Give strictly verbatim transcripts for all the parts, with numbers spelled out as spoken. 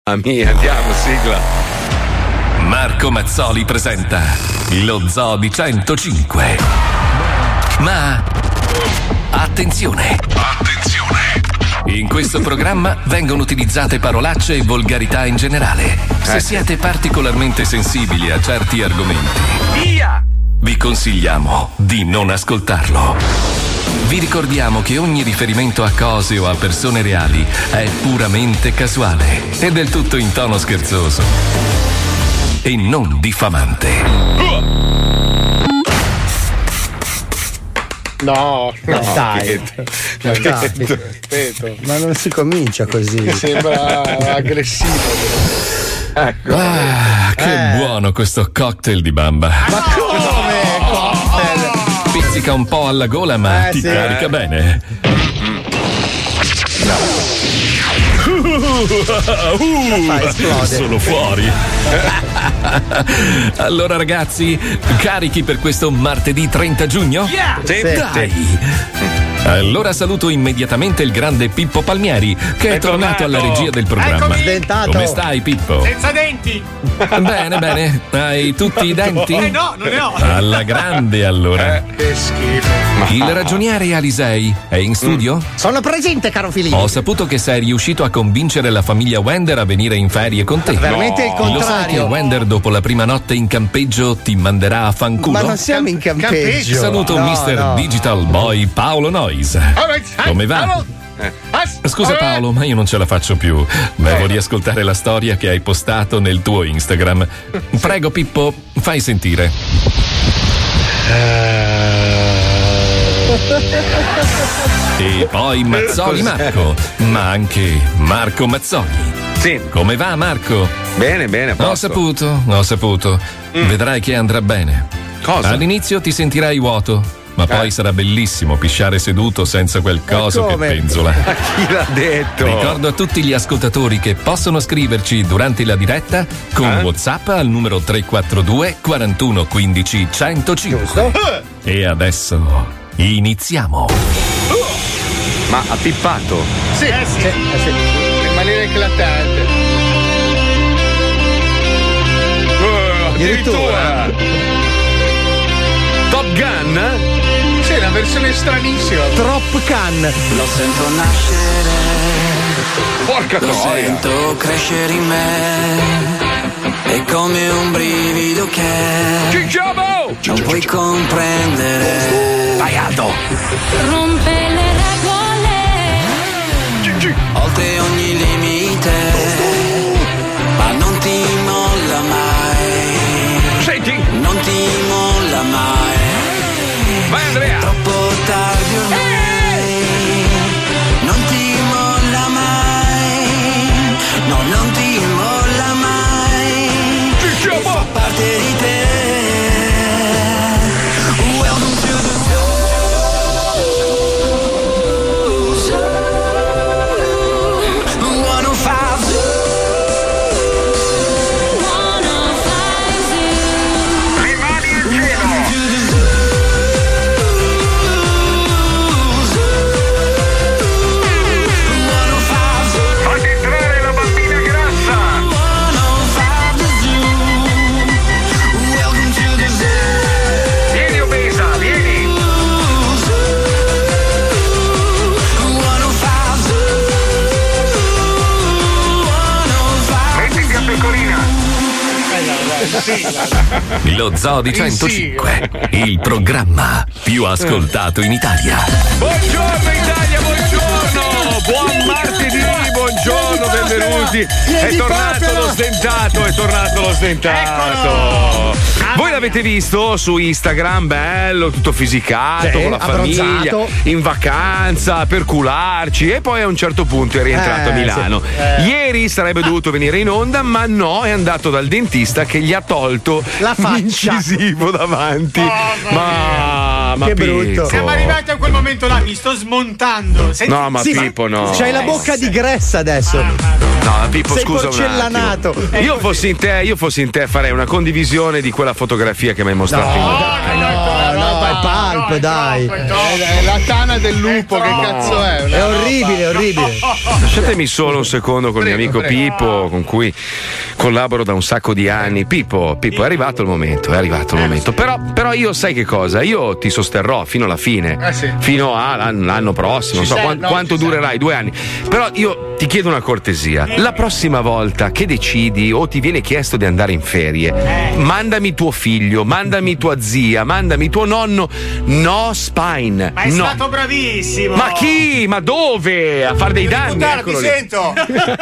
Mia, andiamo, sigla. Marco Mazzoli presenta lo Zoo di centocinque. Ma attenzione! Attenzione! In questo programma vengono utilizzate parolacce e volgarità in generale. Se siete particolarmente sensibili a certi argomenti, via! Vi consigliamo di non ascoltarlo. Vi ricordiamo che ogni riferimento a cose o a persone reali è puramente casuale e del tutto in tono scherzoso e non diffamante. No, no, dai, no, dai. Ma non si comincia così. Mi sembra aggressivo. Ecco. Ah, che eh. buono questo cocktail di bamba. Ma come cocktail? Pizzica un po' alla gola, ma eh, ti sì. carica bene. No. Uh, sono fuori. Allora ragazzi, carichi per questo martedì trenta giugno? Yeah! Sì. Dai! Allora saluto immediatamente il grande Pippo Palmieri, che è, è tornato alla regia del programma. Dentato. Come stai, Pippo? Senza denti. Bene, bene. Hai tutti i denti? Eh no, non ne ho. Alla grande allora. Eh, che schifo. Il ragioniere Alisei è in studio? Mm. Sono presente, caro Filippo. Ho saputo che sei riuscito a convincere la famiglia Wender a venire in ferie con te. Veramente no. Il contrario. Lo sai che Wender dopo la prima notte in campeggio ti manderà a fanculo? Ma non siamo in campeggio. Saluto no, mister no. Digital Boy Paolo Noise. Come va? Scusa Paolo, ma io non ce la faccio più. Devo riascoltare la storia che hai postato nel tuo Instagram. Prego Pippo, fai sentire. E poi Mazzoli Marco, ma anche Marco Mazzoli. Sì. Come va Marco? Bene, bene. Ho saputo, ho saputo. Mm. Vedrai che andrà bene. Cosa? All'inizio ti sentirai vuoto, ma poi eh. sarà bellissimo pisciare seduto senza quel coso che penzola. Ma chi l'ha detto? Ricordo a tutti gli ascoltatori che possono scriverci durante la diretta con eh? WhatsApp al numero tre quattro due quarantuno quindici centocinque. E adesso iniziamo. Ma ha pippato? Sì, eh sì. Eh sì. In maniera eclatante. Uh, addirittura. Top Gun? Sì, una versione stranissima. Top Gun. Lo sento nascere. Porca Lo troia. sento crescere in me. È come un brivido che Cicciamo! non puoi comprendere. Vai Aldo. Rompe le regole. Gigi. Oltre ogni limite. Ma non ti molla mai. Senti. Non ti molla mai. Vai Andrea. Troppo tardi ormai. Non ti molla mai. No, non ti molla mai. Cicciamo. E fa parte di te. Welcome to the Lo Zoo di centocinque, il programma più ascoltato in Italia. Buongiorno Italia, buongiorno! Buon martedì, buongiorno, benvenuti. È tornato lo stentato, è tornato lo stentato. Voi l'avete visto su Instagram, bello, tutto fisicato, sì, con la famiglia, abbronzato. in vacanza, per cularci, e poi a un certo punto è rientrato Eh, a Milano. sì. Eh. Ieri sarebbe dovuto venire in onda, ma no, è andato dal dentista che gli ha tolto La faccia. l'incisivo davanti. Oh, ma, ma che Pippo. brutto. Siamo arrivati a quel momento là, mi sto smontando. Senti, No, ma Sì, Pippo no. C'hai la bocca di gressa adesso. No, Pippo, Sei scusa un porcellanato. attimo. Io fossi in te, io fossi in te farei una condivisione di quella fotografia che mi hai mostrato. No, in no, no, no, Pulp, no, dai. È, troppo, è, è la tana del lupo, che cazzo è? È orribile, è orribile. Lasciatemi solo un secondo con il mio amico prego. Pippo, con cui collaboro da un sacco di anni. Pippo, Pippo, è arrivato il momento, è arrivato il momento. Però, però io sai che cosa? Io ti sosterrò fino alla fine, Eh sì. fino all'anno prossimo, non so sei, quan- no, quanto ci sei. durerai, due anni. Però io ti chiedo una cortesia. La prossima volta che decidi o ti viene chiesto di andare in ferie, mandami tuo figlio, mandami tua zia, mandami tuo nonno. No spine. Ma è no. stato bravissimo. Ma chi? Ma dove? A fare dei danni? Puttana, ti Eccolo lì. sento.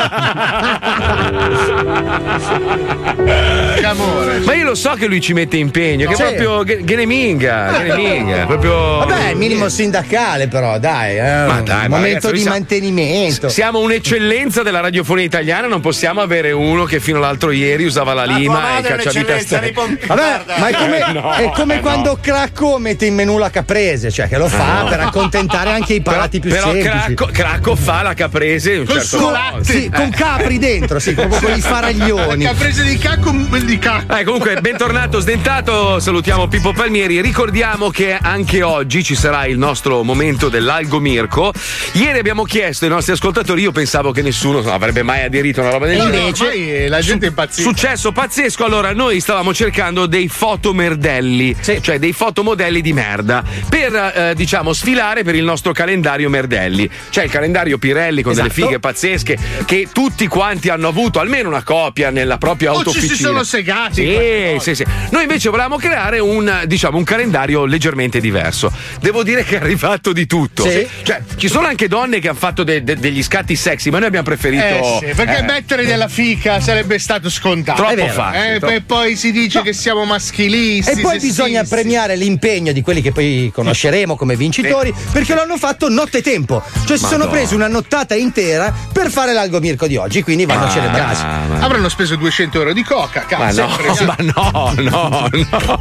Che amore. Ma io lo so che lui ci mette impegno, che è Sì. proprio che, che ne minga, che ne minga, proprio. Vabbè, minimo sindacale, però, dai. Eh, Ma dai, ma momento ragazzi, noi di siamo- mantenimento. Siamo un'eccellenza della radiofonia italiana, non possiamo avere uno che fino all'altro ieri usava la La tua lima e madre è cacciavite a un'eccellenza ste- nei pompi. Vabbè, ma è come, no, è come no. quando Cracco mette in menù la caprese, cioè che lo fa per accontentare anche i palati più Però semplici. Cracco, Cracco fa la caprese in un Col certo suo modo. latte. Sì, con capri dentro, sì, proprio con i faraglioni. Caprese di cacco, di cacco. Eh, comunque, bentornato Sdentato, salutiamo Pippo Palmieri. Ricordiamo che anche oggi ci sarà il nostro momento dell'Algo Mirko. Ieri abbiamo chiesto ai nostri ascoltatori, io pensavo che nessuno avrebbe mai aderito a una roba del E genere. invece- Ormai la gente è impazzita. Successo pazzesco, allora noi stavamo cercando dei fotomerdelli, cioè dei fotomodelli di merda, per eh, diciamo sfilare per il nostro calendario merdelli. Cioè il calendario Pirelli con Esatto. delle fighe pazzesche che tutti quanti hanno avuto almeno una copia nella propria O ci autofficina. si sono segati. Sì, sì, sì. Noi invece volevamo creare un, diciamo, un calendario leggermente diverso. Devo dire che è arrivato di tutto. Sì. Cioè, ci sono anche donne che hanno fatto de- de- degli scatti sexy, ma noi abbiamo preferito. Eh sì, perché eh, mettere della fica sarebbe stato scontato. Troppo È vero. facile. Eh, troppo- e poi si dice che siamo maschilisti. E poi sessisti. bisogna premiare l'impegno di quelli che poi conosceremo come vincitori, perché lo hanno fatto nottetempo. Cioè si sono Madonna. presi una nottata intera per fare l'Algo Mirko di oggi, quindi vanno Ah, celebrati. ma- Avranno speso duecento euro di coca. Ma Cazzo, no, premiato. ma no, no,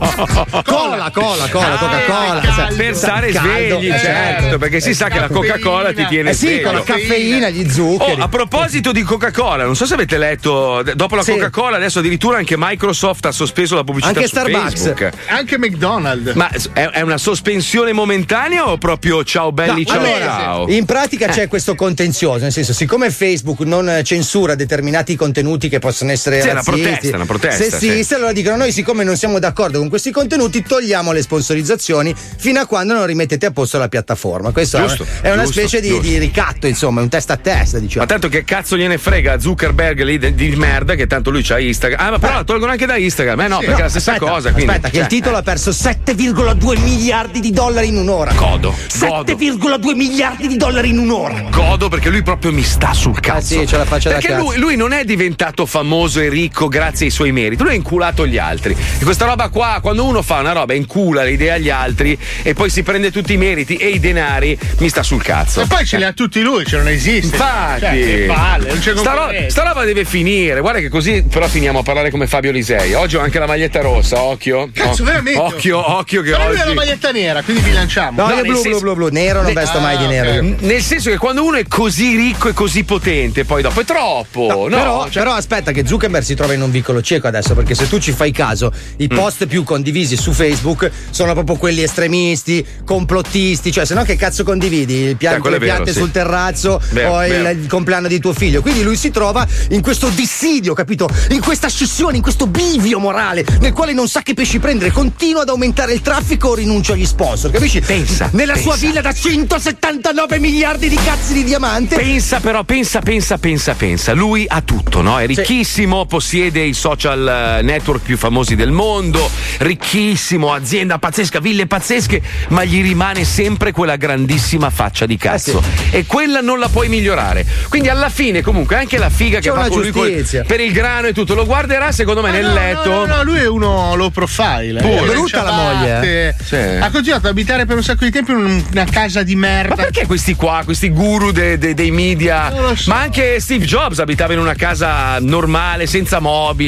no. Cola, cola, cola, Coca-Cola. caldo. sai, Per stare caldo, svegli, eh. certo, perché si sa che la Coca-Cola ti tiene Eh sì, sveglio. con la caffeina, gli Oh, zuccheri. a proposito di Coca-Cola, non so se avete letto, d- dopo la Sì. Coca-Cola adesso addirittura anche Microsoft ha sospeso la pubblicità Anche su Starbucks. Facebook. Anche McDonald's. Ma è, è una sospensione momentanea o proprio ciao belli, No, ciao allora, ciao? in pratica c'è questo contenzioso, nel senso, siccome Facebook non censura determinati contenuti che possono essere Sì, è una razzisti, protesta, una protesta, sessisti, sì. allora dicono noi siccome non siamo d'accordo con questi contenuti togliamo le sponsorizzazioni fino a quando non rimettete a posto la piattaforma. Questo Giusto, è una giusto, specie di, giusto. di ricatto, insomma, un testa a testa, diciamo. Ma tanto che cazzo gliene frega a Zuckerberg lì de- di merda che tanto lui c'ha Instagram. Ah, ma però la tolgono anche da Instagram. Eh no, perché è la stessa aspetta, cosa. Quindi, aspetta, che cioè, il titolo ha perso sette virgola due miliardi di dollari in un'ora. Godo, sette godo. virgola due miliardi di dollari in un'ora. Godo perché lui proprio mi sta sul cazzo. sì, c'è la faccia da Perché cazzo. lui, lui non è diventato famoso e ricco grazie ai suoi meriti, lui ha inculato gli altri. E questa roba qua, quando uno fa una roba, incula le idee agli altri e poi si prende tutti i meriti e i denari, mi sta sul cazzo. E poi ce li ha tutti lui, cioè non esiste. Infatti, Cioè, che palle, non c'è sta, ro- concorrenza. sta roba deve finire. Guarda che così però finiamo a parlare come Fabio Lisei. Oggi ho anche la maglietta rossa, occhio. Cazzo, Oh, veramente? Occhio, occhio che Però lui oggi. ha la maglietta nera, quindi vi lanciamo. No, No, io nel blu, senso- blu, blu, blu, nero non Ne- vesto mai di Ah, nero. ok. io. Nel senso che quando uno è così ricco e così potente, poi dopo è troppo. No, però, cioè- però aspetta che Zuckerberg si trova in un vicolo cieco adesso, perché se tu ci fai caso i Mm. post più condivisi su Facebook sono proprio quelli estremisti, complottisti, cioè se no che cazzo condividi? Il pian- Eh, quello è le piante vero, sì. sul terrazzo Vero, o il, vero. il compleanno di tuo figlio, quindi lui si trova in questo dissidio, capito? In questa scissione, in questo bivio morale nel quale non sa che pesci prendere, continua ad aumentare il traffico o rinuncia agli sponsor, capisci? Pensa, Nella sua pensa. villa da centosettantanove miliardi di cazzi di diamante. Pensa però, pensa, pensa, pensa, pensa. Lui ha tutto, no? È ricchissimo, possiede i social eh, network più famosi del mondo, ricchissimo, azienda pazzesca, ville pazzesche, ma gli rimane sempre quella grandissima faccia di cazzo. E quella non la puoi migliorare. Quindi alla fine, comunque, anche la figa che C'è fa una con lui col- giustizia. per il grano e tutto, lo guarderà secondo me Ah, nel no, letto. No, no, no, lui è uno low profile. Pure. eh, Brutta la moglie, Sì. Ha continuato ad abitare per un sacco di tempo in un- una casa di merda. Ma perché questi qua, questi guru de- de- dei media? Non lo so. Ma anche Steve Jobs abitava in una casa normale, senza mobili. Perché?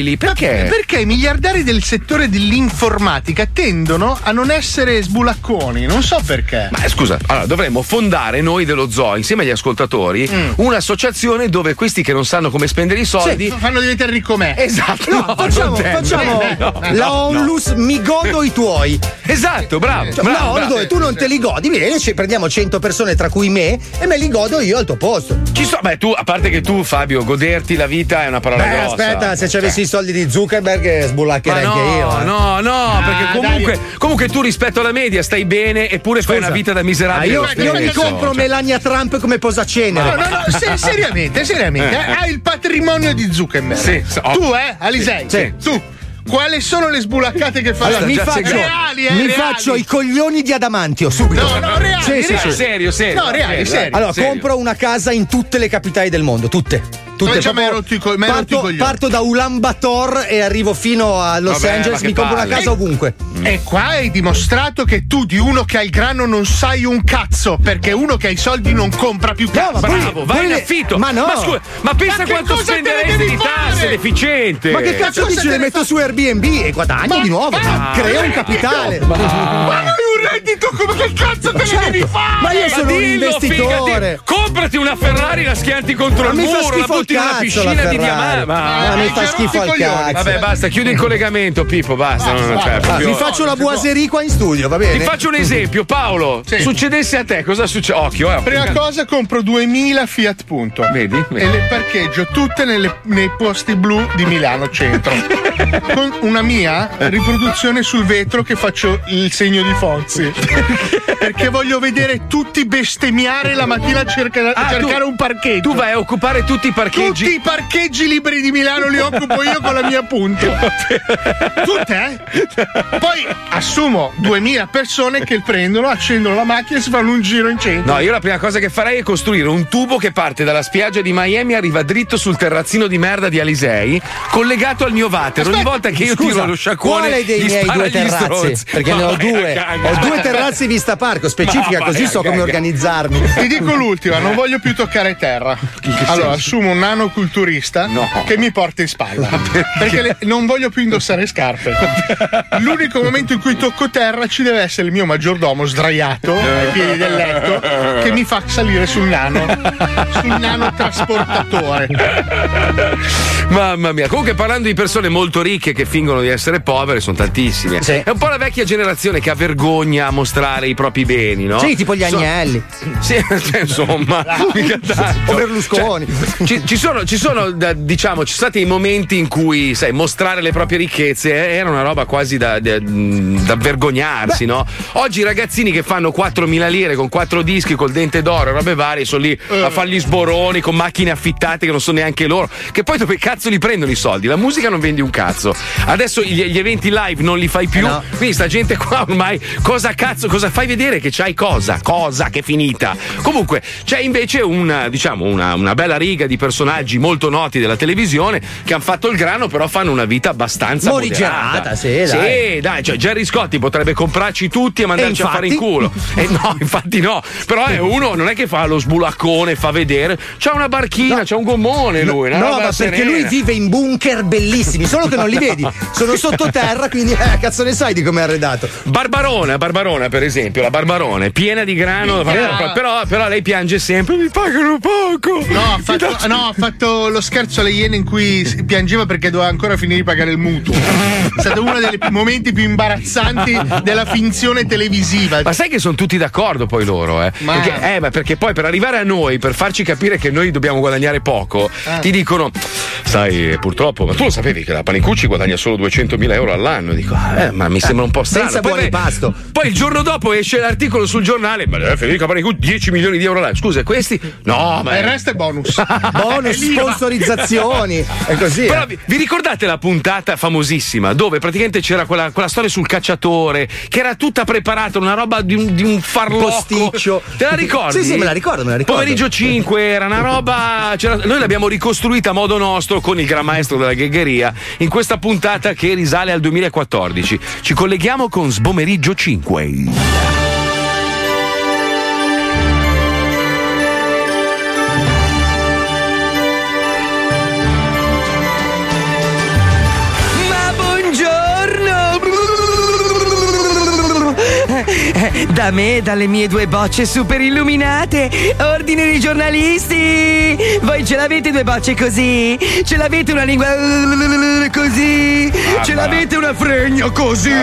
Perché? Perché i miliardari del settore dell'informatica tendono a non essere sbulacconi, non so perché. Ma scusa, allora dovremmo fondare noi dello zoo, insieme agli ascoltatori, mm. un'associazione dove questi che non sanno come spendere i soldi sì, fanno diventare ricco me. Esatto. No, no facciamo, facciamo no, la no, onlus no. mi godo i tuoi. Esatto, bravo. Cioè, bravo, no, bravo. dove tu non te li godi, vieni, ci prendiamo cento persone tra cui me e me li godo io al tuo posto. Ci so, beh, tu, a parte che tu, Fabio, goderti la vita è una parola beh, grossa. Aspetta, se ci avessi i soldi di Zuckerberg sbulaccherei no, anche io. Eh. No, no, ah, perché comunque, comunque tu rispetto alla media stai bene eppure fai una vita da miserabile. Ah, io, io mi compro cioè. Melania Trump come posacenere. No, no, no, se, seriamente, seriamente, eh, hai il patrimonio di Zuckerberg. Sì, tu, eh, Alisei, sì. tu. Quali sono le sbulaccate che fai? Allora, mi faccio, reali, eh, mi reali. faccio i coglioni di adamantio subito. No, no, reali, sì, reali. sì, sì. Serio, serio. No, reali, serio. Allora, serio. compro una casa in tutte le capitali del mondo, tutte. Tutte, cioè, mi hai rotto i co- mi hai rotto i parto, coglioni. parto da Ulan Bator e arrivo fino a Los Vabbè, Angeles, mi compro palle. una casa ovunque. E qua hai dimostrato che tu di uno che ha il grano non sai un cazzo, perché uno che ha i soldi non compra più cazzo. No, ma Bravo, poi- vai poi in le- affitto. Ma no. Ma scusa, ma pensa Ma che quanto cosa te ne spenderesti devi di tasse, fare? l'efficiente. Ma che cazzo dici? Le metto su Airbnb e guadagno Ma- di nuovo. ma- Creo un capitale. Ma hai un reddito come che cazzo te ne Certo. devi fare? Ma io Ma sono un dillo, investitore. figati, comprati una Ferrari, la schianti contro Ma il mi fa muro, la schifo butti il nella cazzo, piscina la di Ferrari. diamanti. Ma Ma mi fa hai schifo al rotto i coglioni. cazzo. vabbè, basta, chiudi il collegamento, Pippo, basta. Basta, non, basta. cioè, Ah, proprio- vi faccio la boiserie qua in studio, va bene? Ti faccio un esempio, Paolo. Sì. Succedesse a te, cosa succede? Occhio, eh. Prima cosa compro duemila Fiat Punto. Vedi? Vedi. E le parcheggio tutte nelle- nei posti blu di Milano centro. Con una mia riproduzione sul vetro che faccio il segno di Fonzi. Perché voglio vedere tutti bestemmiare la mattina a cerca- Ah, cercare tu- un parcheggio. Tu vai a occupare tutti i parcheggi. Tutti i parcheggi liberi di Milano li occupo io con la mia punto. Tutte, eh? Poi assumo duemila persone che prendono, accendono la macchina e si fanno un giro in centro. No, io la prima cosa che farei è costruire un tubo che parte dalla spiaggia di Miami e arriva dritto sul terrazzino di merda di Alisei, collegato al mio water. Ogni volta che io Scusa, tiro lo sciacquone, quale dei gli miei spara due gli terrazzi? stronzi. Perché ne ho Vabbè, due. caga. Ho due terrazzi vista parco, specifica, Ma così vai so a come cagare. organizzarmi. Ti dico l'ultima, non voglio più toccare terra. Allora, assumo un nanoculturista No. che mi porta in spalla. Perché le- non voglio più indossare scarpe. L'unico momento in cui tocco terra ci deve essere il mio maggiordomo sdraiato ai piedi del letto che mi fa salire sul nano. Sul nano trasportatore. Mamma mia. Comunque, parlando di persone molto ricche che fingono di essere povere, sono tantissime. Sì. È un po' la vecchia generazione che ha vergogna a mostrare i propri beni, no? Sì, tipo gli So- agnelli. Sì, cioè, insomma, mica tanto. O Berlusconi. Cioè, ci, ci sono, ci sono da- diciamo, ci sono stati i momenti in cui, sai, mostrare le proprie ricchezze eh, era una roba quasi da, da, da vergognarsi, no? Oggi i ragazzini che fanno quattromila lire con quattro dischi col dente d'oro e robe varie sono lì a fare gli sboroni con macchine affittate che non sono neanche loro. Che poi dove cazzo li prendono i soldi? La musica non vendi un cazzo. Adesso gli, gli eventi live non li fai più. Eh no. Quindi sta gente qua ormai cosa cazzo, cosa fai vedere che c'hai cosa? Cosa che è finita. Comunque c'è invece una, diciamo, una, una bella riga di personaggi molto noti della televisione che hanno fatto il grano, però fanno una vita abbastanza Morigerata, moderata. sì, dai. Sì, dai, cioè Gerry Scotti potrebbe comprarci tutti e mandarci E a fare in infatti? culo. Eh no, infatti no. Però è uno, non è che fa lo sbulaccone, fa vedere. C'ha una barchina, No. c'ha un gommone lui. una No, roba ma perché serena. lui vive in bunker bellissimi, solo che non li vedi. Sono sottoterra, quindi eh, cazzo ne sai di come è arredato. Barbarona, Barbarona per esempio, la Barbarona è piena di grano, Minchia. però, però lei piange sempre, mi pagano poco. No, ha fatto, no, ha fatto lo scherzo alle Iene in cui si piangeva perché doveva ancora finire di pagare il mutuo. È stato uno dei momenti più imbarazzanti della finzione televisiva. Ma sai che sono tutti d'accordo poi loro, eh? Ma- Perché, eh, ma perché poi per arrivare a noi, per farci capire che noi dobbiamo guadagnare poco, Ah. ti dicono, sai, purtroppo, ma tu lo sapevi che la Panicucci guadagna solo duecentomila euro all'anno? Dico, eh, ma mi sembra un po' strano. Senza Poi, buoni vai- pasto. Poi il giorno dopo esce l'articolo sul giornale, ma eh, Federica Panicucci dieci milioni di euro all'anno. Scusa, questi? No, ma Ma il resto è bonus. Bonus, È l'I V A. sponsorizzazioni. È così. Però eh. vi, vi ricordate la puntata famosissima dove praticamente c'era quella, quella storia sul cacciatore che era tutta preparata, una roba di un, di un farlocco. Posticcio. Te la ricordi? Sì, sì, me la ricordo, me la ricordo. Pomeriggio cinque era una roba. c'era- noi l'abbiamo ricostruita a modo nostro con il gran maestro della ghegheria in questa puntata che risale al duemilaquattordici. Ci colleghiamo con Sbomeriggio cinque. Da me, dalle mie due bocce super illuminate. Ordine di giornalisti. Voi ce l'avete due bocce così? Ce l'avete una lingua così? Ce l'avete una fregna così?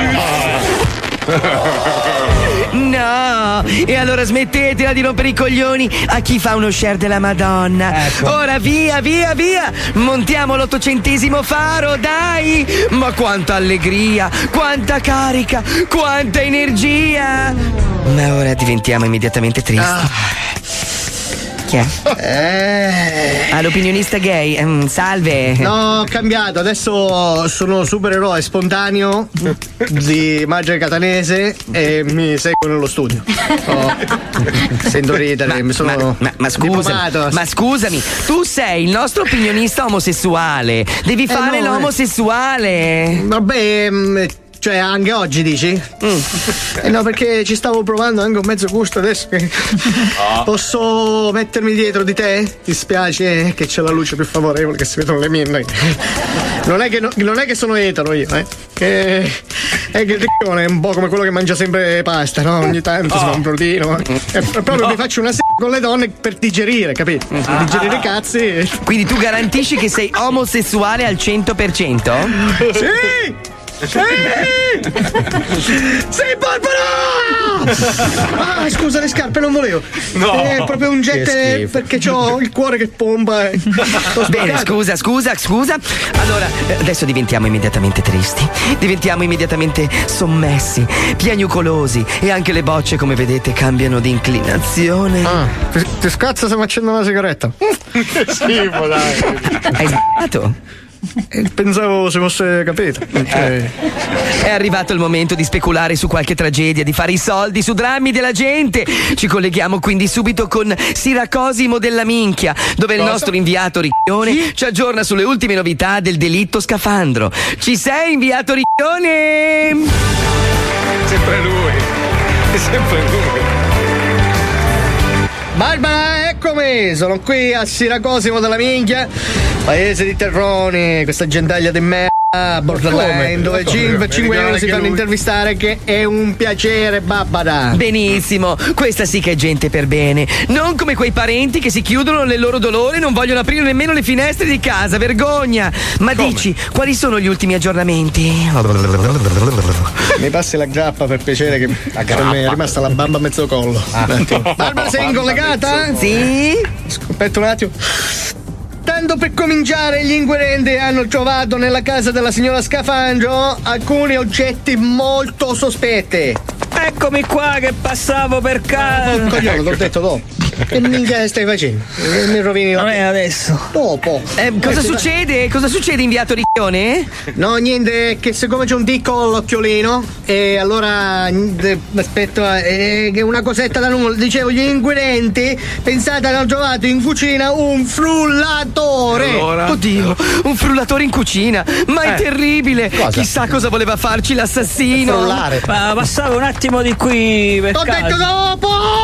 No, e allora smettetela di rompere i coglioni a chi fa uno share della Madonna. Ecco. Ora via, via, via. Montiamo l'ottocentesimo faro, dai. Ma quanta allegria, quanta carica, quanta energia. Ma ora diventiamo immediatamente tristi. Ah. Chi è? Eh. Ah, l'opinionista gay. Mm, salve. No, ho cambiato. Adesso sono supereroe spontaneo di Magia Catanese e mi seguo nello studio. Oh, sento ridere, ma, mi sono. Ma, ma, ma scusami, ma scusami, tu sei il nostro opinionista omosessuale. Devi fare eh no, l'omosessuale. Vabbè. Cioè, anche oggi dici? Mm. Eh no, perché ci stavo provando anche un mezzo gusto adesso. Che... Oh. Posso mettermi dietro di te? Ti spiace che c'è la luce più favorevole, che si vedono le mie. Non è che, no, non è che sono etero io, eh. Che è che il riccone è un po' come quello che mangia sempre pasta, no? Ogni tanto oh. si fa un protino. E proprio oh. mi faccio una s*** con le donne per digerire, capito? Per ah. digerire i cazzi. Quindi tu garantisci che sei omosessuale al cento per cento? Sì! Sì! Sei Barbara! Ah, scusa, le scarpe non volevo. No. È proprio un jet perché ho il cuore che pompa. Bene, scusa, scusa, scusa. Allora, adesso diventiamo immediatamente tristi. Diventiamo immediatamente sommessi, piagnucolosi e anche le bocce, come vedete, cambiano di inclinazione. Ah, ti, ti scazza se mi accendo una sigaretta. Che schifo, dai. Hai sbagliato? Pensavo si fosse capito. Eh. È arrivato il momento di speculare su qualche tragedia, di fare i soldi su drammi della gente. Ci colleghiamo quindi subito con Siracosimo della Minchia, dove Cosa? il nostro inviato Ricchione sì? ci aggiorna sulle ultime novità del delitto scafandro. Ci sei, inviato Ricchione? Sempre lui. È sempre lui. Barbara, eccomi, sono qui a Siracosimo della Minchia, paese di terroni, questa gentaglia di merda, borderline, dove cinque euro si fanno intervistare, che è un piacere, Barbara. Benissimo, questa sì che è gente per bene, non come quei parenti che si chiudono nel loro dolore e non vogliono aprire nemmeno le finestre di casa, vergogna. Ma come? Dici, quali sono gli ultimi aggiornamenti? Mi passi la grappa per piacere, che per me è rimasta la bamba a mezzo collo. Ah. Barbara, sei in collegato? Sì. Aspetta un attimo. Tanto per cominciare, gli inquirenti hanno trovato nella casa della signora Scafandro alcuni oggetti molto sospetti. Eccomi qua che passavo per casa. Oh, coglione, l'ho detto dopo. Che minchia stai facendo? Mi rovini la... Non è adesso. Dopo. Eh, cosa eh, succede? Cosa succede, inviato Ricchione? No, niente, che siccome c'è un ticco all'occhiolino, e allora aspetta, eh, che una cosetta da nulla. Dicevo, gli inquirenti, pensate, hanno trovato in cucina un frullatore. Allora? Oddio, un frullatore in cucina. Ma è eh. terribile. Cosa? Chissà cosa voleva farci l'assassino. Frullare. Ma passavo un attimo di qui per T'ho caso. detto dopo!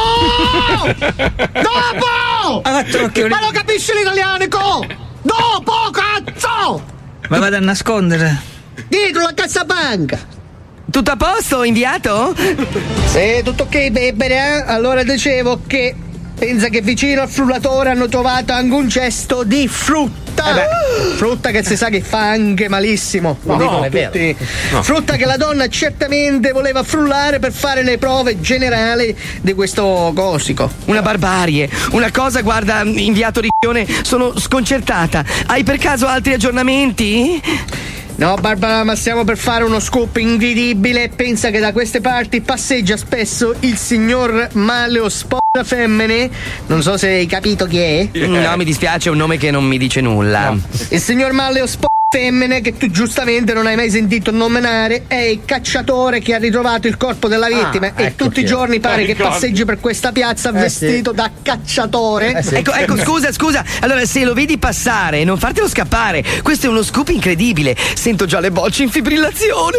Dopo! Ma lo capisci l'italianico? Dopo, cazzo! Ma vado a nascondere. Dietro la cassabanca. Tutto a posto, inviato? Sì, tutto ok, bebere. Allora dicevo che pensa che vicino al frullatore hanno trovato anche un cesto di frutta. Eh beh, frutta che si sa che fa anche malissimo. No, no, è vero. No. Frutta che la donna certamente voleva frullare per fare le prove generali di questo cosico. Una barbarie. Una cosa, guarda, inviato Ricchione, sono sconcertata. Hai per caso altri aggiornamenti? No, Barbara, ma stiamo per fare uno scoop incredibile. Pensa che da queste parti passeggia spesso il signor Maleo Sposa Femmine. Non so se hai capito chi è. Yeah. No, mi dispiace, è un nome che non mi dice nulla. No. Il signor Maleo Sposa Femmine, che tu giustamente non hai mai sentito nominare, è il cacciatore che ha ritrovato il corpo della vittima. Ah, e ecco tutti i giorni pare che passeggi per questa piazza eh, vestito sì. da cacciatore. Eh, sì. Ecco, ecco, scusa, scusa. Allora, se lo vedi passare, non fartelo scappare. Questo è uno scoop incredibile. Sento già le bocce in fibrillazione.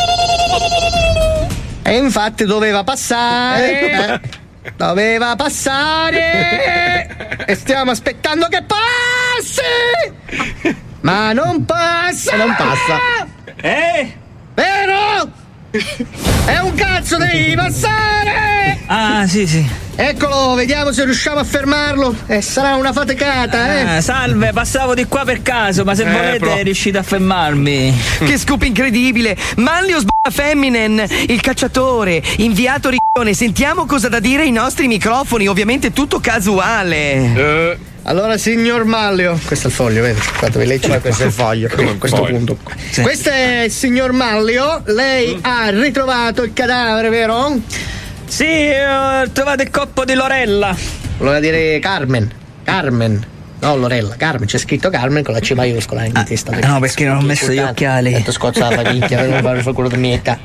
E infatti doveva passare. Eh. Doveva passare. E stiamo aspettando che passi. Ma non passa! E non passa. Eh? Vero? È un cazzo, devi passare! Ah, sì, sì. Eccolo, vediamo se riusciamo a fermarlo. E eh, sarà una faticata, eh. Ah, salve, passavo di qua per caso, ma se Eh, volete però- riuscite a fermarmi. Che scoop incredibile! Manlio sballa Feminen, il cacciatore, inviato Riccone. Sentiamo cosa da dire ai nostri microfoni, ovviamente tutto casuale. Eh, Allora, signor Mallio, questo è il foglio, vedi? Fatevi leggere, questo è il foglio. A questo foglio. punto. Questo è il signor Mallio. Lei ha ritrovato il cadavere, vero? Sì, ho trovato il corpo di Lorella. Voleva dire Carmen. Carmen. No, Lorella, Carmen, c'è scritto Carmen con la C maiuscola in testa. no, perché non ho messo gli occhiali. Tanto scozza la famiglia, per non fare quello di mia età.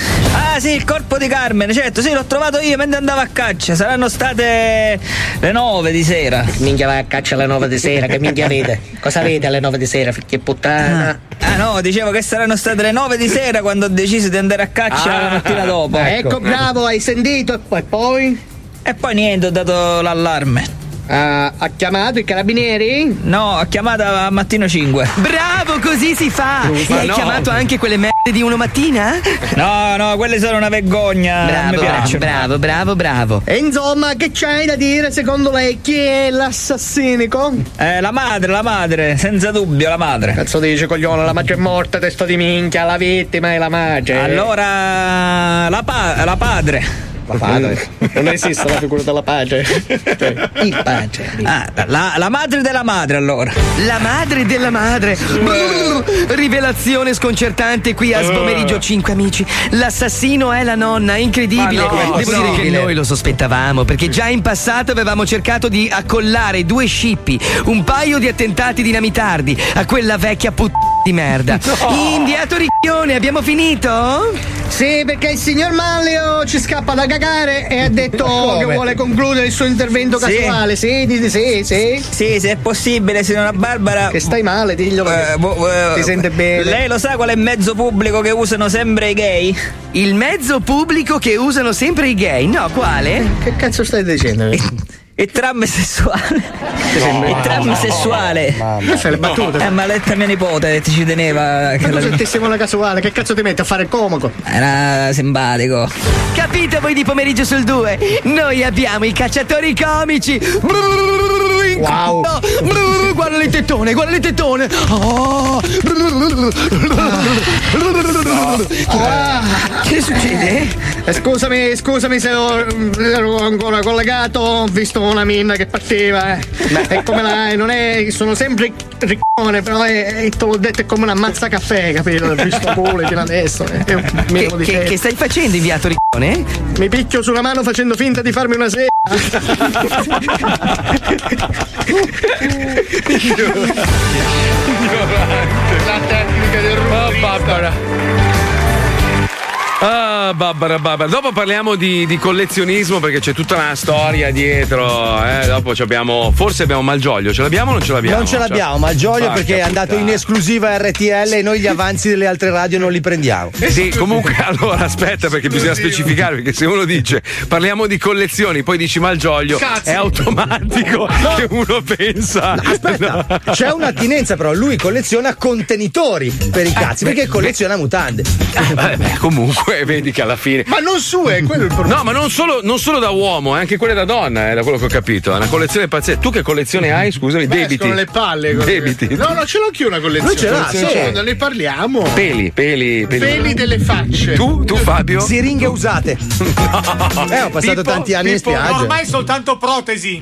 Ah sì, il corpo di Carmen, certo, sì, l'ho trovato io mentre andavo a caccia. Saranno state le nove di sera. Minchia vai a caccia alle nove di sera, che minchia avete? Cosa avete alle nove di sera, figli e puttana? Ah no, dicevo che saranno state le nove di sera quando ho deciso di andare a caccia Ah, la mattina dopo. Ecco, bravo, hai sentito e poi, poi? E poi niente, ho dato l'allarme. Ah, ha chiamato i carabinieri? No, ho chiamato a mattino cinque. Bravo, così si fa! E hai no. chiamato anche quelle merde di uno mattina? No, no, quelle sono una vergogna. non mi Bravo, piacciono. bravo, bravo, bravo. E insomma, che c'hai da dire secondo lei? Chi è l'assassinico? Eh, la madre, la madre, senza dubbio, la madre. Cazzo dice coglione, la madre è morta, testa di minchia, la vittima è la madre. Allora, la, pa- la padre. La padre? Non esiste la figura della padre. Cioè, il padre. Ah, la, la madre della madre, allora. La madre della madre. Brrr, rivelazione sconcertante qui a Sbomeriggio cinque, amici. L'assassino è la nonna, incredibile. Ma no, Devo dire che possibile. noi lo sospettavamo, perché già in passato avevamo cercato di accollare due scippi, un paio di attentati dinamitardi a quella vecchia puttana di merda. Inviato Ricchione, abbiamo finito? Sì, perché il signor Mallio ci scappa da cagare e ha detto che vuole concludere il suo intervento Sì. casuale. Sì, sì, sì, sì. Sì, se è possibile, signora Barbara. Che stai male, diglielo. Eh, vo- eh, Ti sente bene. Lei lo sa qual è il mezzo pubblico che usano sempre i gay? Il mezzo pubblico che usano sempre i gay, no? Quale? Che cazzo stai dicendo? Il tram sessuale. il tram sessuale. Che fai le battute? Eh, ma letta mia nipote ti ci teneva. Che Ma tu la... sentissimo una casuale, che cazzo ti metti a fare il comico? Era simpatico. Capite voi di pomeriggio sul due? Noi abbiamo i cacciatori comici. Brrr, in Wow. culo. Brrr, guarda le tettone, guarda le tettone. Oh. Ah. Che succede? Eh, scusami, scusami se ho- ero ancora collegato, ho visto una minna che partiva. Eh. E come la, non è, sono sempre riccone, però è, è- te l'ho detto, è come una mazza caffè, capito? Ho visto pure fino adesso. eh. È un Che, minimo di che- tempo. che stai facendo, inviato Riccone? Mi picchio sulla mano facendo finta di farmi una sera. La tecnica del rumorista. Ah, Barbara, Barbara. Dopo parliamo di, di collezionismo perché c'è tutta una storia dietro. Eh. Dopo ci abbiamo. Forse abbiamo Malgioglio. Ce l'abbiamo o non ce l'abbiamo? Non ce l'abbiamo, ma il Gioglio Porca perché è andato in puttana. esclusiva a R T L e noi gli avanzi delle altre radio non li prendiamo. Sì, comunque allora aspetta perché bisogna specificare, perché se uno dice parliamo di collezioni, poi dici Malgioglio, Cazzo. è automatico che uno pensa. Aspetta, c'è un'attinenza però, lui colleziona contenitori per i cazzi, perché colleziona mutande. Eh, vabbè, beh, comunque vedi che alla fine. Ma non sue, quello è il problema. No, ma non solo, non solo da uomo, eh, anche quelle da donna, eh, da quello che ho capito. È una collezione pazzesca. Tu che collezione hai? Scusami, Beh, debiti. escono le palle. così. Debiti. No, no, ce l'ho anch'io una collezione. Lui ce l'ha, Collezione, sì. Quando ne parliamo. Peli, peli, peli. Peli delle facce. Tu, tu Fabio? Siringhe usate. Eh, ho passato Pippo, tanti anni Pippo, in spiaggia. ormai soltanto protesi.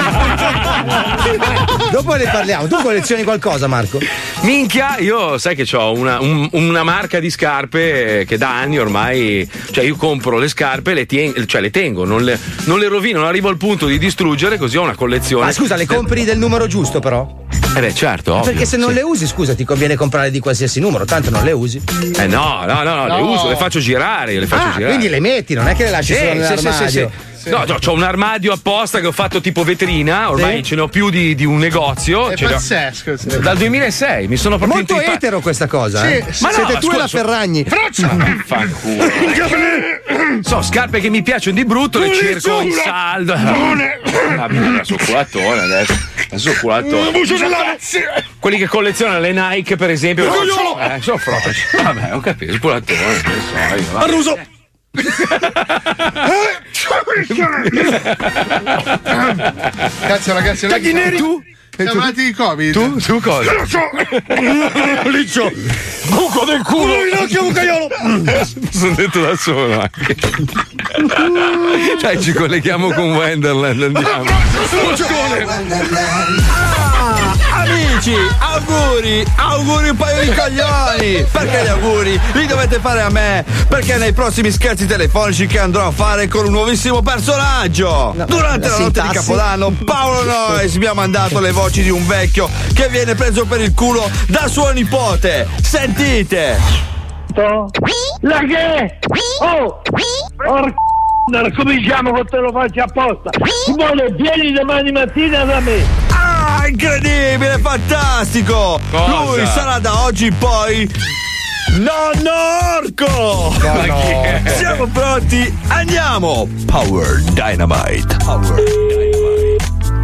Dopo ne parliamo. Tu collezioni qualcosa, Marco? Minchia, io sai che ho una, un- una marca di scarpe che da anni ormai. Cioè, io compro le scarpe, le, tien- cioè, le tengo, non le, non le rovino, non arrivo al punto di distruggere, così ho una collezione. Ma scusa, le compri del numero giusto però? Eh beh, certo, ovvio. Perché se non sì. le usi, scusa, ti conviene comprare di qualsiasi numero, tanto non le usi. Eh no, no, no, no, le No. uso, le faccio girare, io le faccio Ah, girare. quindi le metti, non è che le lasci Sì, solo sì, sì, nell'armadio. sì, sì. No, no, c'ho un armadio apposta che ho fatto tipo vetrina, ormai Sì. ce ne ho più di, di un negozio. È ce ne ho- pazzesco. Sì. Dal duemilasei mi sono proprio Molto intripa- etero questa cosa, Sì, eh? sì. Ma no, Siete tu scusa, e la so- Ferragni. Vaffanculo. so, scarpe che mi piacciono di brutto, le cerco in saldo. Adesso culatone adesso. Adesso culatone. Quelli che collezionano le Nike, per esempio. Eh, sono froci. Vabbè, ho capito, culatone. Arruso! Cazzo, ragazzi, Tagli neri. Tu? Siamo malati di Covid. Tu? Tu cosa? Liccio! Buco del culo! Rinocchio bucaiolo! Sono detto da solo anche. Dai, ci colleghiamo con Wonderland, andiamo. Ah, amici, auguri, auguri un paio di coglioni. Perché gli auguri li dovete fare a me? Perché nei prossimi scherzi telefonici che andrò a fare con un nuovissimo personaggio. No, Durante la la notte di sintassi. Capodanno Paolo Noyes mi ha mandato le voci di un vecchio che viene preso per il culo da suo nipote. Sentite. La che? Oh! Or... cominciamo con te lo faccio apposta. Simone, vieni domani mattina da me. Ah, incredibile, fantastico! Cosa? Lui sarà da oggi in poi nonno Orco! Ma chi è? Siamo pronti? Andiamo! Power Dynamite! Power Dynamite!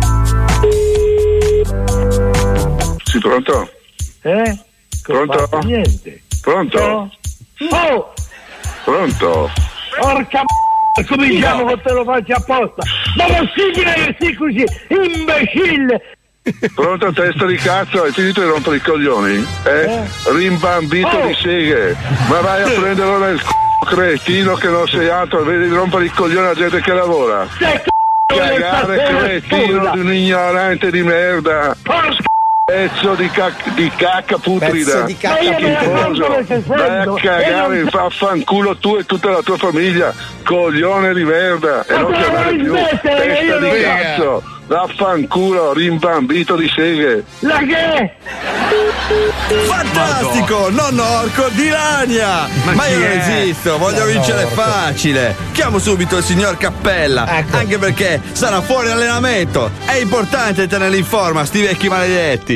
Sì, pronto? Eh? Pronto? Niente. Pronto? No? Oh! Pronto? Porca m***a, cominciamo con te lo faccio apposta. Ma possibile che sia così imbecille? Pronto, testa di cazzo, hai finito di rompere i coglioni? Eh? Rimbambito Oh. di seghe. Ma vai a prenderlo nel c***o, cretino, che non sei altro, vedi di rompere i coglioni alla gente che lavora. Sei c***o Cagare, cretino di un ignorante di merda. Pezzo di, cac- di cacca putrida. Pezzo di cacca schifoso. Vai a cagare, vaffanculo tu e tutta la tua famiglia, coglione di merda. E Ma non te la chiamare vuoi più smettere, che testa io di non- cazzo. Vaffanculo, rimbambito di seghe. La che? Fantastico! Nonno Orco di Rania! Ma, Ma io chi non è? esisto, voglio Nonno vincere Orco. facile! Chiamo subito il signor Cappella, Ecco. anche perché sarà fuori allenamento! È importante tenerli in forma, sti vecchi maledetti!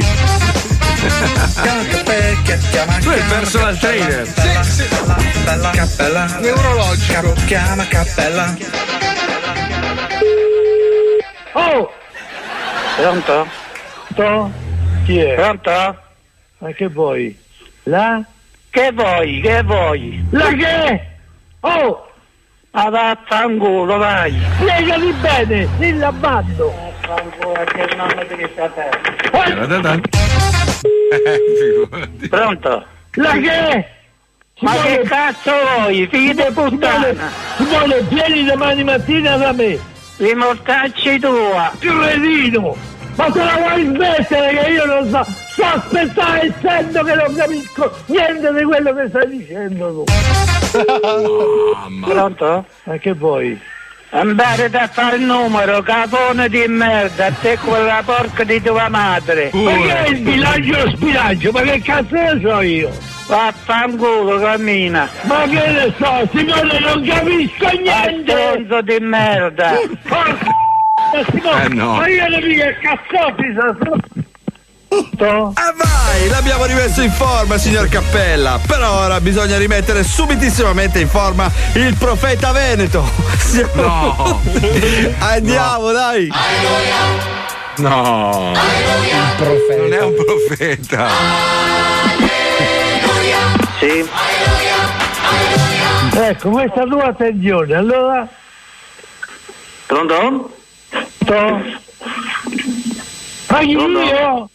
Tu hai il personal trainer. Neurologico. Chiama Cappella. Oh! Pronto? To? Chi è? Pronto? Ma che vuoi? La? Che vuoi? Che vuoi? La che? Oh! Ma vaffanculo, vai! Spiegati bene, il lavando! Vaffanculo, che non mi devi sapere. Pronto? La che? Ma Simone, che cazzo vuoi? Figli di puttana! Simone, vieni domani mattina da me! I mortacci tua! Cretino! Ma te la vuoi smettere che io non so, sto aspettare essendo che non capisco niente di quello che stai dicendo tu. Pronto? Ma che vuoi? Andate a fare il numero, capone di merda, a te quella porca di tua madre! Ma che è il bilancio lo sbilancio? Ma che cazzo ne so io? Vaffanculo, cammina! Ma che ne so, Simone, non capisco niente! Stronzo di merda! Porca Simone, Eh, no. ma io non mi che cazzotti sono... E vai, l'abbiamo rimesso in forma, signor Cappella. Però ora bisogna rimettere subitissimamente in forma il profeta Veneto. Siamo- No. Andiamo, dai. No. Non è un profeta. Sì? Ecco, questa tua attenzione, allora... Pronto? To? Ma io?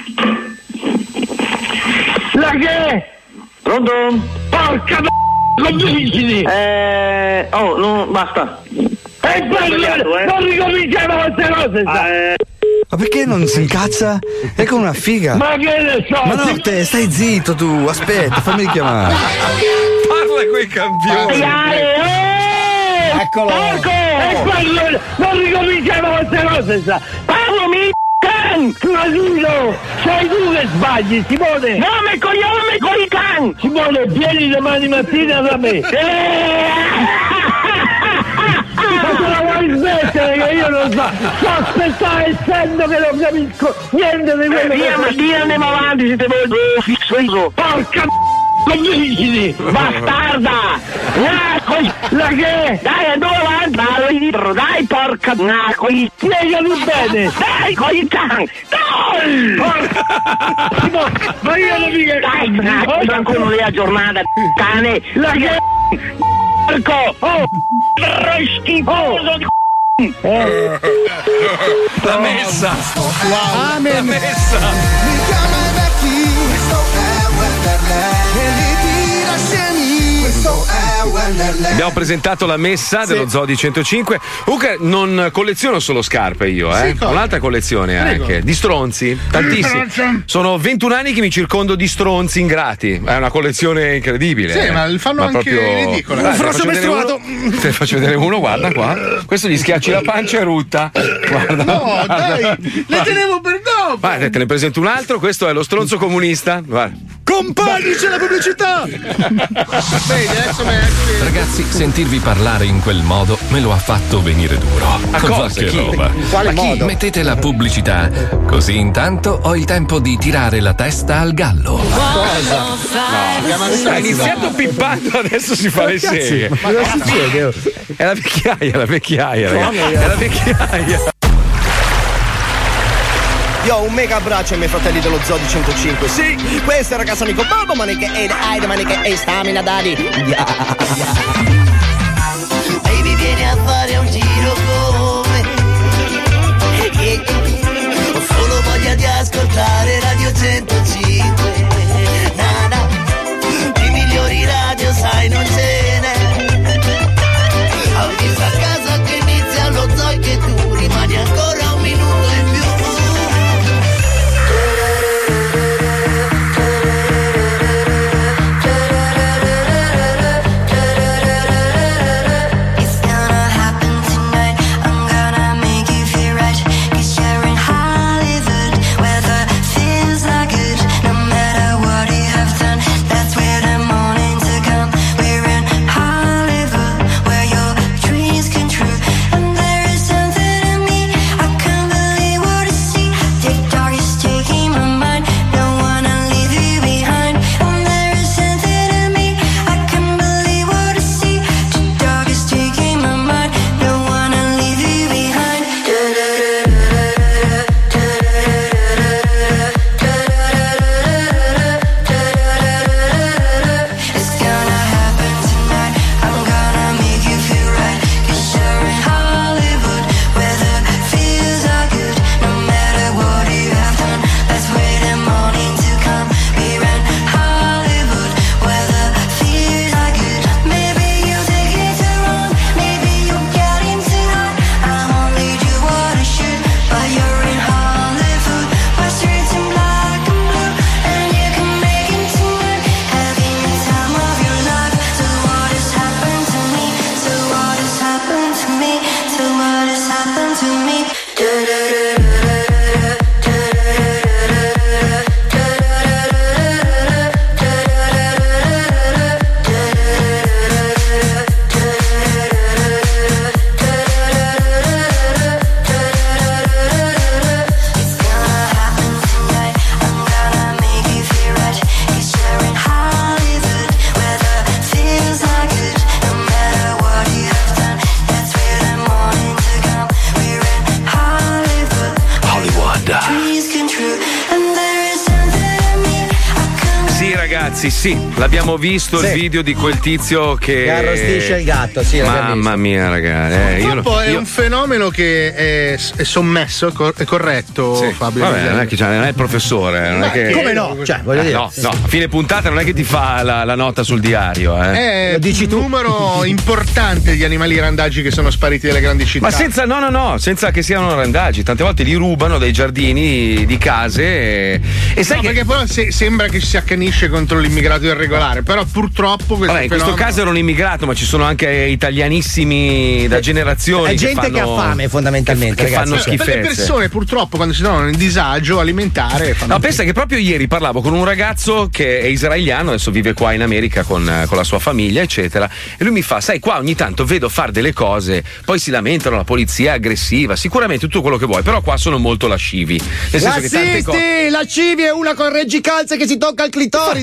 La che? Pronto? Porca d***a, convinciti! Eh... Oh, no, basta. E poi sbagliato, eh. non ricominciamo queste cose, sai? Eh... Ma perché non si incazza? È come una figa. Ma che ne so? Ma no, te, stai zitto tu, aspetta, fammi richiamare. Parla coi campioni. Eccolo! Ecco! E poi non, non ricominciamo queste cose, sai? Paolo mi can! Clasino! Sei tu che sbagli, Simone! No, me coglione con i can! Simone, vieni domani mattina da me! Ma te la vuoi smettere che io non so, sto aspettare essendo che non capisco niente di quello che... Via, ma via, andiamo avanti, se te vuoi fisso. Porca vigili, bastarda! Nacqui, la che? Dai, dove vai? Dai, porca nacqui! Spiegami bene! Dai, con il can! Dai! Porca! Ma io non mi... Dai, nacqui, tranquillo lì a giornata, cane! La che... Porco! Oh! Schifoso di Eh. La messa! Wow. Amen. La messa! Mi chiama i vecchi, questo è Wonderland. E li tira scemi, questo è Wonderland. Abbiamo presentato la messa dello Zoo di centocinque. Comunque non colleziono solo scarpe io, eh. Sì, Ho un'altra collezione Prego. anche. Di stronzi, tantissimi. Sono ventuno anni che mi circondo di stronzi ingrati. È una collezione incredibile. Sì, eh. ma fanno anche proprio... ridicole. Dai, Un te ne frocio faccio vedere mestruato. uno- Te ne faccio vedere uno, guarda qua. Questo gli schiacci la pancia e rutta. Guarda, No, guarda. dai, le tenevo per dopo. Guarda, te ne presento un altro. Questo è lo stronzo comunista. Guarda. Compagni, c'è la pubblicità! Vedi, adesso me ne... Ragazzi, sentirvi parlare in quel modo me lo ha fatto venire duro. Ma cosa? Ma che Chi? roba. In quale Ma chi? modo? Mettete la pubblicità, così intanto ho il tempo di tirare la testa al gallo. Cosa? No, ha iniziato pippando, adesso si fa le Ragazzi, serie. ma cosa succede? È la vecchiaia, la vecchiaia, ragazzi. Mamma È la vecchiaia. Io ho un mega abbraccio ai miei fratelli dello Zoo di centocinque. Sì, questo è il ragazzo amico Bobo Maniche e Aida Maniche e Stamina Daddy. Yeah, yeah. Baby, vieni a fare un giro con me. Yeah. Ho solo voglia di ascoltare Radio centocinque. Nana, i migliori radio, sai, non ce n'è. Ho visto a casa che inizia lo Zoo e che tu rimani ancora un minuto in più. Ragazzi, sì, l'abbiamo visto Sì. il video di quel tizio che. Che arrostisce il gatto, sì, l'abbiamo Mamma mia, ragazzi. Eh, io lo- Purtroppo è io- un fenomeno che è, è sommesso, cor- è corretto, Sì. Fabio. Vabbè, non è, che, cioè, non è il professore, non è che. Come no? Cioè, voglio Eh, dire. no, no, a fine puntata non è che ti fa la, la nota sul diario, eh. È un numero importante di animali randaggi che sono spariti dalle grandi città. Ma senza, no, no, no, senza che siano randaggi. Tante volte li rubano dai giardini di case e, e sai No, che. perché poi se- sembra che si accanisce contro l'immigrato irregolare, però purtroppo questo Vabbè, in questo fenomeno- caso era un immigrato, ma ci sono anche italianissimi da generazioni. È gente che, che fanno, ha fame, fondamentalmente, Che, che fanno ragazzi. per le schifezze. persone purtroppo quando si trovano in disagio alimentare fanno... No, pensa che proprio ieri parlavo con un ragazzo che è israeliano, adesso vive qua in America con, con la sua famiglia, eccetera. E lui mi fa: sai, qua ogni tanto vedo fare delle cose, poi si lamentano, la polizia è aggressiva, sicuramente tutto quello che vuoi, però qua sono molto lascivi. Nel senso che tante cose. Lassisti, lascivi è una con reggicalze che si tocca il clitoride.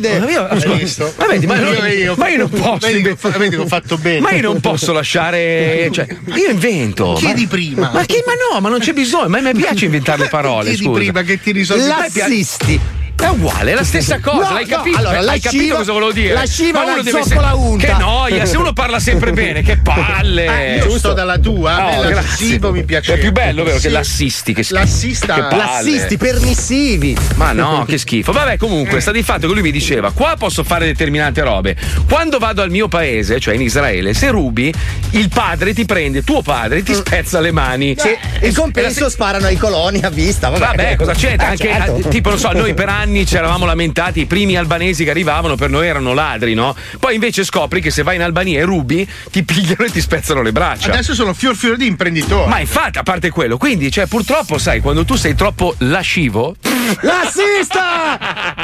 grande. Ma io, Hai visto? Ma vedi, ma, Io- io- ma io non posso. Vedi che ho fa- vedi che ho fatto bene. Ma io non posso lasciare. Cioè, io invento. Chiedi ma, prima. Ma che ma no, ma non c'è bisogno. Ma mi piace inventare le parole. Chiedi Scusa. prima che ti risolvi. Lassisti. È uguale, è la stessa cosa, No, l'hai no, capito? allora, Hai lasciva- capito cosa volevo dire? lasciva Ma una uno deve zoccola unta. Che noia, se uno parla sempre bene, che palle! Eh, io sto dalla tua, a me No, l'assivo mi piace. È più bello, vero? Che Sì. l'assisti, che schifo. L'assista- Che palle. Lassisti permissivi. Ma no, che schifo. Vabbè, comunque, sta di fatto che lui mi diceva: qua posso fare determinate robe. Quando vado al mio paese, cioè in Israele, se rubi, il padre ti prende, tuo padre ti spezza le mani. Sì, in compenso sparano ai coloni a vista. Vabbè, Vabbè, cosa c'entra? Eh, Anche, certo. eh, tipo, non so, noi per anni ci eravamo lamentati, i primi albanesi che arrivavano per noi erano ladri, no? Poi invece scopri che se vai in Albania e rubi, ti pigliano e ti spezzano le braccia. Adesso sono fior fior di imprenditore. Ma infatti, a parte quello, quindi, cioè, purtroppo, sai, quando tu sei troppo lascivo. Lassista!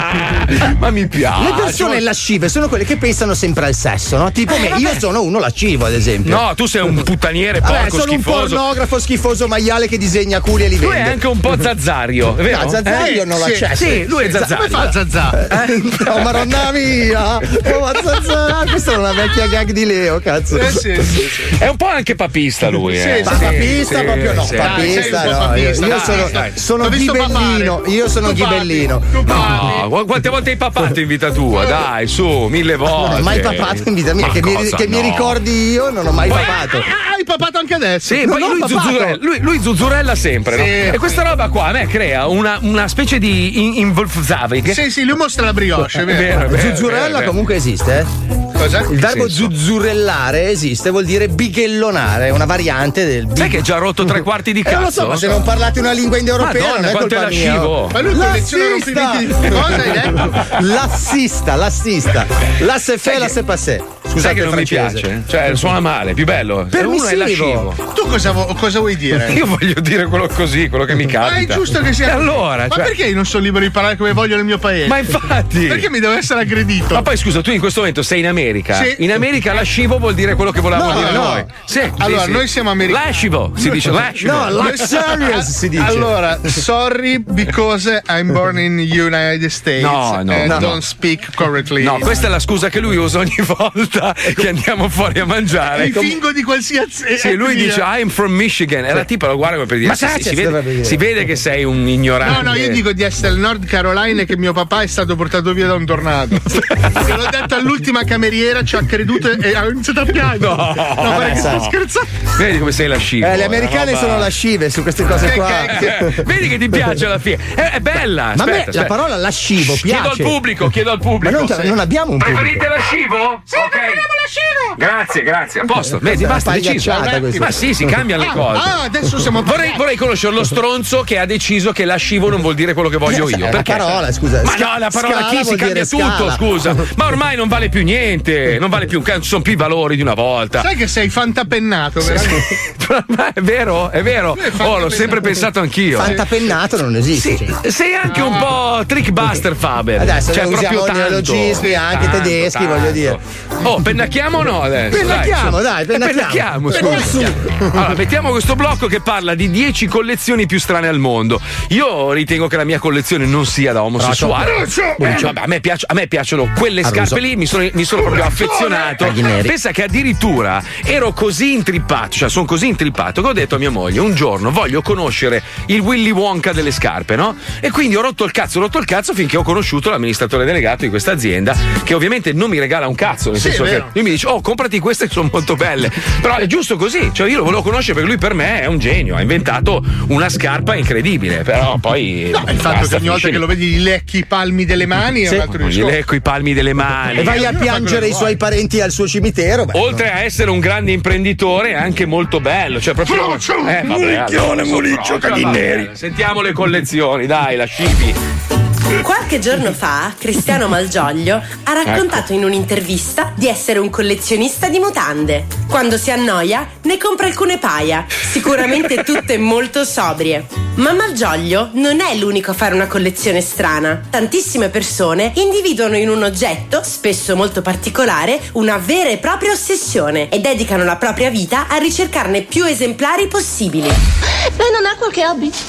Ma mi piace. Le persone lascive sono quelle che pensano sempre al sesso, no? Tipo Eh, me, vabbè. io sono uno lascivo, ad esempio. No, tu sei un puttaniere porco Vabbè, sono schifoso. un pornografo schifoso maiale che disegna culi e li Lui vende. è anche un po' zazzario, è vero? No, zazzario Eh? non lo Sì, accetto. Sì, lui è zazzario. Come fa Zazà? Eh? Oh, maronna mia! Oh, ma zazza! Questa è una vecchia gag di Leo, cazzo. Eh, sì, sì, sì. È un po' anche papista lui, Sì, eh. sì, Ma papista sì, proprio no, sì. papista Dai, sei un po' no. Io, papista, io dai, sono, dai. sono T'ho visto ghibellino, papare. io sono Tu parli, ghibellino. tu parli. No, quante volte hai papato in vita tua? Dai, su, mille volte. Non ho mai papato in vita mia, Ma che, mi, cosa che mi no? ricordi io, non ho mai papato. Ah, hai papato anche adesso? Sì, Non poi ho lui papato. zuzzurella, lui, lui zuzzurella sempre, no? Sì. E questa roba qua a me crea una, una specie di in- involfzavik. Sì, sì, lui mostra la brioche, è È vero. vero, è vero, Zuzzurella è vero. comunque esiste, eh? Cosa? Il verbo senso? zuzzurellare esiste, vuol dire bighellonare, è una variante del Sai che hai già rotto tre quarti di Eh, cazzo? non lo so, ma se non parlate una lingua indoeuropea Madonna, non è quanto colpa è mia. lascivo. Ma lui colleziona Lassista! rompimenti di... Cosa hai detto? Lassista, lassista. Lasse Sai fait, che- lasse passé. Scusate Scusate che il non mi francese. piace. Cioè, suona male, è più bello. Uno è Permissivo. lascivo. Tu cosa, vo- cosa vuoi dire? Io voglio dire quello così, quello che mi Ma è capita. giusto che sia. E allora, Ma cioè- perché io non sono libero di parlare come voglio nel mio paese? Ma infatti. Perché mi devo essere aggredito? Ma poi scusa, tu in questo momento sei in America. Sì. In America lascivo vuol dire quello che volevamo No, dire no. noi. Sì, Allora, sì, sì. noi siamo americani. Lascivo, si dice lascivo. No, luxurious si dice. Allora, sorry because I'm born in United States No, no, and no. don't speak correctly. No, questa è la scusa che lui usa ogni volta che andiamo fuori a mangiare. Mi fingo di qualsiasi. Sì, lui dice I'm from Michigan e la tipa lo guarda come per dire Ma sì, sì, Sanchez si, dovrebbe vede, dire. si vede che sei un ignorante. No, no, io dico di essere il North Carolina e che mio papà è stato portato via da un tornado. Se l'ho detto all'ultima cameriera, ci ha creduto e ha iniziato a piangere. No. no perché sto scherzando. Vedi come sei lascivo. Eh, le americane roba- sono lascive su queste cose Che- qua. che- Eh, Vedi che ti piace alla fine. È, è bella. Ma a me aspetta, la aspetta. parola lascivo piace. Chiedo al pubblico, chiedo al Ma pubblico. non, se- non abbiamo un pubblico. Preferite lascivo? Sì, preferiamo lascivo. Grazie, grazie. A posto. Vedi, Questa è basta una deciso. pagliacciata questa. Ma sì, si cambiano le Ah, cose. ah, adesso siamo Vorrei, vorrei conoscere lo stronzo che ha deciso che lascivo non vuol dire quello che voglio io. È una Perché? parola, scusa. Ma Sca- no, la parola scala chi si vuol cambia dire tutto, scala. scusa. Ma ormai non vale più niente. Non vale più un cazzo, non sono più i valori di una volta. Sai che sei fantapennato, veramente? Ma è vero, è vero. Oh, l'ho sempre pensato anch'io. Fantapennato non esiste. Sì, sei anche un po' trickbuster Faber. Adesso cioè, noi proprio usiamo tanto. neologismi anche Tanto, tedeschi, tanto. voglio dire. Oh, pennacchiamo o no adesso? Pennacchiamo, su. dai, Eh, pennacchiamo. scusa. Allora, mettiamo questo blocco che parla di dieci collezioni più strane al mondo. Io ritengo che la mia collezione non sia da omosessuale. Eh, vabbè, a, me piac- a me piacciono quelle scarpe lì, mi sono, mi sono proprio affezionato. Pensa che addirittura ero così intrippato, cioè sono così intrippato che ho detto a mia moglie un giorno voglio conoscere il Willy Wonka delle scarpe, no? E quindi ho rotto il cazzo, ho rotto il cazzo finché ho conosciuto l'amministratore delegato di questa azienda, che ovviamente non mi regala un cazzo, nel Sì, senso è che vero. lui mi dice oh comprati queste che sono molto belle, però è giusto così, cioè io lo volevo conoscere perché lui per me è un genio, ha inventato una scarpa incredibile, però poi No, il fatto che ogni volta che lo vedi gli lecchi i palmi delle mani è Sì, un altro gli discorso. lecco i palmi delle mani. E vai a piangere i suoi parenti al suo cimitero. Beh, Oltre a essere un grande imprenditore, è anche molto bello. Cioè, proprio. Frocio, Eh, vabbè, municchione, allora, municchio, Frocio, caghi vabbè. neri. Sentiamo le collezioni, dai, la scipi. Qualche giorno fa Cristiano Malgioglio ha raccontato in un'intervista di essere un collezionista di mutande. Quando si annoia ne compra alcune paia, sicuramente tutte molto sobrie. Ma Malgioglio non è l'unico a fare una collezione strana. Tantissime persone individuano in un oggetto, spesso molto particolare, una vera e propria ossessione e dedicano la propria vita a ricercarne più esemplari possibili. Lei non ha qualche hobby?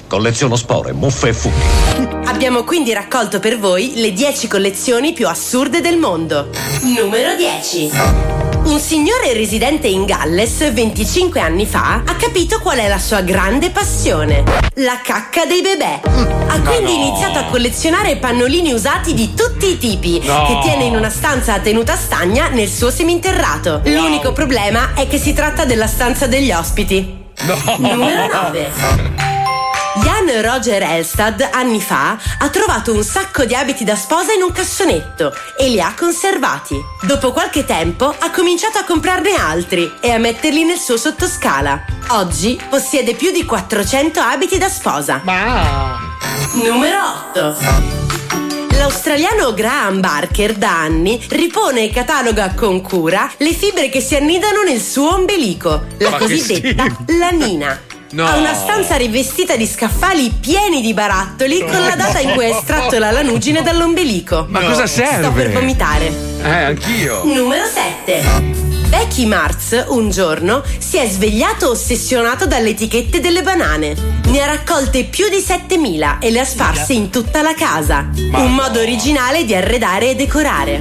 Colleziono spore, muffe e funghi. Abbiamo quindi raccolto per voi le dieci collezioni più assurde del mondo. Numero dieci. Un signore residente in Galles venticinque anni fa ha capito qual è la sua grande passione: la cacca dei bebè. Ha quindi no. iniziato a collezionare pannolini usati di tutti i tipi, No. che tiene in una stanza a tenuta stagna nel suo seminterrato. L'unico problema è che si tratta della stanza degli ospiti. No. Numero nove. Jan Roger Elstad anni fa ha trovato un sacco di abiti da sposa in un cassonetto e li ha conservati. Dopo qualche tempo ha cominciato a comprarne altri e a metterli nel suo sottoscala. Oggi possiede più di quattrocento abiti da sposa. Ma... Numero otto. L'australiano Graham Barker da anni ripone e cataloga con cura le fibre che si annidano nel suo ombelico, la Ma che cosiddetta lanina. No. Ha una stanza rivestita di scaffali pieni di barattoli con la data in cui è estratto la lanugine dall'ombelico. Ma cosa serve? Sto per vomitare. Eh, anch'io. Numero sette. Becky Marz un giorno si è svegliato ossessionato dalle etichette delle banane. Ne ha raccolte più di settemila e le ha sparse in tutta la casa. Ma Un no. modo originale di arredare e decorare.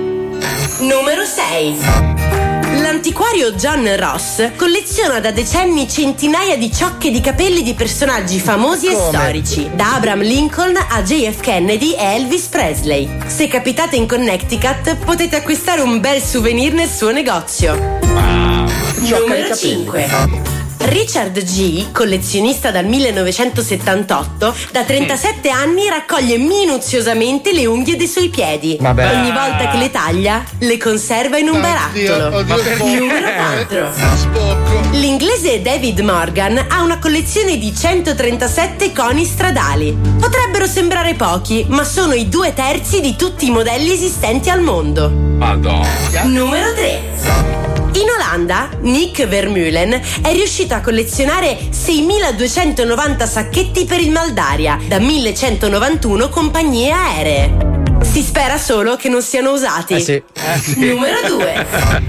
Numero sei. L'antiquario John Ross colleziona da decenni centinaia di ciocche di capelli di personaggi famosi e Come? storici, da Abraham Lincoln a J F Kennedy e Elvis Presley. Se capitate in Connecticut potete acquistare un bel souvenir nel suo negozio. Numero cinque. Richard G., collezionista dal millenovecentosettantotto, da trentasette anni raccoglie minuziosamente le unghie dei suoi piedi. Vabbè. Ogni volta che le taglia, le conserva in un barattolo. oddio, oddio, Numero quattro. Spocco. L'inglese David Morgan ha una collezione di centotrentasette coni stradali. Potrebbero sembrare pochi, ma sono i due terzi di tutti i modelli esistenti al mondo. Madonna. Numero tre. In Olanda, Nick Vermeulen è riuscito a collezionare seimiladuecentonovanta sacchetti per il malaria da millecentonovantuno compagnie aeree. Si spera solo che non siano usati. Eh sì. Eh sì. Numero due.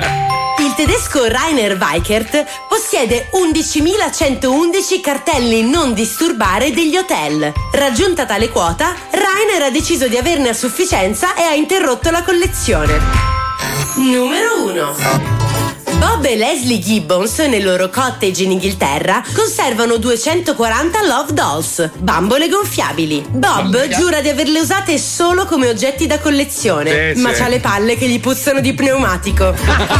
Il tedesco Rainer Weichert possiede undicimilacentoundici cartelli non disturbare degli hotel. Raggiunta tale quota, Rainer ha deciso di averne a sufficienza e ha interrotto la collezione. Numero uno. Bob e Leslie Gibbons, nel loro cottage in Inghilterra, conservano duecentoquaranta Love Dolls, bambole gonfiabili. Bob giura di averle usate solo come oggetti da collezione, Sì, ma sì. c'ha le palle che gli puzzano di pneumatico.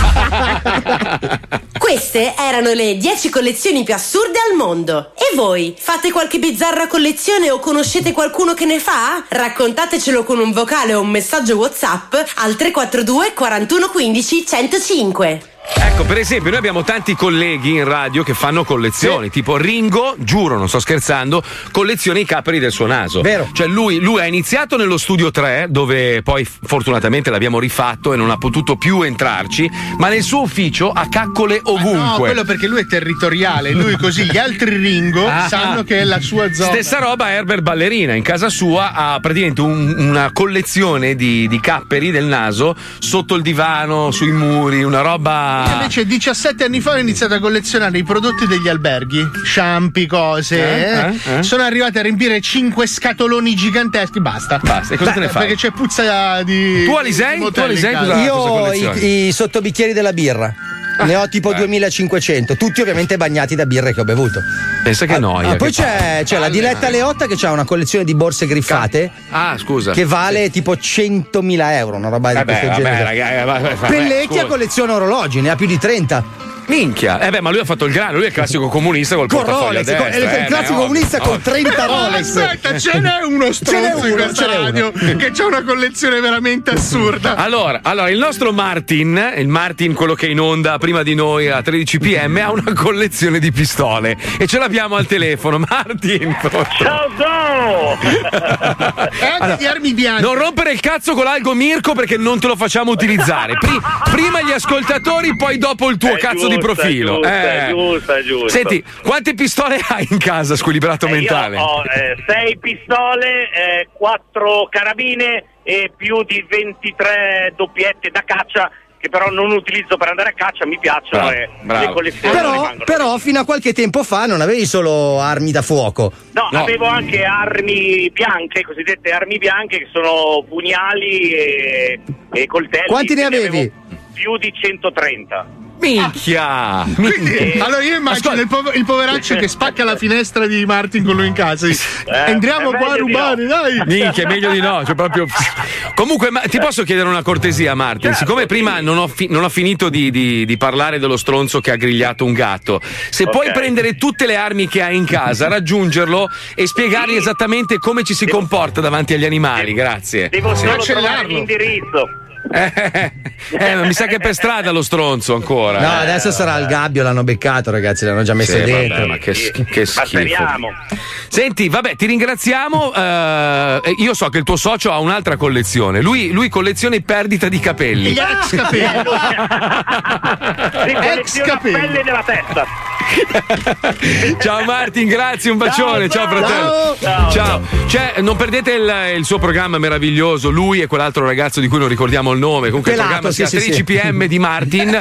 Queste erano le dieci collezioni più assurde al mondo. E voi? Fate qualche bizzarra collezione o conoscete qualcuno che ne fa? Raccontatecelo con un vocale o un messaggio WhatsApp al tre quattro due quarantuno quindici centocinque. Ecco, per esempio, noi abbiamo tanti colleghi in radio che fanno collezioni, tipo Ringo, giuro, non sto scherzando, colleziona i capri del suo naso. Vero. Cioè lui, lui ha iniziato nello studio tre, dove poi fortunatamente l'abbiamo rifatto e non ha potuto più entrarci, ma nel suo ufficio ha caccole ovunque. No, quello perché lui è territoriale, lui così gli altri Ringo Ah. sanno che è la sua zona. Stessa roba Herbert Ballerina, in casa sua ha praticamente un- una collezione di, di capperi del naso sotto il divano, sui muri, una roba. Invece diciassette anni fa ho iniziato a collezionare i prodotti degli alberghi, shampoo, cose. Eh, eh, eh. Sono arrivati a riempire cinque scatoloni giganteschi. Basta. Basta, e cosa te ne fai? Perché c'è puzza di. Tu, Alisei? di Tu, motel in Alisei, casa. cosa- Io ho collezioni? i, i sottobicchieri della birra. Ne ho tipo duemilacinquecento, tutti ovviamente bagnati da birre che ho bevuto. Pensa che noia. Ah, poi che c'è, c'è la Diletta Leotta che ha una collezione di borse griffate Ah, scusa. che vale tipo centomila euro, una roba di Vabbè, questo vabbè, genere. ragazzi, vabbè, vabbè, Pellecchia scusa. colleziona orologi, ne ha più di trenta. Minchia, eh beh, ma lui ha fatto il grano, lui è il classico comunista col Con portafoglio a Rolex, con- destra. è il eh, classico beh, comunista ovvio, con trenta Rolex. Aspetta, ce n'è uno Ce n'è stronzo in uno, questa ce n'è radio che c'ha una collezione veramente assurda. Allora, allora, il nostro Martin, il Martin, quello che è in onda prima di noi a tredici p m, ha una collezione di pistole e ce l'abbiamo al telefono. Martin, Ciao ciao! E anche di armi bianche. non rompere il cazzo con l'algo Mirko perché non te lo facciamo utilizzare. Pri- prima gli ascoltatori, poi dopo il tuo È cazzo di giusto, profilo. è giusto, Eh. è giusto, è giusto. Senti, quante pistole hai in casa, squilibrato Eh, mentale? Io ho eh, sei pistole, eh, quattro carabine e più di ventitré doppiette da caccia che però non utilizzo per andare a caccia, mi piacciono Bravo, e bravo. le colleziono. Però, però fino a qualche tempo fa non avevi solo armi da fuoco. No, no, avevo anche armi bianche, cosiddette armi bianche, che sono pugnali e, e coltelli. Quanti ne avevi? avevo più di centotrenta. Minchia! Quindi, Eh, allora io immagino il, pov- il poveraccio che spacca la finestra di Martin con lui in casa. Dice, Eh, Entriamo è qua a meglio di rubare, no. dai. Minchia, è meglio di no. Cioè proprio... Comunque, ma ti posso chiedere una cortesia, Martin? Certo, Siccome prima non ho, fi- non ho finito di, di- di parlare dello stronzo che ha grigliato un gatto, se Ok. puoi prendere tutte le armi che hai in casa, raggiungerlo e spiegargli esattamente come ci si comporta davanti agli animali, grazie. Devo Sì. solo trovare l'indirizzo. Eh, eh, ma mi sa che è per strada lo stronzo ancora. No, eh. adesso sarà il gabbio, l'hanno beccato, ragazzi, l'hanno già messo Sì, dentro. vabbè, ma che, sch- che schifo. speriamo. Senti, vabbè, ti ringraziamo. eh, io so che il tuo socio ha un'altra collezione. Lui, lui colleziona i perdita di capelli. Gli ex capelli. Ex pelle della testa. Ciao Martin, grazie, un bacione. Ciao, Ciao, fratello. ciao. Ciao. Cioè, non perdete il, il suo programma meraviglioso. Lui e quell'altro ragazzo di cui non ricordiamo il nome. Comunque Pelato, il programma si sì, chiama sì, tredici sì. p m di Martin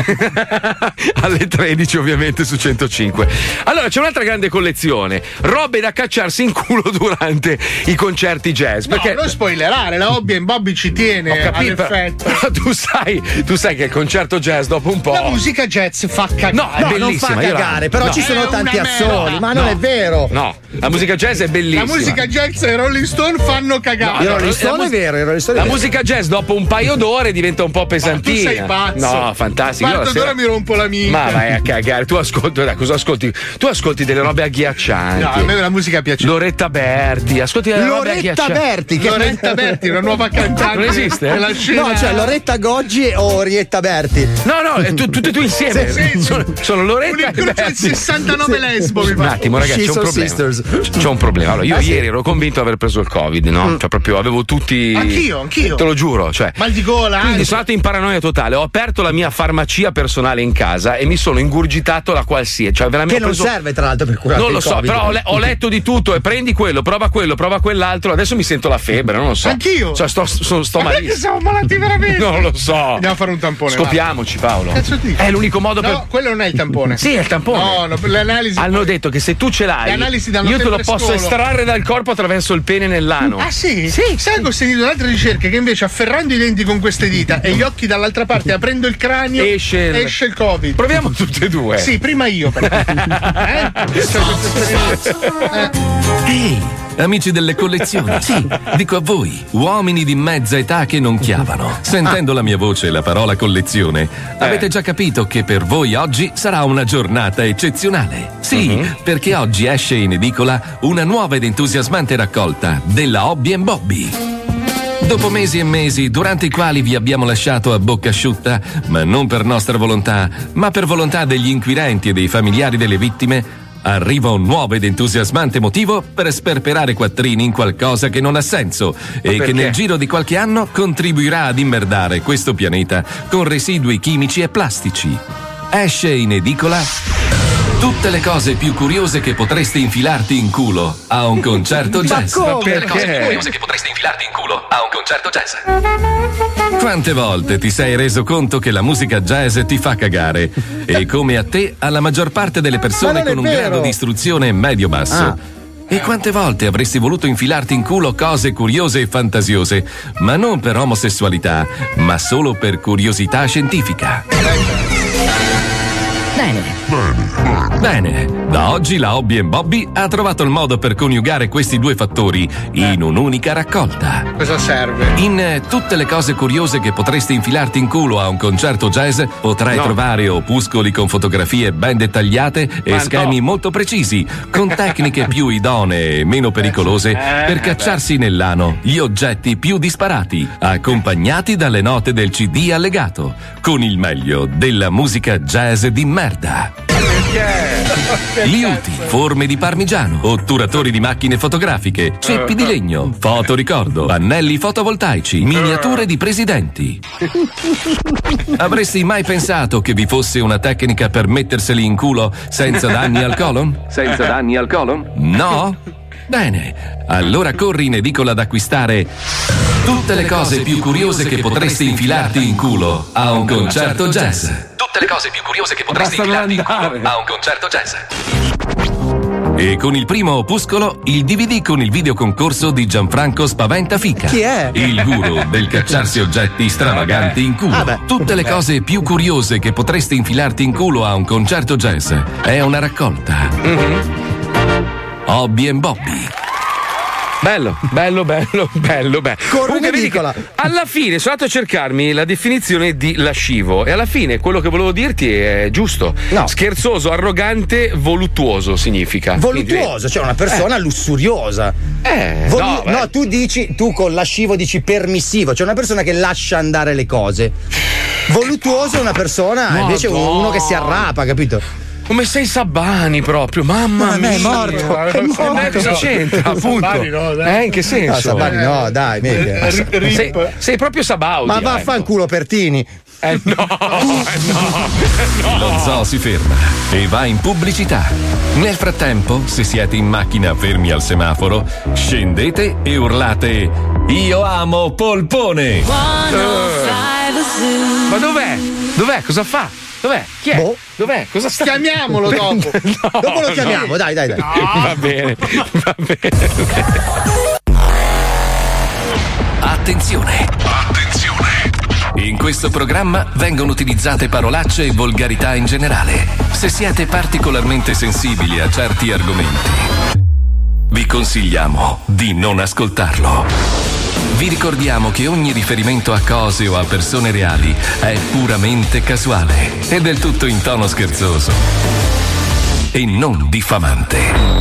alle tredici, ovviamente, su centocinque. Allora, c'è un'altra grande collezione: robe da cacciarsi in culo durante i concerti jazz. Perché No, non spoilerare, la Hobby and Bobby ci tiene Ho capito, all'effetto. però tu sai, tu sai che il concerto jazz dopo un po'. La musica jazz fa cagare. No, è No, non bellissima. fa io la- cagare, però no. ci sono È tanti una assoli, merda. ma non No. è vero. No, la musica jazz è bellissima. La musica jazz e Rolling Stone fanno cagare. I No, Rolling la Stone mus- è vero, i Rolling Stone è La vero. musica jazz dopo un paio d'ore diventa un po' pesantina. tu sei pazzo. No, fantastico. Io la Parto sera- d'ora mi rompo la minchia. Ma vai a cagare, tu ascolti, dai, cosa ascolti? Tu ascolti delle robe agghiaccianti. No, a me la musica piace. Loretta Berti, ascolti delle robe Loretta agghiaccianti. Berti, che Loretta Berti, una nuova cantante. Non esiste? Della scena. No, cioè Loretta Goggi o Orietta Berti. No, no, è tu- tutte e due insieme. Sì, sì. Sono, sono Loretta Un e incrocio di Berti. sessantanove lesbo, mi Un fa. attimo, ragazzi, c'è un She problema. Sisters. C'è un problema. Allora, io Ah, sì? ieri ero convinto di aver preso il Covid, no? Cioè, proprio avevo tutti. Anch'io, anch'io. Te lo giuro, cioè. Mal di gola, Quindi ansia. sono andato in paranoia totale. Ho aperto la mia farmacia personale in casa e mi sono ingurgitato la qualsiasi. Cioè, veramente Che ho non preso- serve tra l'altro per curare Non lo il so, Covid. però ho, le- ho letto di tutto e prendi quello, prova quello, prova quell'altro. Adesso mi sento la febbre, non lo so. Anch'io. Cioè, sto, sto, sto Ma malissimo. perché siamo malati veramente? Non lo so. Andiamo a fare un tampone. Scopiamoci, Paolo. Cazzo ti dico? È l'unico modo No, per. quello non è il tampone. Sì, è il tampone. No, no, per le analisi. Hanno detto che se tu ce l'hai, Le analisi danno io te lo sempre posso scolo. estrarre dal corpo attraverso il pene nell'ano. Ah sì? Sì, Sai che ho sentito un'altra ricerca che invece afferrando i denti con queste dita e gli occhi dall'altra parte aprendo il cranio Esce il- esce il Covid. Proviamo tutte e due. Sì, prima io però. eh? C'ho questa esperienza. Eh. Ehi, amici delle collezioni, sì, dico a voi, uomini di mezza età che non chiavano. Sentendo la mia voce e la parola collezione, avete già capito che per voi oggi sarà una giornata eccezionale. Sì, perché oggi esce in edicola una nuova ed entusiasmante raccolta della Hobby and Bobby. Dopo mesi e mesi durante i quali vi abbiamo lasciato a bocca asciutta, ma non per nostra volontà, ma per volontà degli inquirenti e dei familiari delle vittime, arriva un nuovo ed entusiasmante motivo per sperperare quattrini in qualcosa che non ha senso e perché? che nel giro di qualche anno contribuirà ad immerdare questo pianeta con residui chimici e plastici. Esce in edicola tutte le cose più curiose che potreste infilarti in culo a un concerto jazz. come? Tutte le cose Perché? più curiose che potresti infilarti in culo a un concerto jazz. Quante volte ti sei reso conto che la musica jazz ti fa cagare e come a te alla maggior parte delle Ma persone non è con un vero. grado di istruzione medio-basso? Ah. E quante volte avresti voluto infilarti in culo cose curiose e fantasiose, ma non per omosessualità, ma solo per curiosità scientifica? Bene. Bene, da oggi la Hobby and Bobby ha trovato il modo per coniugare questi due fattori in un'unica raccolta. Cosa serve? In eh, tutte le cose curiose che potresti infilarti in culo a un concerto jazz potrai No. trovare opuscoli con fotografie ben dettagliate e Ma schemi no. molto precisi, con tecniche più idonee e meno pericolose per cacciarsi nell'ano gli oggetti più disparati, accompagnati dalle note del C D allegato, con il meglio della musica jazz di merda. Liuti, forme di parmigiano, otturatori di macchine fotografiche, ceppi di legno, fotoricordo, pannelli fotovoltaici, miniature di presidenti. Avresti mai pensato che vi fosse una tecnica per metterseli in culo senza danni al colon? Senza danni al colon? No? Bene, allora corri in edicola ad acquistare Tutte le cose più curiose che potresti infilarti in culo a un concerto jazz. Tutte le cose più curiose che potresti infilarti in culo a un concerto jazz. E con il primo opuscolo, il D V D con il video concorso di Gianfranco Spaventa Fica. Chi è? Il guru del cacciarsi oggetti stravaganti in culo. Ah, Tutte le cose più curiose che potresti infilarti in culo a un concerto jazz. È una raccolta. Mm-hmm. Hobby and Bobby. Bello, bello, bello, bello, bello. Comunque, vedi che alla fine sono andato a cercarmi la definizione di lascivo e alla fine quello che volevo dirti è giusto. No. Scherzoso, arrogante, voluttuoso significa. Voluttuoso, cioè una persona eh. lussuriosa. Eh, Volu- no, beh. no, tu dici, tu con lascivo dici permissivo, cioè una persona che lascia andare le cose. Voluttuoso è una persona, Madonna. invece uno che si arrapa, capito? Come sei Sabbani proprio, mamma Ma mia. è morto, è morto. Eh, cosa c'entra, appunto? Sabbani no, dai. Eh, in che senso? No, Sabbani no, dai, mica. Eh, sei, sei proprio Sabaudi. Ma vaffanculo Pertini. Eh no, eh no, no. Lo zoo si ferma e va in pubblicità. Nel frattempo, se siete in macchina fermi al semaforo, scendete e urlate: io amo Polpone! Ma dov'è? Dov'è? Cosa fa? Dov'è? Chi è? Boh. Dov'è? Cosa sta? Chiamiamolo dopo. No, Dopo lo no. chiamiamo, dai, dai, dai. No. Va bene, va bene. Attenzione! Attenzione! In questo programma vengono utilizzate parolacce e volgarità in generale. Se siete particolarmente sensibili a certi argomenti, vi consigliamo di non ascoltarlo. Vi ricordiamo che ogni riferimento a cose o a persone reali è puramente casuale e del tutto in tono scherzoso e non diffamante.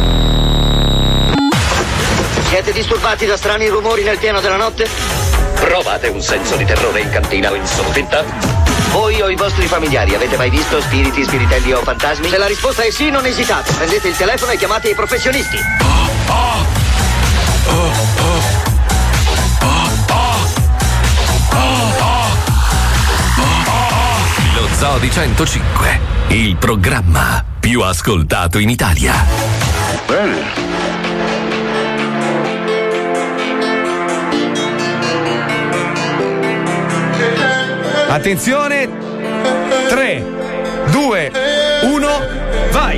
Siete disturbati da strani rumori nel pieno della notte? Provate un senso di terrore in cantina o in soffitta? Voi o i vostri familiari avete mai visto spiriti, spiritelli o fantasmi? Se la risposta è sì, non esitate. Prendete il telefono e chiamate i professionisti. Oh, oh. Oh, oh. Lo Zoo di centocinque, il programma più ascoltato in Italia. Bene. Attenzione, tre, due, uno, vai!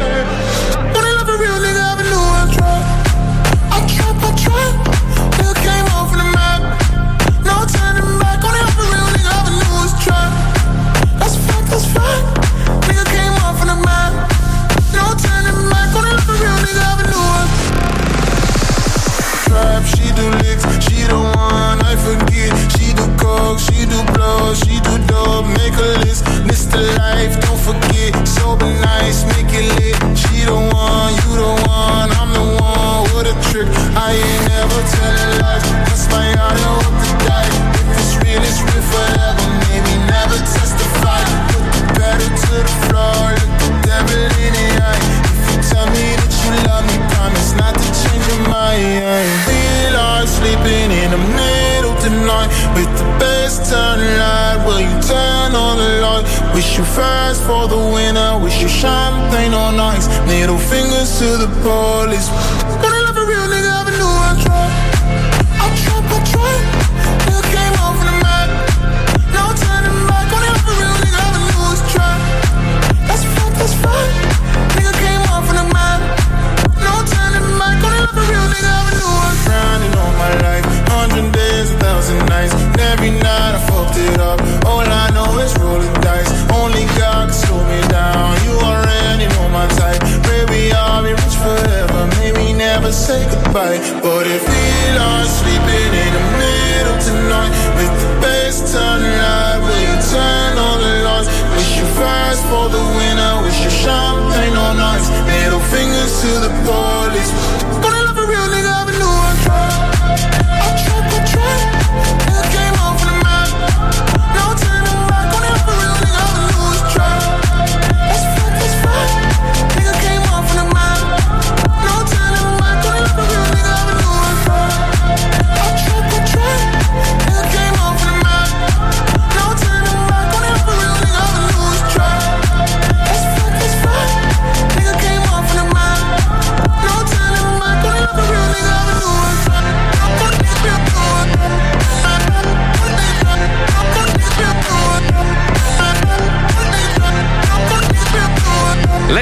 She do licks, she the one I forget. She do coke, she do blow, she do dope. Make a list, list of life, don't forget. Sober nice, make it lit. She the one, you the one, I'm the one with a trick. I ain't never telling lies, that's my heart, I hope to die. If it's real, it's real forever, maybe never testify. Put the pedal to the floor, look the devil in the eye. If you tell me that you love me, promise not to change your mind. Sleeping in the middle tonight with the best turn light. Will you turn on the light? Wish you fast for the winner. Wish you champagne on ice. Middle fingers to the police. Gonna love a real nigga, I knew I tried. I tried, I tried. Nigga came off the map. No turning back. Gonna love a real nigga, I knew it's tried. That's fact, that's fact. Nigga came off the map. No turning back. Gonna love a real nigga, I knew I tried. My life, hundred days, a thousand nights. And every night I fucked it up. All I know is rolling dice. Only God can slow me down. You already know my type. Baby, I'll be rich forever. Maybe never say goodbye. But if we are sleeping in the middle tonight with the bass turn light, will you turn on the lights? Wish you fast for the winner. Wish you champagne on ice. Middle fingers to the police. Gonna love a real nigga, I knew I tried.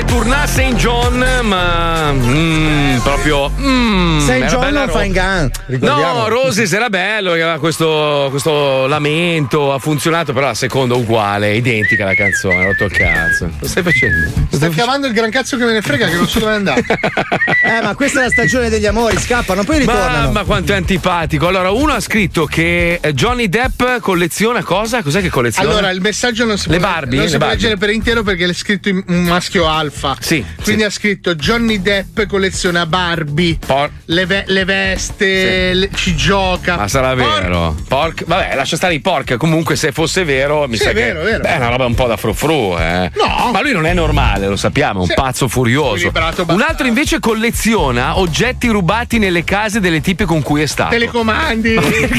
Tournant Saint John, ma mm, proprio mm, Saint John non ro- fa in gang, ricordiamo. No, Roses era bello, aveva questo, questo lamento, ha funzionato, però la seconda uguale, identica la canzone, ha rotto il cazzo. Lo stai facendo? Sta chiamando il gran cazzo che me ne frega, che non so dove andare. Eh, ma questa è la stagione degli amori, scappano, poi ritornano. Ma quanto è antipatico. Allora, uno ha scritto che Johnny Depp colleziona cosa? Cos'è che colleziona? Allora, il messaggio non si Le può, Barbie? non Le si può Barbie. leggere per intero perché l'è scritto in un maschio alfa. Sì. Quindi sì. ha scritto Johnny Depp colleziona Barbie, Por- le, ve- le veste, Sì. le- ci gioca. Ma sarà Por- vero? Porca. Vabbè, lascia stare i porca. Comunque, se fosse vero, mi Sì, sa è vero, che è vero. Beh, è una roba un po' da frufru, eh. No. Ma lui non è normale, lo sappiamo, è un Sì. pazzo furioso. Equilibrato, Un bastardo. altro invece colleziona oggetti rubati nelle case delle tipe con cui è stato. Telecomandi,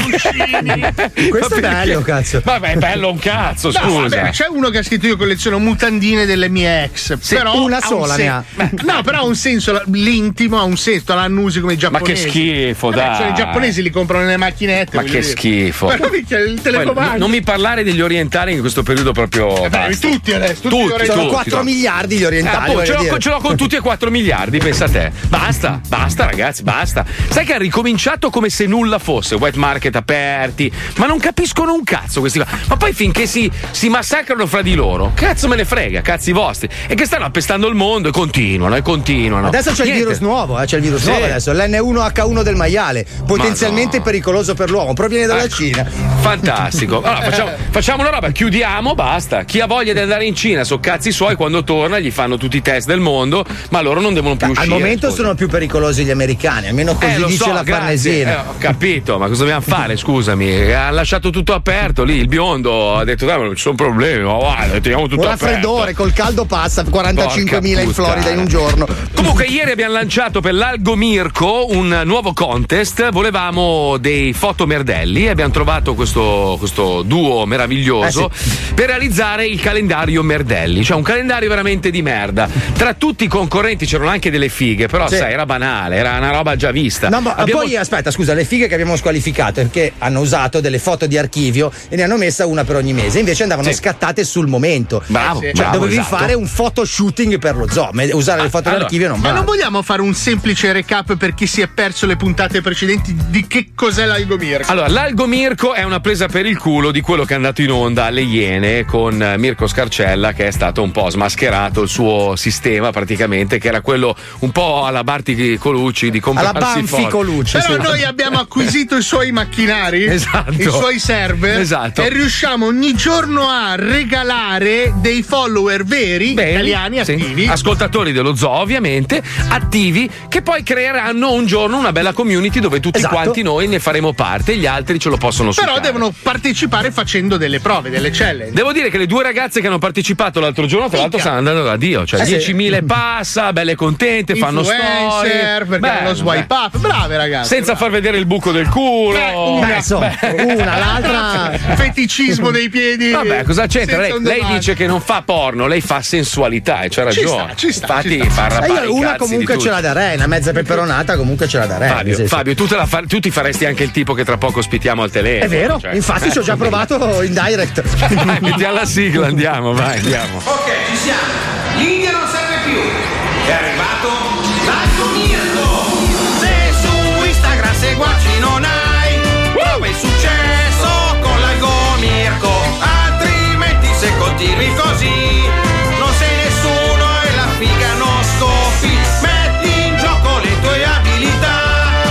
cuscini. Questo è Ma perché? bello, cazzo. Vabbè, è bello un cazzo, No, scusa. vabbè, c'è uno che ha scritto io colleziono mutandine delle mie ex. Sì, però una ha sola un ne ha. Beh, no, però ha un senso, l'intimo ha un senso, l'hanno usi come i Ma che giapponesi. schifo, Vabbè, dai. cioè, i giapponesi li comprano nelle macchinette. Ma voglio che dire. schifo. Però minchia, il Poi, telecomando. non mi parlare degli orientali in questo periodo proprio. Eh beh, basta. tutti adesso, tutti, Tutti, gli orientali. Sono tutti, quattro no. miliardi gli Eh, orientali. appunto, ce, voglio l'ho, dire. ce l'ho con tutti e quattro miliardi, pensa a te. Basta, basta, ragazzi, basta. Sai che ha ricominciato come se nulla fosse, wet market aperti, ma non capiscono un cazzo questi qua. Ma poi finché si, si massacrano fra di loro, cazzo me ne frega, cazzi vostri. E che stanno appestando il mondo e continuano, e continuano. Adesso c'è Niente. il virus nuovo, eh, c'è il virus Sì. nuovo adesso, l'N uno acca uno del maiale, potenzialmente Ma no. pericoloso per l'uomo, proviene dalla Ecco. Cina. Fantastico. Allora, facciamo, facciamo una roba, chiudiamo, basta. Chi ha voglia di andare in Cina, so cazzi suoi, quando torna gli fanno tutti i test del mondo, ma loro non devono più Al uscire. momento scusa. sono più pericolosi gli americani, almeno così Eh, lo dice so, la grazie. Farnesina. Eh, ho capito, ma cosa dobbiamo fare? Scusami, ha lasciato tutto aperto lì. Il biondo ha detto: dai, ma non ci sono problemi, ma guarda, teniamo tutto Un aperto. raffreddore col caldo passa quarantacinquemila in Porca Florida in un puttana. giorno. Comunque, ieri abbiamo lanciato per l'Algo Mirko un nuovo contest. Volevamo dei fotomerdelli e abbiamo trovato questo, questo duo meraviglioso Eh per realizzare il calendario Merdelli, cioè un calendario veramente di merda. Tra tutti i concorrenti c'erano anche delle fighe, però Sì. sai, era banale, era una roba già vista. No, ma Abbiamo- poi aspetta, scusa, le fighe che abbiamo squalificato perché hanno usato delle foto di archivio e ne hanno messa una per ogni mese, invece andavano Sì. scattate sul momento. Bravo, Cioè, bravo, dovevi esatto. fare un photo shooting per lo zoo, me- usare le foto allora, d'archivio non Ma va. non vogliamo fare un semplice recap per chi si è perso le puntate precedenti di che cos'è l'Algo Mirko? Allora, l'Algo Mirko è una presa per il culo di quello che è andato in onda alle Iene con eh, Mirko Scarcella, che è stato un po' smascherato il suo sistema praticamente, che era quello un po' alla Barti Colucci di comprarsi Alla Banfi foto. Colucci. Però sì. noi abbiamo acquisito i suoi macchinari, Esatto. i suoi server, Esatto. e riusciamo ogni giorno a regalare dei follower veri, Bene, italiani sì. attivi. Ascoltatori dello zoo, ovviamente, attivi, che poi creeranno un giorno una bella community dove tutti Esatto. quanti noi ne faremo parte e gli altri ce lo possono Però succare. devono partecipare facendo delle prove, delle challenge. Devo dire che le due ragazze che hanno partecipato l'altro giorno, tra l'altro, Minchia. stanno andando da Dio. Cioè, Eh sì. diecimila e passa, belle contente, fanno Influencer, storie. perché hanno Bello, swipe bello. up. Brave ragazze. Senza far vedere il buco del culo. Beh, una. Beh, insomma, una, l'altra. Feticismo dei piedi. Vabbè, cosa c'entra? Lei, senza un lei domani. dice che non fa porno, lei fa sensualità e c'ha Ci ragione. sta, ci sta, Infatti, ci sta. fa Eh, arrabbiare io i una cazzi comunque di ce l'ha tutti. da re, una mezza peperonata comunque ce l'ha da re. nel Fabio, senso. Fabio tu, te la fa- tu ti faresti anche il tipo che tra poco ospitiamo al telefono. È vero, cioè. infatti ci ho già provato in direct. Vai, mettiamo la sigla, andiamo, vai, andiamo. Ok, ci siamo. L'India non serve più. È arrivato l'Algo Mirko. Se su Instagram seguaci non hai, prova il successo con l'Algo Mirko. Altrimenti se continui così, non sei nessuno e la figa non scoppi. Metti in gioco le tue abilità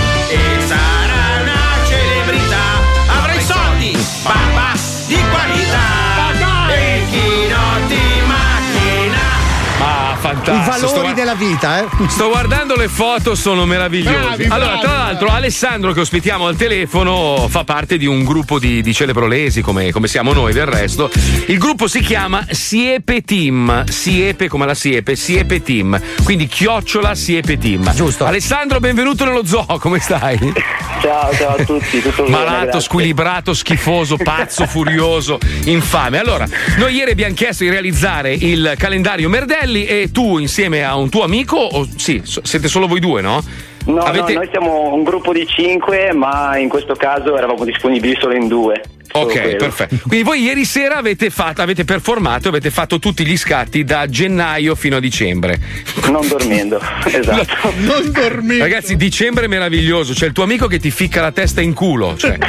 e sarai una celebrità. Avrai soldi, barba di qualità. E chi non ti macchina. Ah, I fantastico. Sto valori gua- della vita, eh. Sto guardando le foto, sono meravigliosi. Bravi, allora, bravi, tra l'altro, Alessandro, che ospitiamo al telefono, fa parte di un gruppo di, di celebrolesi, come, come siamo noi del resto. Il gruppo si chiama Siepe Team. Siepe come la siepe, Siepe Team. Quindi chiocciola Siepe Team. Giusto. Alessandro, benvenuto nello zoo, come stai? Ciao, ciao a tutti, tutto bene? Malato, grazie. squilibrato, schifoso, pazzo, furioso, infame. Allora, noi ieri abbiamo chiesto di realizzare il calendario Merdelli e tu insieme a un tuo amico, o sì, so- siete solo voi due, no? No, Avete- no, noi siamo un gruppo di cinque, ma in questo caso eravamo disponibili solo in due. Ok, quello. perfetto. Quindi voi ieri sera avete fatto, avete performato, avete fatto tutti gli scatti da gennaio fino a dicembre. Non dormendo, esatto. Non dormendo. Ragazzi, dicembre è meraviglioso. C'è il tuo amico che ti ficca la testa in culo. Cioè.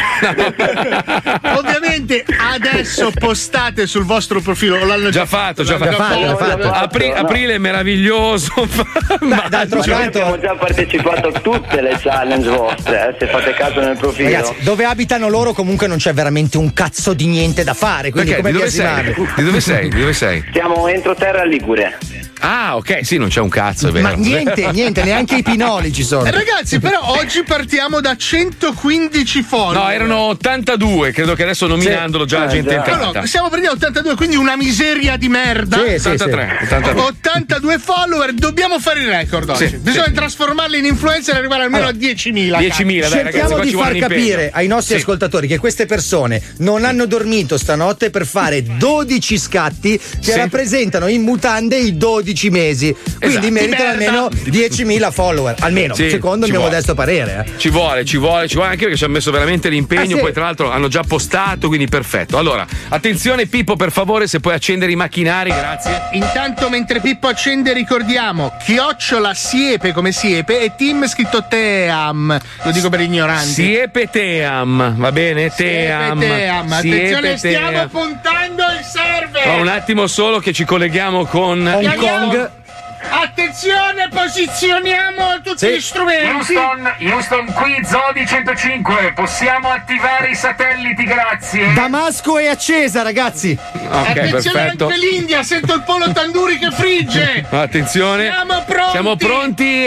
Ovviamente adesso postate sul vostro profilo. L'hanno Già fatto, già fatto. fatto, fatto. Apri- No. Aprile è meraviglioso. Ma d'altro canto abbiamo già partecipato a tutte le challenge vostre, eh, se fate caso nel profilo. Ragazzi, dove abitano loro comunque non c'è veramente un cazzo di niente da fare. Quindi Perché? come Di dove biasimare? sei? Di dove sei? Di dove sei? Siamo entroterra Ligure. Ah, ok, sì, non c'è un cazzo, è vero. Ma niente, niente, neanche i pinoli ci sono. Eh, ragazzi, però oggi partiamo da centoquindici follower. No, erano ottantadue, credo che adesso nominandolo già la Eh, gente già. è entrata. Allora, siamo per dire ottantadue, quindi una miseria di merda. Sì, sì, ottantatré, ottantadue. ottantadue follower, dobbiamo fare il record oggi. Sì, Bisogna sì. trasformarli in influencer e arrivare almeno Allora, a diecimila. diecimila, dai, ragazzi, Cerchiamo qua di ci vuole far un impegno. capire ai nostri Sì. ascoltatori che queste persone non hanno dormito stanotte per fare dodici scatti che Sì. rappresentano in mutande i dodici mesi. Quindi Esatto. meritano Merda. almeno diecimila follower. Almeno, Sì, secondo il ci mio vuole. modesto parere. eh. Ci vuole, ci vuole, ci vuole anche perché ci hanno messo veramente l'impegno. Eh, sì. Poi, tra l'altro, hanno già postato, quindi perfetto. Allora, attenzione, Pippo, per favore, se puoi accendere i macchinari, grazie. Intanto, mentre Pippo accende, ricordiamo chiocciola siepe come siepe e team scritto Team. Lo dico per ignoranti. Siepe Team, va bene? Siepe Team. Team. Attenzione, Siepe stiamo Team. puntando il server. Oh, un attimo solo che ci colleghiamo con Hong Kong. Attenzione, posizioniamo tutti Sì. gli strumenti. Houston, Houston, qui Zodi centocinque, possiamo attivare i satelliti, grazie. Damasco è accesa, ragazzi. Ok, Attenzione perfetto. anche l'India, sento il polo Tanduri che frigge. Attenzione. Siamo pronti. Siamo pronti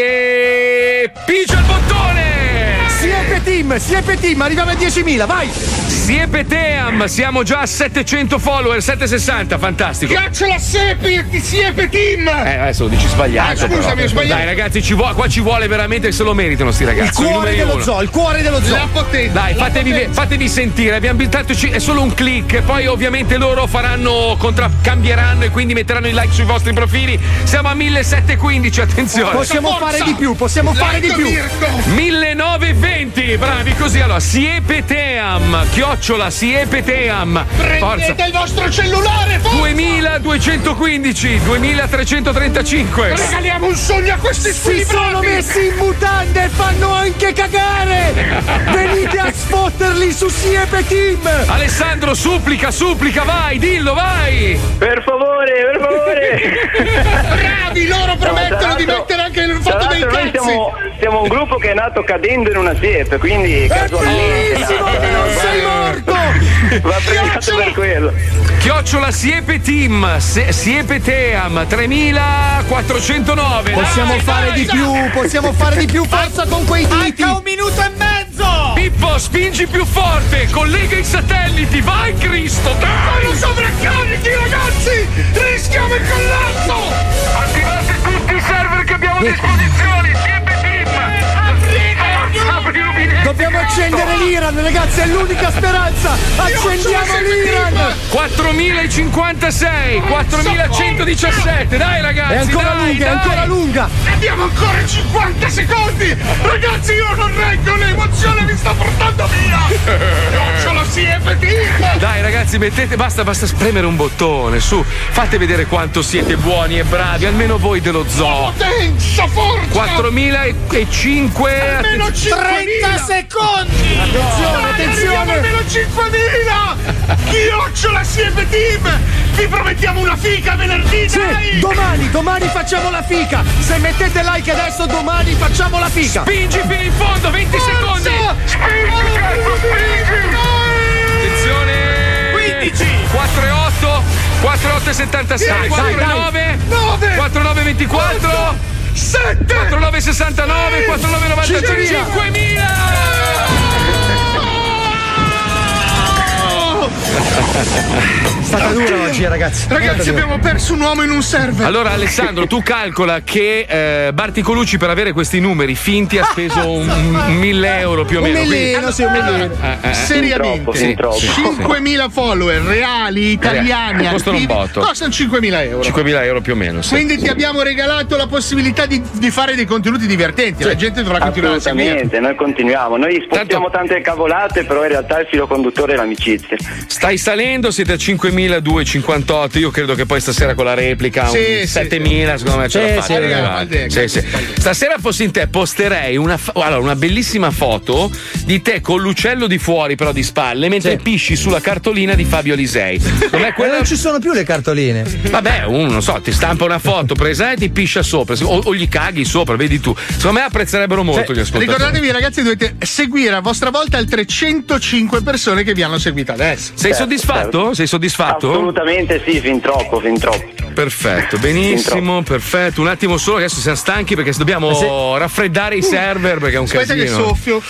e pigia il bottone! Siepe team, Siepe team, arriviamo a diecimila, vai! Siepe Team, siamo già a settecento follower, settecentosessanta, fantastico. Chiocciola siepe, siepe team. Eh, adesso lo dici sbagliato. Ah, scusami, però. ho sbagliato. Dai, ragazzi, ci vuole, qua ci vuole veramente che se lo meritano, sti ragazzi. Il sono i cuore numeri dello uno. zoo, il cuore dello zoo. La potenza. Dai, la fatevi, potenza. fatevi sentire, abbiamo tanto ci- è solo un click, poi ovviamente loro faranno, contra, cambieranno e quindi metteranno i like sui vostri profili. Siamo a millesettecentoquindici, attenzione. Possiamo Forza. fare di più, possiamo fare di Like più. Mirko. millenovecentoventi, bravi così. Allora, Siepe Team, chiocciola Siepe Team. Forza. Prendete il vostro cellulare, forza. duemiladuecentoquindici, duemilatrecentotrentacinque. Regaliamo un sogno a questi Si squilibrati. sono messi in mutande e fanno anche cagare! Venite a sfotterli su Siepe Team! Alessandro, supplica, supplica, vai, dillo, vai. Per favore, per favore. Bravi, loro promettono di mettere anche il Tra fatto dei l'altro noi cazzi. siamo, siamo un gruppo che è nato cadendo in una siepe, quindi È casualmente. bellissimo no, che non va- sei morto! Va premiato per quello. Chiocciola Siepe Team, Se- Siepe Team, tremilaquattrocentonove. Possiamo Dai, fare dai, di dai. più, possiamo fare di più, forza con quei diti! un minuto e mezzo. Pippo, spingi più forte, collega i satelliti, vai Cristo, dai! Sono sovraccarichi, ragazzi. Rischiamo il collasso. Attivate tutti i server che abbiamo a disposizione, Siepe Team. Apri il rubinetto. Dobbiamo accendere l'Iran, ragazzi, è l'unica speranza! Accendiamo l'Iran! quattromilacinquantasei, quattromilacentodiciassette, dai ragazzi, È ancora dai, lunga, è dai. ancora lunga! Abbiamo ancora cinquanta secondi. Ragazzi, io non reggo, l'emozione mi sta portando via. Chiocciola siepe team. Dai ragazzi, mettete, basta, basta spremere un bottone, su, fate vedere quanto siete buoni e bravi, almeno voi dello zoo. Potenza, forza. quattromilacinque. Almeno trenta secondi. Attenzione, Dai, attenzione. arriviamo almeno cinquemila. Chiocciola siepe team. Vi promettiamo una fica venerdì, Sì, dai. domani, domani facciamo la fica! Se mettete like adesso, domani facciamo la fica! Spingi fino in fondo, venti secondi. Spingi, cazzo, spingi. Attenzione. quindici. quattro e otto, quattro e otto e settantasei, Dai, quattro e dai, dai. nove, nove. quattro e nove ventiquattro, sette. quattro e nove sessantanove, quattro e nove novantatré, cinquemila. È stata dura oggi, ragazzi. Ragazzi, abbiamo perso un uomo in un server. Allora, Alessandro, tu calcola che eh, Barti Colucci per avere questi numeri finti ha speso un, un mille euro più o meno. Un millino, sì, un millino. Eh, eh. Seriamente, Fin troppo, fin troppo. cinquemila follower reali, italiani, Eh, costano un attivi, botto. costano cinquemila euro. cinquemila euro più o meno. Sì. Quindi ti abbiamo regalato la possibilità di, di fare dei contenuti divertenti. La gente dovrà continuare a seguire. Assolutamente, noi continuiamo. Noi spostiamo tante cavolate, però in realtà il filo conduttore è l'amicizia. Stai salendo, siete a cinquemiladuecentocinquantotto. Io credo che poi stasera con la replica Sì, un sì, settemila, secondo me ce Sì, la sì, fate. arriviamo, Vai. Aldeca. Sì, sì. Stasera fossi in te posterei una, fa- allora, una bellissima foto di te con l'uccello di fuori, però di spalle, mentre pisci sulla cartolina di Fabio Lisei. Com'è quella? Non ci sono più le cartoline. Vabbè, uno, non so, ti stampa una foto presa e ti piscia sopra, o, o gli caghi sopra, vedi tu. Secondo me apprezzerebbero molto gli ascoltatori. Ricordatevi, ragazzi, dovete seguire a vostra volta altre centocinque persone che vi hanno seguito adesso. Sei soddisfatto? Sei soddisfatto? Assolutamente sì, fin troppo, fin troppo. Perfetto, benissimo, perfetto. Un attimo solo, adesso siamo stanchi perché dobbiamo raffreddare i server perché è un Aspetta casino. che soffio.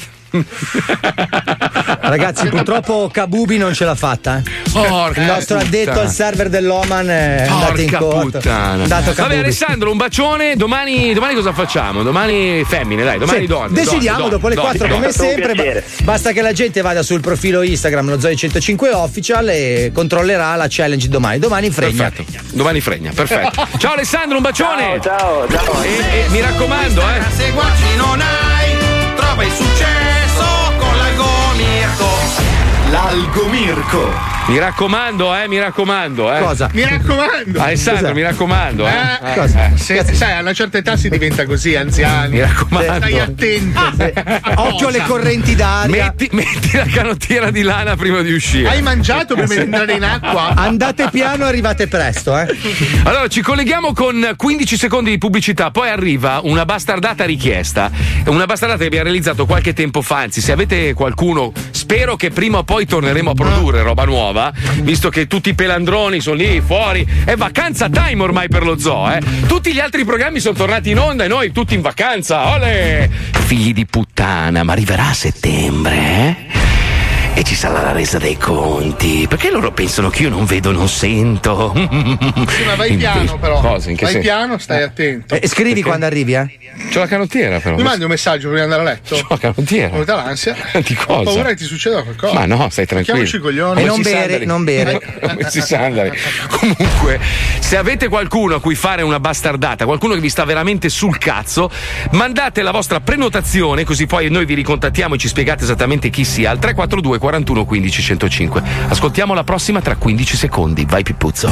Ragazzi, purtroppo Kabubi non ce l'ha fatta. Eh. Porca Il nostro addetto puttana. al server dell'Oman è andato in Porca corto. puttana. È andato Vabbè, Kabubi. Alessandro, un bacione. Domani, domani cosa facciamo? Domani femmine, dai, domani Sì, donne. decidiamo donne, dopo le donne, quattro donne. come sempre. ba- basta che la gente vada sul profilo Instagram lo Zoe centocinque Official e controllerà la challenge domani. Domani fregna. Perfetto. Domani fregna, perfetto. Ciao Alessandro, un bacione. Ciao, ciao. E, e mi raccomando, eh. Se guardi non hai, trova il successo con l'Algo Mirko. L'Algo Mirko. Mi raccomando, eh, mi raccomando, eh. Cosa? Mi raccomando. Alessandro, Cos'è? mi raccomando, eh. Eh, Eh, eh. se- sai, a una certa età si diventa così, anziani. Mi raccomando. Stai attento. Occhio alle correnti d'aria. Metti, metti la canottiera di lana prima di uscire. Hai mangiato prima di entrare in acqua? Andate piano, arrivate presto, eh. Allora, ci colleghiamo con quindici secondi di pubblicità, poi arriva una bastardata richiesta. Una bastardata che abbiamo realizzato qualche tempo fa. Anzi, se avete qualcuno, spero che prima o poi torneremo a produrre roba nuova, visto che tutti i pelandroni sono lì fuori. È vacanza time ormai per lo zoo, eh. Tutti gli altri programmi sono tornati in onda e noi tutti in vacanza. Ole! Figli di puttana, ma arriverà a settembre, eh? E ci sarà la resa dei conti. Perché loro pensano che io non vedo, non sento? Sì, ma vai piano, però. Cosa? In che vai senso? piano, stai attento. E scrivi Perché? quando arrivi, eh? C'ho la canottiera, però. Mi mandi un messaggio prima di andare a letto? C'ho la canottiera. Ho avuto l'ansia. Di cosa? Ho paura che ti succeda qualcosa. Ma no, stai tranquillo. Mettiamoci i coglioni. E non Messi i bere, sandali. non bere. Messi i sandali. Comunque, se avete qualcuno a cui fare una bastardata, qualcuno che vi sta veramente sul cazzo, mandate la vostra prenotazione, così poi noi vi ricontattiamo e ci spiegate esattamente chi sia al tre quattro due quarantuno quindici centocinque. Ascoltiamo la prossima tra quindici secondi. Vai Pippuzzo.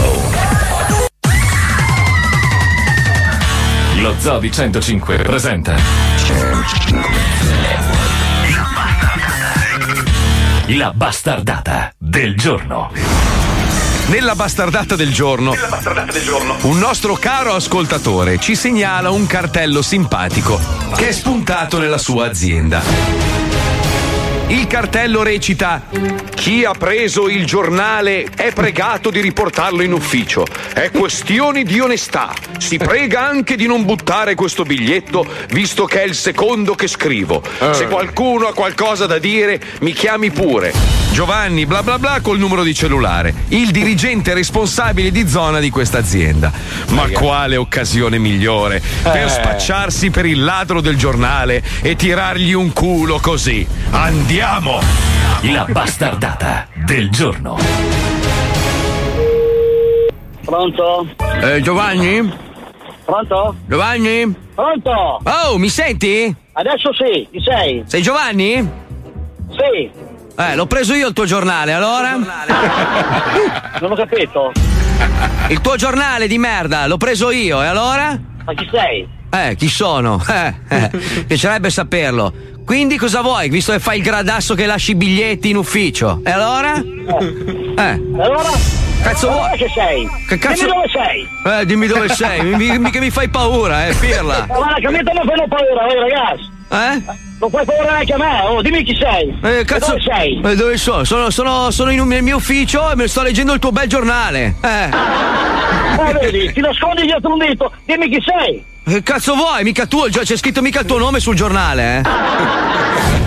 Lo Zoo di centocinque presenta La bastardata del giorno. Nella bastardata del giorno, un nostro caro ascoltatore ci segnala un cartello simpatico che è spuntato nella sua azienda. Il cartello recita: chi ha preso il giornale è pregato di riportarlo in ufficio. È questione di onestà. Si prega anche di non buttare questo biglietto, visto che è il secondo che scrivo. Se qualcuno ha qualcosa da dire, mi chiami pure. Giovanni bla bla bla col numero di cellulare, il dirigente responsabile di zona di questa azienda. Ma quale occasione migliore per Eh. spacciarsi per il ladro del giornale e tirargli un culo così. Andiamo! La bastardata del giorno. Pronto? Eh, Giovanni? Pronto? Giovanni? Pronto? Oh, mi senti? Adesso sì, chi sei? Sei Giovanni? Sì. Eh, l'ho preso io il tuo giornale, allora? Non ho capito. Il tuo giornale di merda, l'ho preso io, e allora? Ma chi sei? Eh, chi sono? Eh, eh, piacerebbe saperlo. Quindi cosa vuoi, visto che fai il gradasso che lasci i biglietti in ufficio? E allora? Eh. E allora? Cazzo allora vuoi? che sei? Che cazzo? Dimmi dove sei? Eh, dimmi dove sei, mi, mi- mica mi fai paura, eh, pirla. Ma guarda, che a me te non fanno paura, voi ragazzi. Eh? Non fai paura neanche a me, oh, dimmi chi sei. Eh, cazzo. E dove sei? Eh, dove sono? Sono, sono, sono in un- nel mio ufficio e mi sto leggendo il tuo bel giornale. Eh. Ma vedi, ti nascondi dietro un dito, dimmi chi sei. Che cazzo vuoi? Mica tu, c'è scritto mica il tuo nome sul giornale, eh?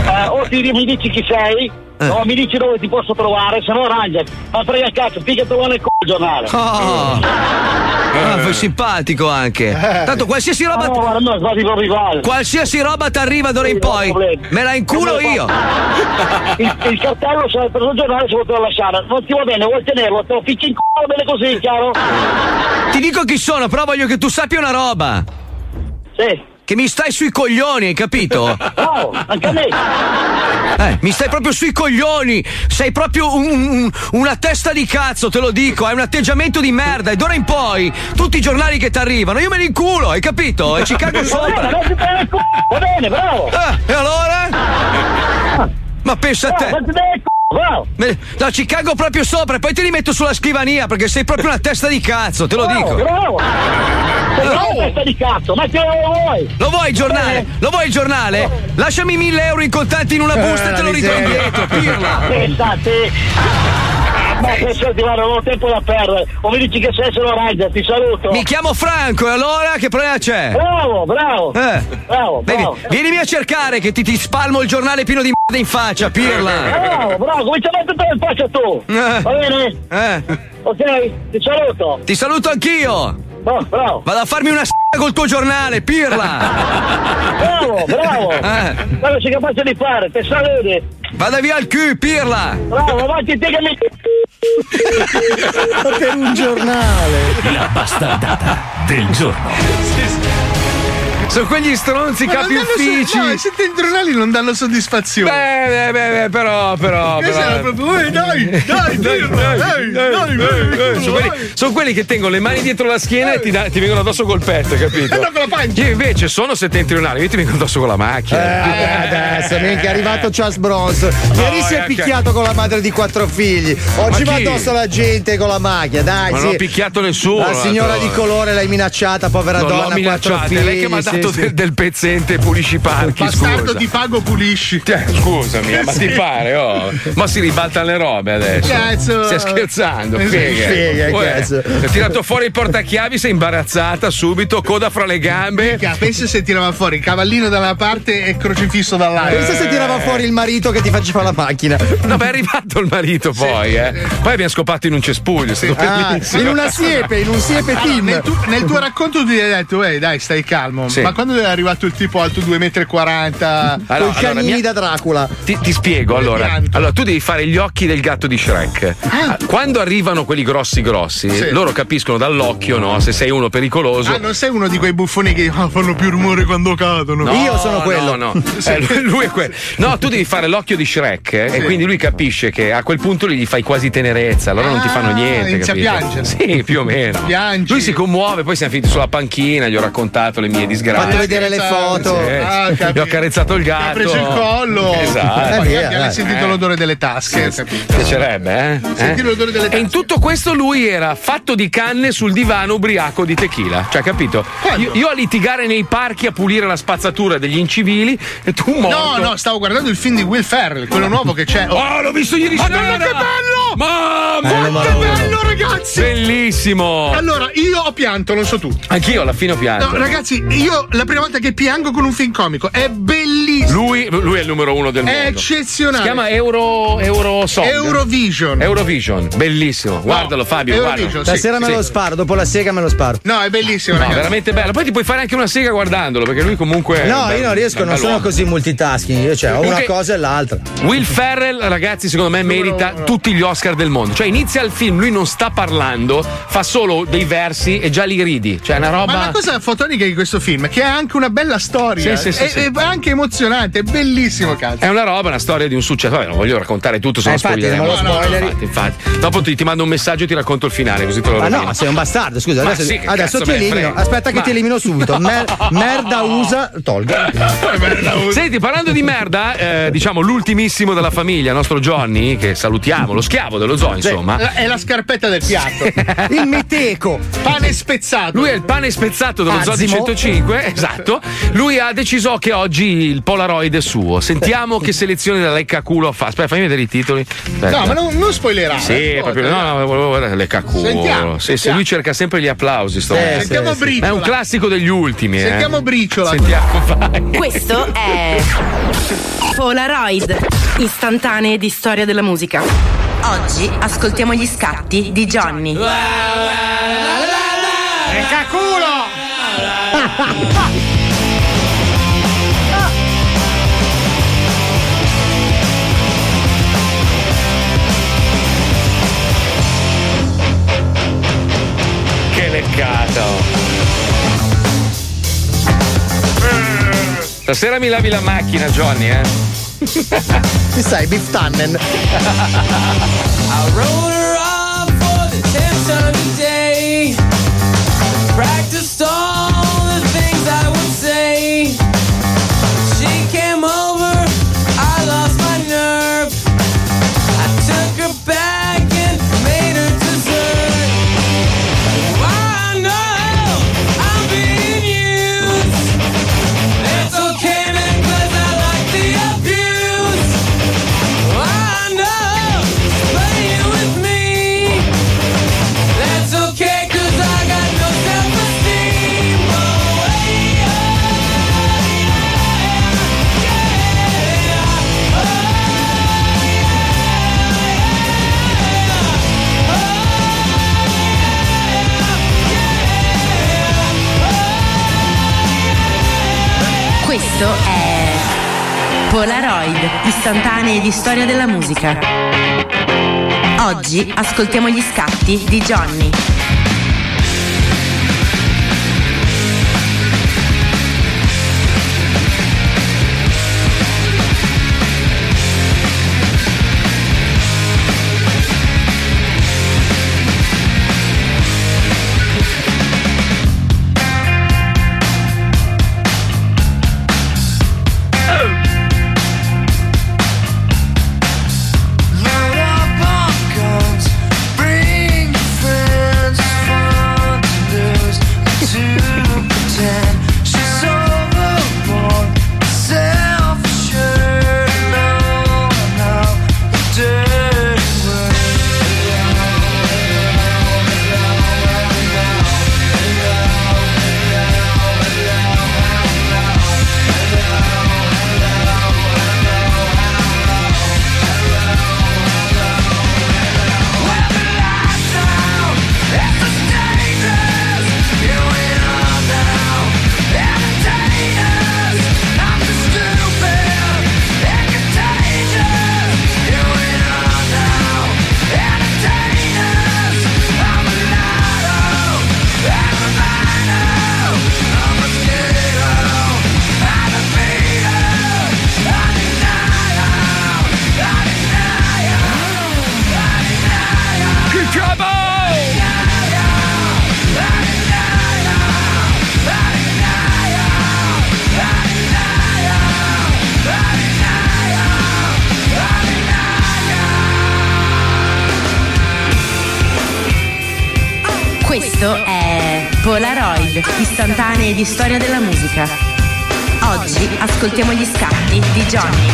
eh, o ti mi dici chi sei, eh. o mi dici dove ti posso trovare, se no arrangiati. Ma frega cazzo, pigliatelo nel c***o il giornale. Oh. Ah, fai simpatico anche. Tanto qualsiasi roba. No, guarda, no, guardi proprio uguale. Qualsiasi roba ti arriva d'ora in poi. Me la inculo io. Il, il cartello, se hai preso il giornale, se lo devo lasciare. Non ti va bene, vuoi tenerlo? Te lo ficci in c***o, bene così, chiaro? Ti dico chi sono, però voglio che tu sappia una roba. Sì. Che mi stai sui coglioni, hai capito? No, anche a me. Eh, mi stai proprio sui coglioni. Sei proprio un, un, una testa di cazzo, te lo dico. Hai un atteggiamento di merda. E d'ora in poi, tutti i giornali che ti arrivano, io me li inculo, hai capito? E ci cago sopra. Va bene, va bene, bravo. Eh, e allora? Ma pensa a te. Wow. No, ci cago proprio sopra e poi te li metto sulla scrivania perché sei proprio una testa di cazzo, te lo bravo, dico. Bravo. Sei una testa di cazzo, ma che lo vuoi? Lo vuoi il giornale? Lo vuoi il giornale? Lasciami mille euro in contanti in una busta e te lo rido indietro, pirla. Pensate. Ma senti, guarda, non ho tempo da perdere. O mi dici che sei, se lo arrangia, ti saluto. Mi chiamo Franco, e allora che problema c'è? Bravo, bravo. Eh. Bravo, bravo. Devi, vienimi a cercare che ti, ti spalmo il giornale pieno di merda in faccia, pirla. Bravo, bravo, comincia a mettere in faccia tu. Eh. Va bene? Eh. Ok, ti saluto. Ti saluto anch'io. Oh, bravo. Vado a farmi una s***a col tuo giornale, pirla. Bravo, bravo. Eh. Quello sei capace di fare, te saluti. Vada via al cul, pirla. Bravo, avanti te che mi... Per un giornale. La bastardata del giorno. Sono quegli stronzi Ma capi non danno uffici. so- no, i settentrionali non danno soddisfazione. Beh, beh, beh, beh, però, però. Questo però. era proprio, eh, dai, dai, Dai, dirlo, dai, dai, dai, dai, dai, dai, dai. Sono quelli, dai. sono quelli che tengono le mani dietro la schiena e ti, da- ti vengono addosso col petto, capito? Eh, no, con la pancia. Io invece sono settentrionale, io ti vengo addosso con la macchina. Eh, adesso, minchia, è arrivato Charles Bronson. Ieri No, si è eh, picchiato con la madre di quattro figli. Oggi Ma va chi? addosso la gente con la macchina, dai. Ma sì. non ho picchiato nessuno. La signora l'altro. di colore l'hai minacciata, povera Non donna, l'ho quattro minacciata, figli. è lei che mi ha sì, dato sì. del, del pezzente pulisci parchi. Bastardo, Scusa. ti pago, pulisci. Cioè, scusami, ma Sì. ti pare, oh? Ma si ribaltano le robe adesso. Cazzo. Stai scherzando, Eh, figa. figa, Uè, cazzo. Ti ha tirato fuori il portachiavi, sei imbarazzata subito, coda fra le gambe. Minchia, pensa se tirava fuori cavallino da una parte e crocifisso dall'altra. Pensa se tirava fuori il marito che ti faceva la macchina. No, beh, è arrivato il marito poi, eh. Poi abbiamo scopato in un cespuglio, è stato Ah, bellissimo. in una siepe, in un siepe Allora, team. nel, tu- nel tuo racconto tu gli hai detto, ehi dai, stai calmo. Sì. Ma quando è arrivato il tipo alto due virgola quaranta metri, Allora, Con i canini mia- da Dracula. Ti, ti spiego allora. pianto. Allora, tu devi fare gli occhi del gatto di Shrek. Quando arrivano quelli grossi grossi, Sì. loro capiscono dall'occhio, no? Se sei uno pericoloso. ah, non sei uno di quei buffoni che ah, fanno più rumore quando cadono. No, Io sono quello. No, no. Eh, lui, lui è quello. No, tu devi fare l'occhio di Shrek eh, Sì. e quindi lui capisce che a quel punto lì gli fai quasi tenerezza, allora non ti fanno Ah, niente. inizia a capito? piangere. Sì, più o meno. Piangi. Lui si commuove, poi siamo finiti sulla panchina, gli ho raccontato le mie disgrazie. Fatto vedere le foto. Sì, Ah, sì. capito. Gli ho accarezzato il Ti gatto. ha preso il collo. Esatto. Eh, Poi via, abbiamo eh. sentito Eh. l'odore delle tasche. Sì, capito? piacerebbe, eh? Senti Eh? l'odore delle E in tasche. tutto questo lui era fatto di canne sul divano ubriaco di tequila. Cioè, capito? Io, io a litigare nei parchi a pulire la spazzatura degli incivili e tu morto. No, no, stavo guardando il film di Will Ferrell, quello nuovo che c'è. Oh, l'ho visto ieri Madonna, sera! che bello! Mamma! Eh, Quanto è bello, ragazzi! Bellissimo! Allora, io ho pianto, non so tu. Anch'io alla fine ho pianto. No, ragazzi, io la prima volta che piango con un film comico è bellissimo. Lui, lui è il numero uno del È mondo. eccezionale. Si chiama Euro, Euro Song. Eurovision. Eurovision, bellissimo. Guardalo, Fabio. Eurovision, guarda. sì. Stasera me Sì. lo sparo, dopo la sega me lo sparo. No, è bellissimo, No, ragazzi. veramente bello. Poi ti puoi fare anche una sega guardandolo, perché lui comunque. è No, un bel- io non riesco, un non sono bell'uomo. così multitasking. Io cioè, ho una Comunque- cosa e l'altra. Will Ferrell, ragazzi, secondo me merita tutti gli Oscar del mondo. Cioè, inizia il film, lui non sta parlando, fa solo dei versi e già li ridi. Cioè, è una roba. Ma la cosa fotonica di questo film è che ha anche una bella storia. Sì, sì, sì, è, sì. è anche emozionante, è bellissimo, cazzo. È una roba, una storia di un successo. Vabbè, non voglio raccontare tutto, se Eh, no infatti, spoileremo. non me lo No, no, spoileri. infatti, infatti. Dopo ti, ti mando un messaggio e ti racconto il finale, così te lo Ah rovino. no, sei un bastardo, scusa, Ma adesso, sì, che adesso cazzo ti me ne elimino. frega. Aspetta che Ma- ti elimino subito. Mer- merda usa, tolgo. Senti, parlando di merda, eh, diciamo l'ultimissimo della famiglia, nostro Johnny, che salutiamo, lo schiavo dello zoo, insomma. È la scarpetta del Si speziato. Il meteco. Pane spezzato. Lui è il pane spezzato dello Zoo di Azimo. centocinque, esatto. Lui ha deciso che oggi il Polaroid è suo. Sentiamo che selezione da leccaculo fa. Aspetta, fammi vedere i titoli. Aspetta. No, ma non, non spoilerare. Sì, eh, proprio, dai. no, no, volevo vedere leccaculo. Sentiamo, Sì, sì, sentiamo. lui cerca sempre gli applausi. Sto Eh, momento. sentiamo Briciola. È un classico degli ultimi. eh. Sentiamo Briciola. Sentiamo, vai. Questo è Polaroid, istantanee di storia della musica. Oggi ascoltiamo gli scatti di Johnny. Leccaculo! Che leccato. Stasera mi lavi la macchina, Johnny, eh? Ti sai, Beef Tannen. I wrote her off for the tenth time today. Practiced all the things I would say. She came over, I lost my nerve. I took her back and made her dessert. I know I'm being used. That's okay, man, 'cause I like the abuse. I know, playing with me. That's okay, 'cause I got no self-esteem. Oh, hey, oh, yeah, yeah, oh, Questo è Polaroid, istantanee di storia della musica. Oggi ascoltiamo gli scatti di Johnny. Load up on guns, bring your friends. Fun to lose, to pretend she's overboard, self-assured. No, no, dirty Che trouble! Questo è Polaroid, istantanee di storia della musica. Oggi ascoltiamo gli scatti di Johnny.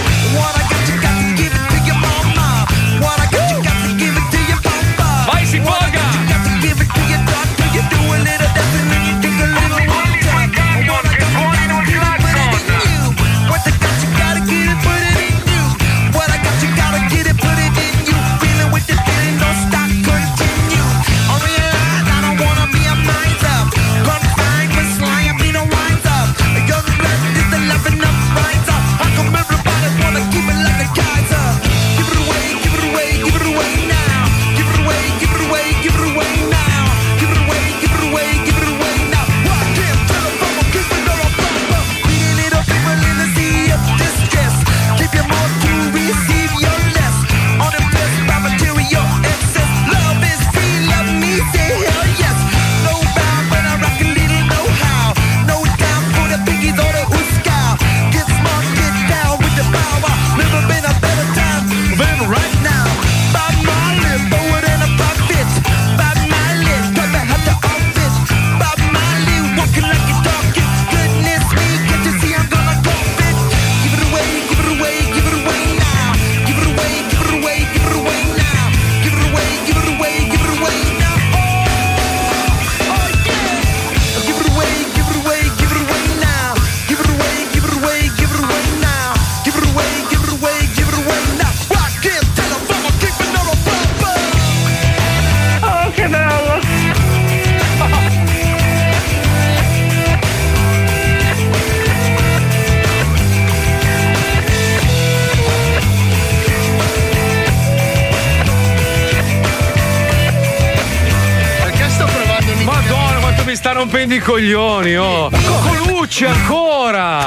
Vai, si poga! Keep it mi sta rompendo i coglioni, oh. Colucci ancora.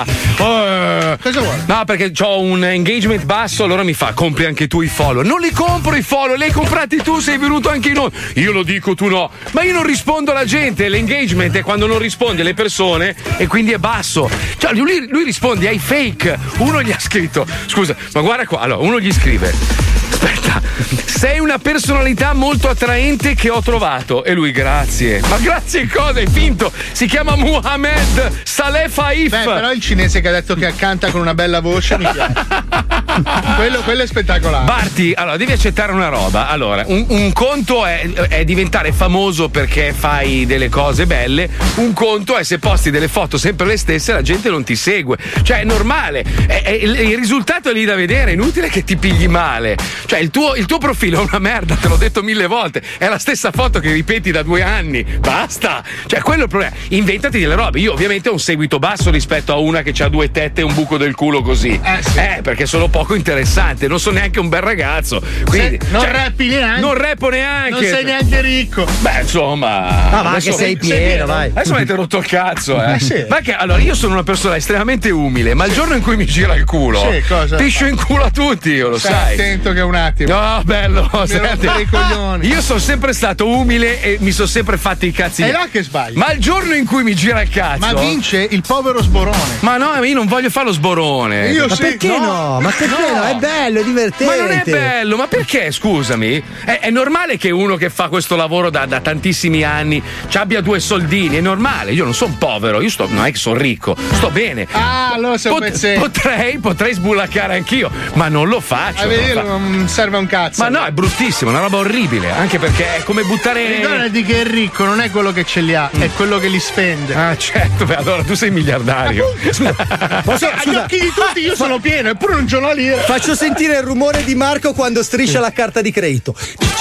Oh. Cosa vuole? No, perché ho un engagement basso, allora mi fa compri anche tu i follower. Non li compro i follower, li hai comprati tu, sei venuto anche in onda. Io lo dico, tu no. Ma io non rispondo alla gente, l'engagement è quando non rispondi alle persone e quindi è basso. Cioè, lui, lui risponde ai fake. Uno gli ha scritto, scusa, ma guarda qua, allora, uno gli scrive, aspetta, sei una personalità molto attraente che ho trovato. E lui, grazie. Ma grazie cosa? È finto. Si chiama Muhammad Saleh Faif. Beh, però il cinese che ha detto che canta con una bella voce mi piace. quello, quello è spettacolare. Barti, allora devi accettare una roba. Allora, un, un conto è, è diventare famoso perché fai delle cose belle. Un conto è se posti delle foto sempre le stesse e la gente non ti segue. Cioè, è normale. È, è, il, il risultato è lì da vedere. È inutile che ti pigli male. Cioè, il tuo, il tuo profilo è una merda, te l'ho detto mille volte. È la stessa foto che ripeti da due anni. Basta. Cioè, quello è il problema. Inventati delle robe. Io, ovviamente, ho un seguito basso rispetto a una che ha due tette e un buco del culo così. Eh, sì. eh perché sono poco interessante. Non sono neanche un bel ragazzo. Quindi, Se, non cioè, rappi neanche. Non rappo neanche. Non sei neanche ricco. Beh, insomma. Ah, ma anche sei pieno, vai. Adesso mi avete rotto il cazzo, eh. Eh, sì. Ma che, allora, io sono una persona estremamente umile, ma il giorno in cui mi gira il culo, Sì, cosa? piscio in culo a tutti, io lo Stai sai. attento che un attimo. No, bello. Mi rompere i coglioni. Io sono sempre stato umile e mi sono sempre fatto i cazzi. È là che sbagli. Ma il giorno in cui mi gira il cazzo. Ma vince il povero sborone. Ma no, io non voglio fare lo sborone. Io Ma sì. perché no? Ma perché no? È bello, è divertente. Ma non è bello, ma perché, scusami? È, è normale che uno che fa questo lavoro da, da tantissimi anni ci abbia due soldini, è normale. Io non sono povero, io sto, non è che sono ricco, sto bene. Ah, allora sei un Pot- pezzetto. potrei, potrei sbullacare anch'io, ma non lo faccio. A non lo vedere fa- non serve un cazzo. Ma no, è bruttissimo, è una roba orribile, anche perché è come buttare. Ricordati che il ricco non è quello che ce li ha, è quello che li spende. Ah, certo, beh, allora tu sei miliardario. Posso, Agli scusa, occhi di tutti io sono pieno, eppure non c'ho una lira. faccio sentire il rumore di Marco quando striscia la carta di credito.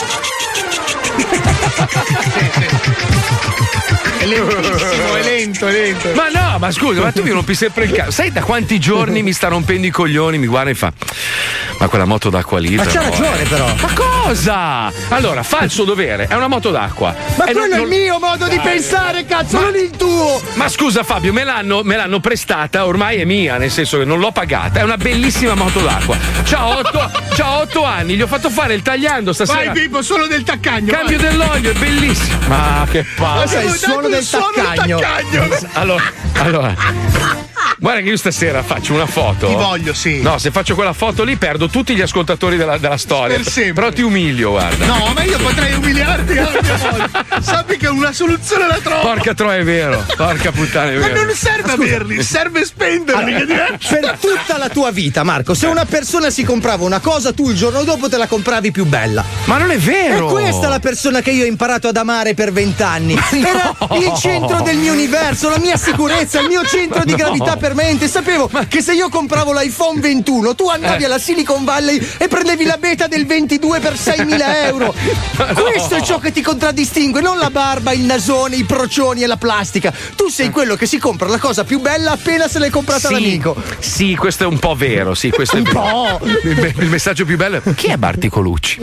È lentissimo, è lento, è lento. Ma no, ma scusa, ma tu mi rompi sempre il cazzo. Sai da quanti giorni mi sta rompendo i coglioni? Mi guarda e fa: ma quella moto d'acqua lì. Ma c'ha però, ragione, eh. però. Ma cosa? Allora, fa il suo dovere, è una moto d'acqua. Ma E quello non- è non- il mio modo di pensare, cazzo, Ma- non il tuo. Ma scusa Fabio, me l'hanno, me l'hanno prestata, ormai è mia, nel senso che non l'ho pagata, è una bellissima moto d'acqua. C'ha otto, c'ha otto anni, gli ho fatto fare il tagliando stasera. Vai Pippo, solo del taccagno. Cambio vai. dell'olio, è bellissimo. Ma che palle. Questo è il suono del taccagno. Allora, allora. Guarda che io stasera faccio una foto. Ti voglio, sì. No, se faccio quella foto lì perdo tutti gli ascoltatori della, della storia. Per sempre. Però ti umilio, guarda. No, ma io potrei umiliarti alla mia volta. Sappi che una soluzione la trovo. Porca troia, è vero. Porca puttana, è Ma vero. non serve averli, serve spenderli. Che è diverso. Per tutta la tua vita, Marco, se una persona si comprava una cosa, tu il giorno dopo te la compravi più bella. Ma non è vero. E questa è la persona che io ho imparato ad amare per vent'anni. Era il centro del mio universo, la mia sicurezza, il mio centro di No. gravità permanente. Sapevo che se io compravo l'iPhone ventuno, tu andavi Eh. alla Silicon Valley e prendevi la beta del ventidue per seimila euro. Questo è ciò che ti contraddistingue, non la barba, il nasone, i procioni e la plastica. Tu sei quello che si compra la cosa più bella appena se l'hai comprata Sì, l'amico. sì, questo è un po' vero. Sì, questo è Un vero. po'. Il, il messaggio più bello è: chi è Barti Colucci?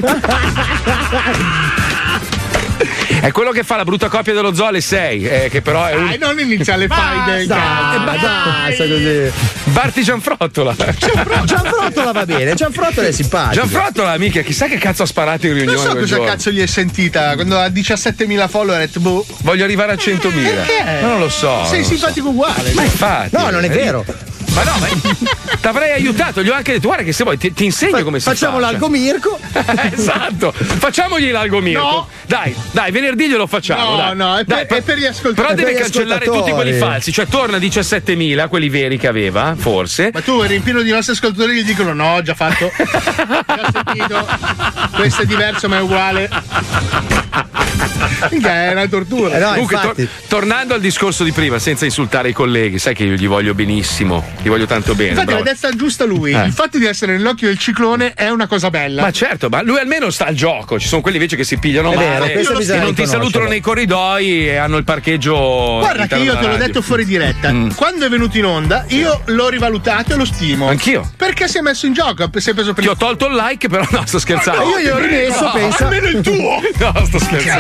È quello che fa la brutta copia dello Zoo alle sei, eh, che però è un. Dai, non inizia le faide. Basta, basta così. Barti Gianfrottola. Gianfrottola va bene, Gianfrottola è simpatico. Gianfrottola, mica, chissà che cazzo ha sparato in Non riunione. so quel cosa giorno. cazzo gli è sentita quando ha diciassettemila follower. Ha detto, boh. Voglio arrivare a centomila. Perché? Ma non lo so. Sei non lo simpatico uguale. so. Ma infatti. No, non è vero. Ma no, ma t'avrei aiutato, gli ho anche detto: guarda che se vuoi ti, ti insegno Fa- come si facciamo fa. l'algo Mirko. Esatto, facciamogli l'algo Mirko. No. Dai, dai, venerdì glielo facciamo. No, dai. no, è Dai, per- è per gli ascoltatori. Però deve Per gli cancellare ascoltatori. tutti quelli falsi, cioè torna a diciassettemila, quelli veri che aveva, forse. Ma tu eri in pieno di nostri ascoltatori che gli dicono no, ho già fatto. Già sentito. Questo è diverso ma è uguale. Minchia, è una tortura. Eh no, Comunque, infatti. tor- tornando al discorso di prima, senza insultare i colleghi, sai che io gli voglio benissimo, gli voglio tanto bene. Infatti bravo. la testa giusta lui. Eh. Il fatto di essere nell'occhio del ciclone è una cosa bella. Ma certo, ma lui almeno sta al gioco. Ci sono quelli invece che si pigliano È vero, male, questo che bisogna non ti riconoscerlo. salutano nei corridoi e hanno il parcheggio. Guarda che all'interno io te della l'ho radio. detto fuori diretta. Mm. Quando è venuto in onda, io l'ho rivalutato e lo stimo. Anch'io. Perché si è messo in gioco? Si è preso per Ti ho tolto il like, però no, sto scherzando. Io gli ho rimesso, No, pensa. almeno il tuo. No, sto Cazzo, scherzando. un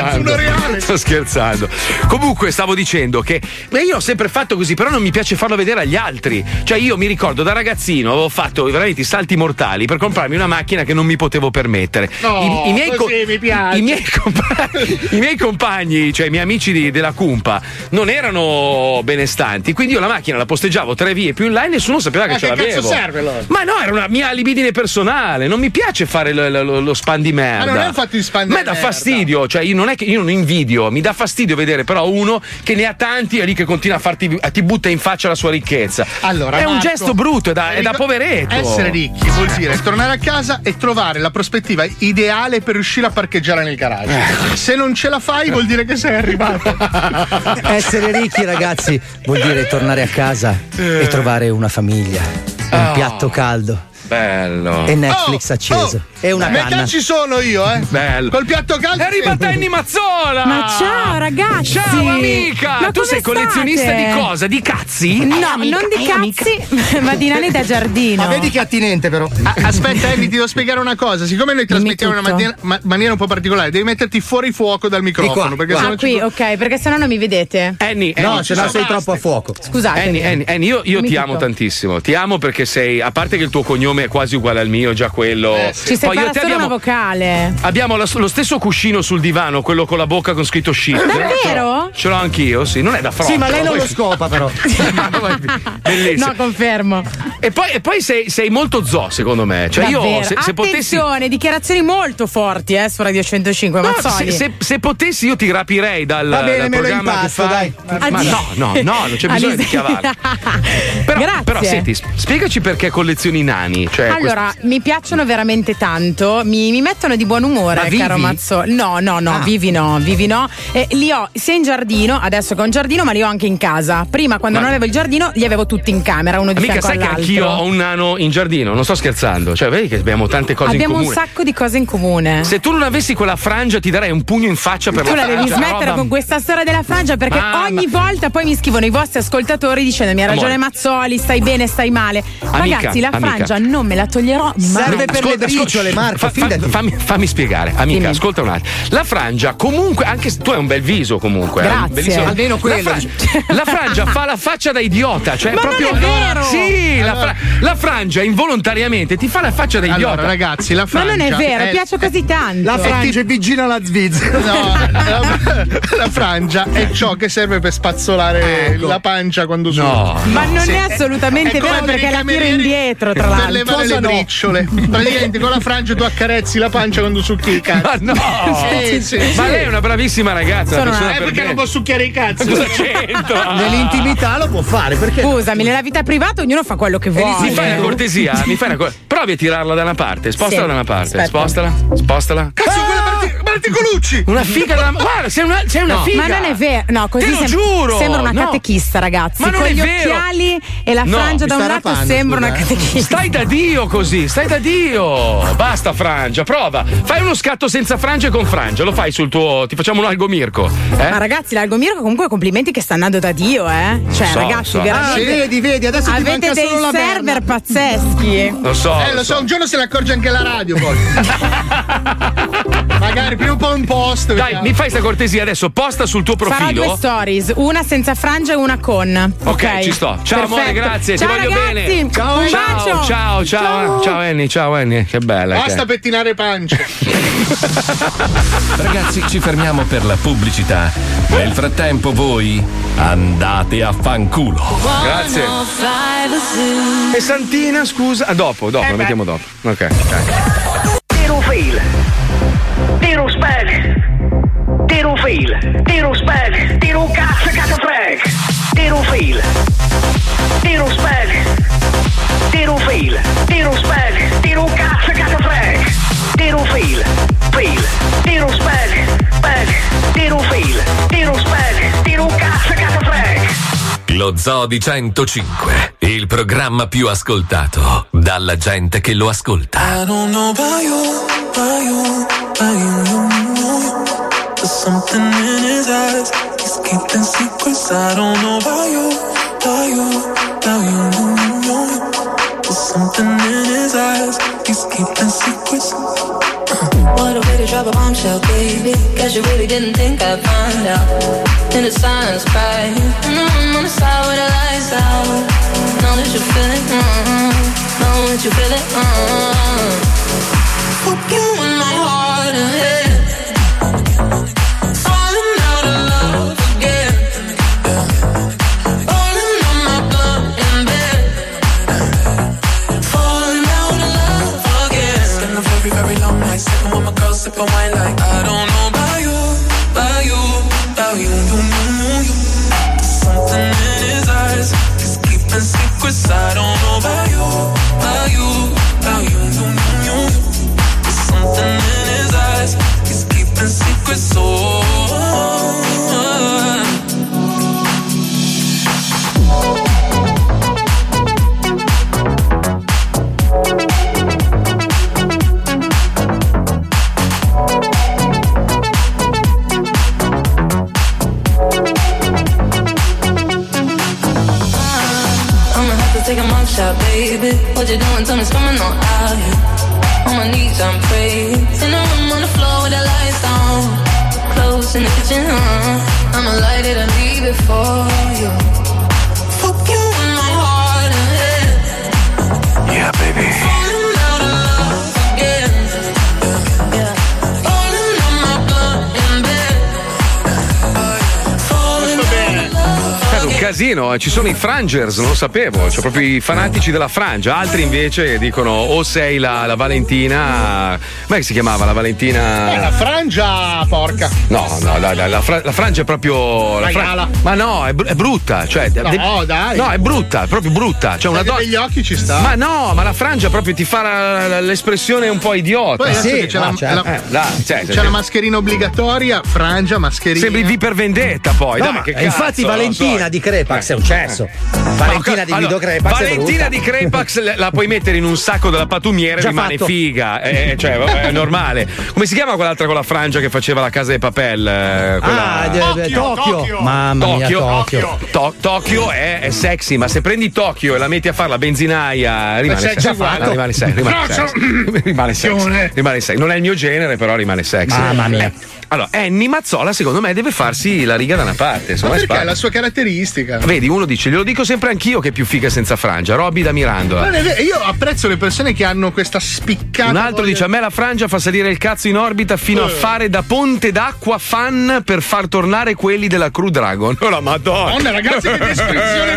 industriale. Sto scherzando. Comunque stavo dicendo che beh, io ho sempre fatto così, però non mi piace farlo vedere agli altri. Cioè io mi ricordo da ragazzino avevo fatto veramente i salti mortali per comprarmi una macchina che non mi potevo permettere. No, I, i miei così mi piace. I miei, compagni, I miei compagni, cioè i miei amici di, della Cumpa, non erano benestanti, quindi io la macchina la posteggiavo tre vie più in là e nessuno sapeva che Ma ce che l'avevo. cazzo serve allora? Ma no, era una mia libidine personale, non mi piace fare lo, lo, lo span di merda. Ma non è un fatto di span di Ma dà merda. fastidio, cioè io non è che io non invidio, mi dà fastidio vedere però uno che ne ha tanti e lì che continua a farti a ti butta in faccia la sua ricchezza. Allora, è un Marco, gesto brutto, è da, è da poveretto. Essere ricchi vuol dire tornare a casa e trovare la prospettiva ideale per riuscire a parcheggiare nel garage. Eh. Se non ce la fai vuol dire che sei arrivato. Essere ricchi, ragazzi, vuol dire tornare a casa e trovare una famiglia, un Oh. piatto caldo Bello. e Netflix Oh, acceso oh. e una Metà canna. ci sono io, eh. Bello. Col piatto caldo. È arrivata Anni Mazzola! Ma ciao ragazzi! Ciao amica! Ma Tu come sei collezionista state? di cosa? Di cazzi? No, Eh, amica, non di eh, cazzi, ma di nani da giardino. Ma vedi che è attinente però. Ah, aspetta, Andy, ti devo spiegare una cosa. Siccome noi trasmettiamo in una maniera, ma- maniera un po' particolare, devi metterti fuori fuoco dal microfono. Perché Ah, sennò ci- qui, ok, perché sennò non mi vedete. Annie, No, Annie, se no sei troppo a fuoco. Scusate. Annie, Annie, Annie, io, io Dimmi ti tutto. amo tantissimo. Ti amo perché sei, a parte che il tuo cognome è quasi uguale al mio, già quello. Ci Poi io separa e te solo abbiamo, una vocale. abbiamo lo, lo stesso cuscino sul divano, quello con la bocca con scritto shit. Davvero? Ce l'ho anch'io, sì, non è da frotto. Sì, ma lei non Poi- lo scopa però. Bellissimo. No, confermo. E poi, e poi sei, sei molto zoo, secondo me. Cioè, io Davvero. se, se potessi. Attenzione, dichiarazioni molto forti eh, su Radio centocinque. No, Mazzoli. se, se, se potessi io ti rapirei dal, Va bene, dal me lo programma impasto, che fai. dai. Ma Addio. no, no, no, non c'è bisogno di chiavarlo. Però, Grazie. però senti, spiegaci perché collezioni nani. Cioè, Allora, mi piacciono veramente tanto, mi, mi mettono di buon umore, Ma vivi? caro Mazzoli. No, no, no, Ah. vivi no, vivi no. Eh, li ho sia in giardino, adesso che ho un giardino, ma li ho anche in casa. Prima, quando Ma- non avevo il giardino, li avevo tutti in camera, uno di Amica, fianco sai che all'altro. anch'io ho un nano in giardino, non sto scherzando. Cioè, vedi che abbiamo tante cose Abbiamo in un comune. sacco di cose in comune. Se tu non avessi quella frangia, ti darei un pugno in faccia per Tu la la devi frangia. smettere roba- con questa storia della frangia perché Mamma. ogni volta poi mi scrivono i vostri ascoltatori dicendo mi ha ragione Amore. Mazzoli, stai bene, stai male. Amica, Ragazzi, la amica. frangia non me la toglierò mai. Serve per Ascolta, le briciole, ascolta, Marco, fa- fa- fidati. fammi, fammi spiegare, amica, Dimmi. ascolta un attimo. La frangia, comunque, anche se tu hai un bel viso, comunque. Grazie. hai un bellissimo- Almeno quello. La, frangia, la frangia fa la faccia da idiota, cioè Ma non proprio. è vero! Sì, la, fra- la frangia involontariamente ti fa la faccia da idiota. Allora, ragazzi, la Ma frangia. non è vero, è- piace così tanto. La frangia è vicina alla Zviz. No, la, la frangia è ciò che serve per spazzolare Ecco. la pancia quando No. suda. Ma non Sì. è assolutamente È come vero perché dei la tiro camerieri indietro, tra per l'altro. levare Cosa le no? briciole. Praticamente con la frangia tu accarezzi la pancia quando succhi il cazzo. Ma no! Sì, sì, Ma sì. lei è una bravissima ragazza, Sono una persona una- Eh, per perché bene. non può succhiare i cazzi. Cosa c'entra? Nell'intimità lo può fare, perché? Scusami, nella vita privata ognuno fa quello che vuole. Mi fai una cortesia? Mi fai una cor- Provi a tirarla da una parte, spostala Sì. da una parte, Aspetta. spostala, spostala. Cazzo, quella Marti- Marticolucci! Una figa da guarda, sei una, sei una No. figa. Ma non è vero, no, così Te lo sem- giuro. sembra una No. catechista, ragazzi. Ma non Con è gli vero. occhiali e la No, frangia mi da un sta lato rapando, sembra scusa, una eh. catechista. Stai da Dio così, stai da Dio. Basta frangia, prova. Fai uno scatto senza frangia e con frangia. Lo fai sul tuo. Ti facciamo un algomirco. Eh? Ma ragazzi, l'algomirco comunque complimenti che sta andando da Dio, eh? Cioè, So, ragazzi, so. Ah, veramente. vedi, vedi, adesso ti Avete manca dei solo la server berma. pazzeschi. Lo so. Eh, lo so, un giorno se ne accorge anche la radio poi. Magari prima un po' un post. Dai, vediamo. mi fai sta cortesia adesso, posta sul tuo Farò due profilo. stories, una senza frangia e una con. Ok, ci sto. Ciao amore, Perfetto. grazie, Ciao, ti voglio ragazzi. bene. Ciao, un ciao, bacio. ciao, ciao, ciao, ciao Annie, ciao Annie, che bella. che Basta è. pettinare pance. Ragazzi, ci fermiamo per la pubblicità. Nel frattempo voi andate a fanculo. Grazie. E Santina, scusa. Ah, dopo, dopo, Eh lo beh. mettiamo dopo. Ok, ok. Tiro fail. Tiro spag. Tiro fail. Tiro spag. Tiro cazzo cazzo frag. Tiro fail. Tiro spag. Tiro fail. Tiro spag. Tiro cazzo cazzo frag. Tiro fail. Fail. Tiro spag. Spag. Tiro fail. Tiro spag. Tiro cazzo cazzo frag. Lo Zoo di centocinque, il programma più ascoltato dalla gente che lo ascolta. I don't know about you, about you, about you, you know. There's something in his eyes, he's keeping secrets. I don't know about you, about you, about you, you know. There's something in his eyes, he's keeping secrets. What a way to drop a bombshell, baby. Guess you really didn't think I'd find out. In the silence, cry. And I'm on the side with the lights out. Know that you feel it, mm-hmm. Know that you feel it, mm-hmm. Fuck you in my heart and head. Falling out of love again. Falling on my blood in bed. Falling out of love again. Spend a very, very long night sipping with my girl, sipping wine like I don't know about you, about you, about you, you, you, you. Something in his eyes, he's keeping secrets. I don't know about you, about you, about you, you, you, you. Something in his eyes, he's keeping secrets. So take a mug shot, baby. What you doing? Tell me it's coming on out here. On my knees, I'm praying. In the room on the floor with the lights on. Close in the kitchen, huh? I'ma light it and leave it for you. Fuck you in my heart and head. Yeah, baby. Falling out of love again. Yeah. Falling on my blood in bed. Falling out of love. È un casino, ci sono i frangers, non lo sapevo, cioè proprio i fanatici della frangia, altri invece dicono o sei la, la Valentina, come si chiamava la Valentina? Eh, la frangia porca. No, no, dai, dai, la, fra, la frangia è proprio. La fra... Ma no, è, br- è brutta, cioè. No, de- dai. No, è brutta, è proprio brutta. Cioè una donna. Negli occhi ci sta. Ma no, ma la frangia proprio ti fa la, la, l'espressione un po' idiota. Poi adesso sì, che c'è, no, la, certo. la, eh, là, cioè, c'è cioè, la mascherina obbligatoria, frangia, mascherina. Sembri V per vendetta poi. No, dai, ma che eh, infatti cazzo, Valentina so. di Crepax Eh. è un cesso. Valentina di allora, Guido Crepax Valentina è di Crepax la, la puoi mettere in un sacco della patumiera e Già rimane fatto. figa. Eh, cioè, vabbè, è normale. Come si chiama quell'altra con la frangia che faceva la casa dei papel? Eh, quella... Ah, de- de- Tokyo. Tokyo. Mamma mia, Tokyo. To- Tokyo è, è sexy, ma se prendi Tokyo e la metti a fare la benzinaia, rimane sexy sexy. uguale. No, rimane sexy. Rimane sexy. rimane sexy. Rimane sexy. Non è il mio genere, però rimane sexy. Mamma mia. Eh, allora, Annie Mazzola, secondo me, deve farsi la riga da una parte. Ma secondo me perché è spara. la sua caratteristica? Vedi, uno dice, glielo dico sempre anch'io che è più figa senza frangia. Robby da Mirandola. Non è vero, io apprezzo le persone che hanno questa spiccata. Un altro voglia- dice: a me la frangia fa salire il cazzo in orbita fino a Eh. fare da ponte d'acqua fan per far tornare quelli della Crew Dragon. Oh, la madonna! Madonna, ragazzi, che descrizione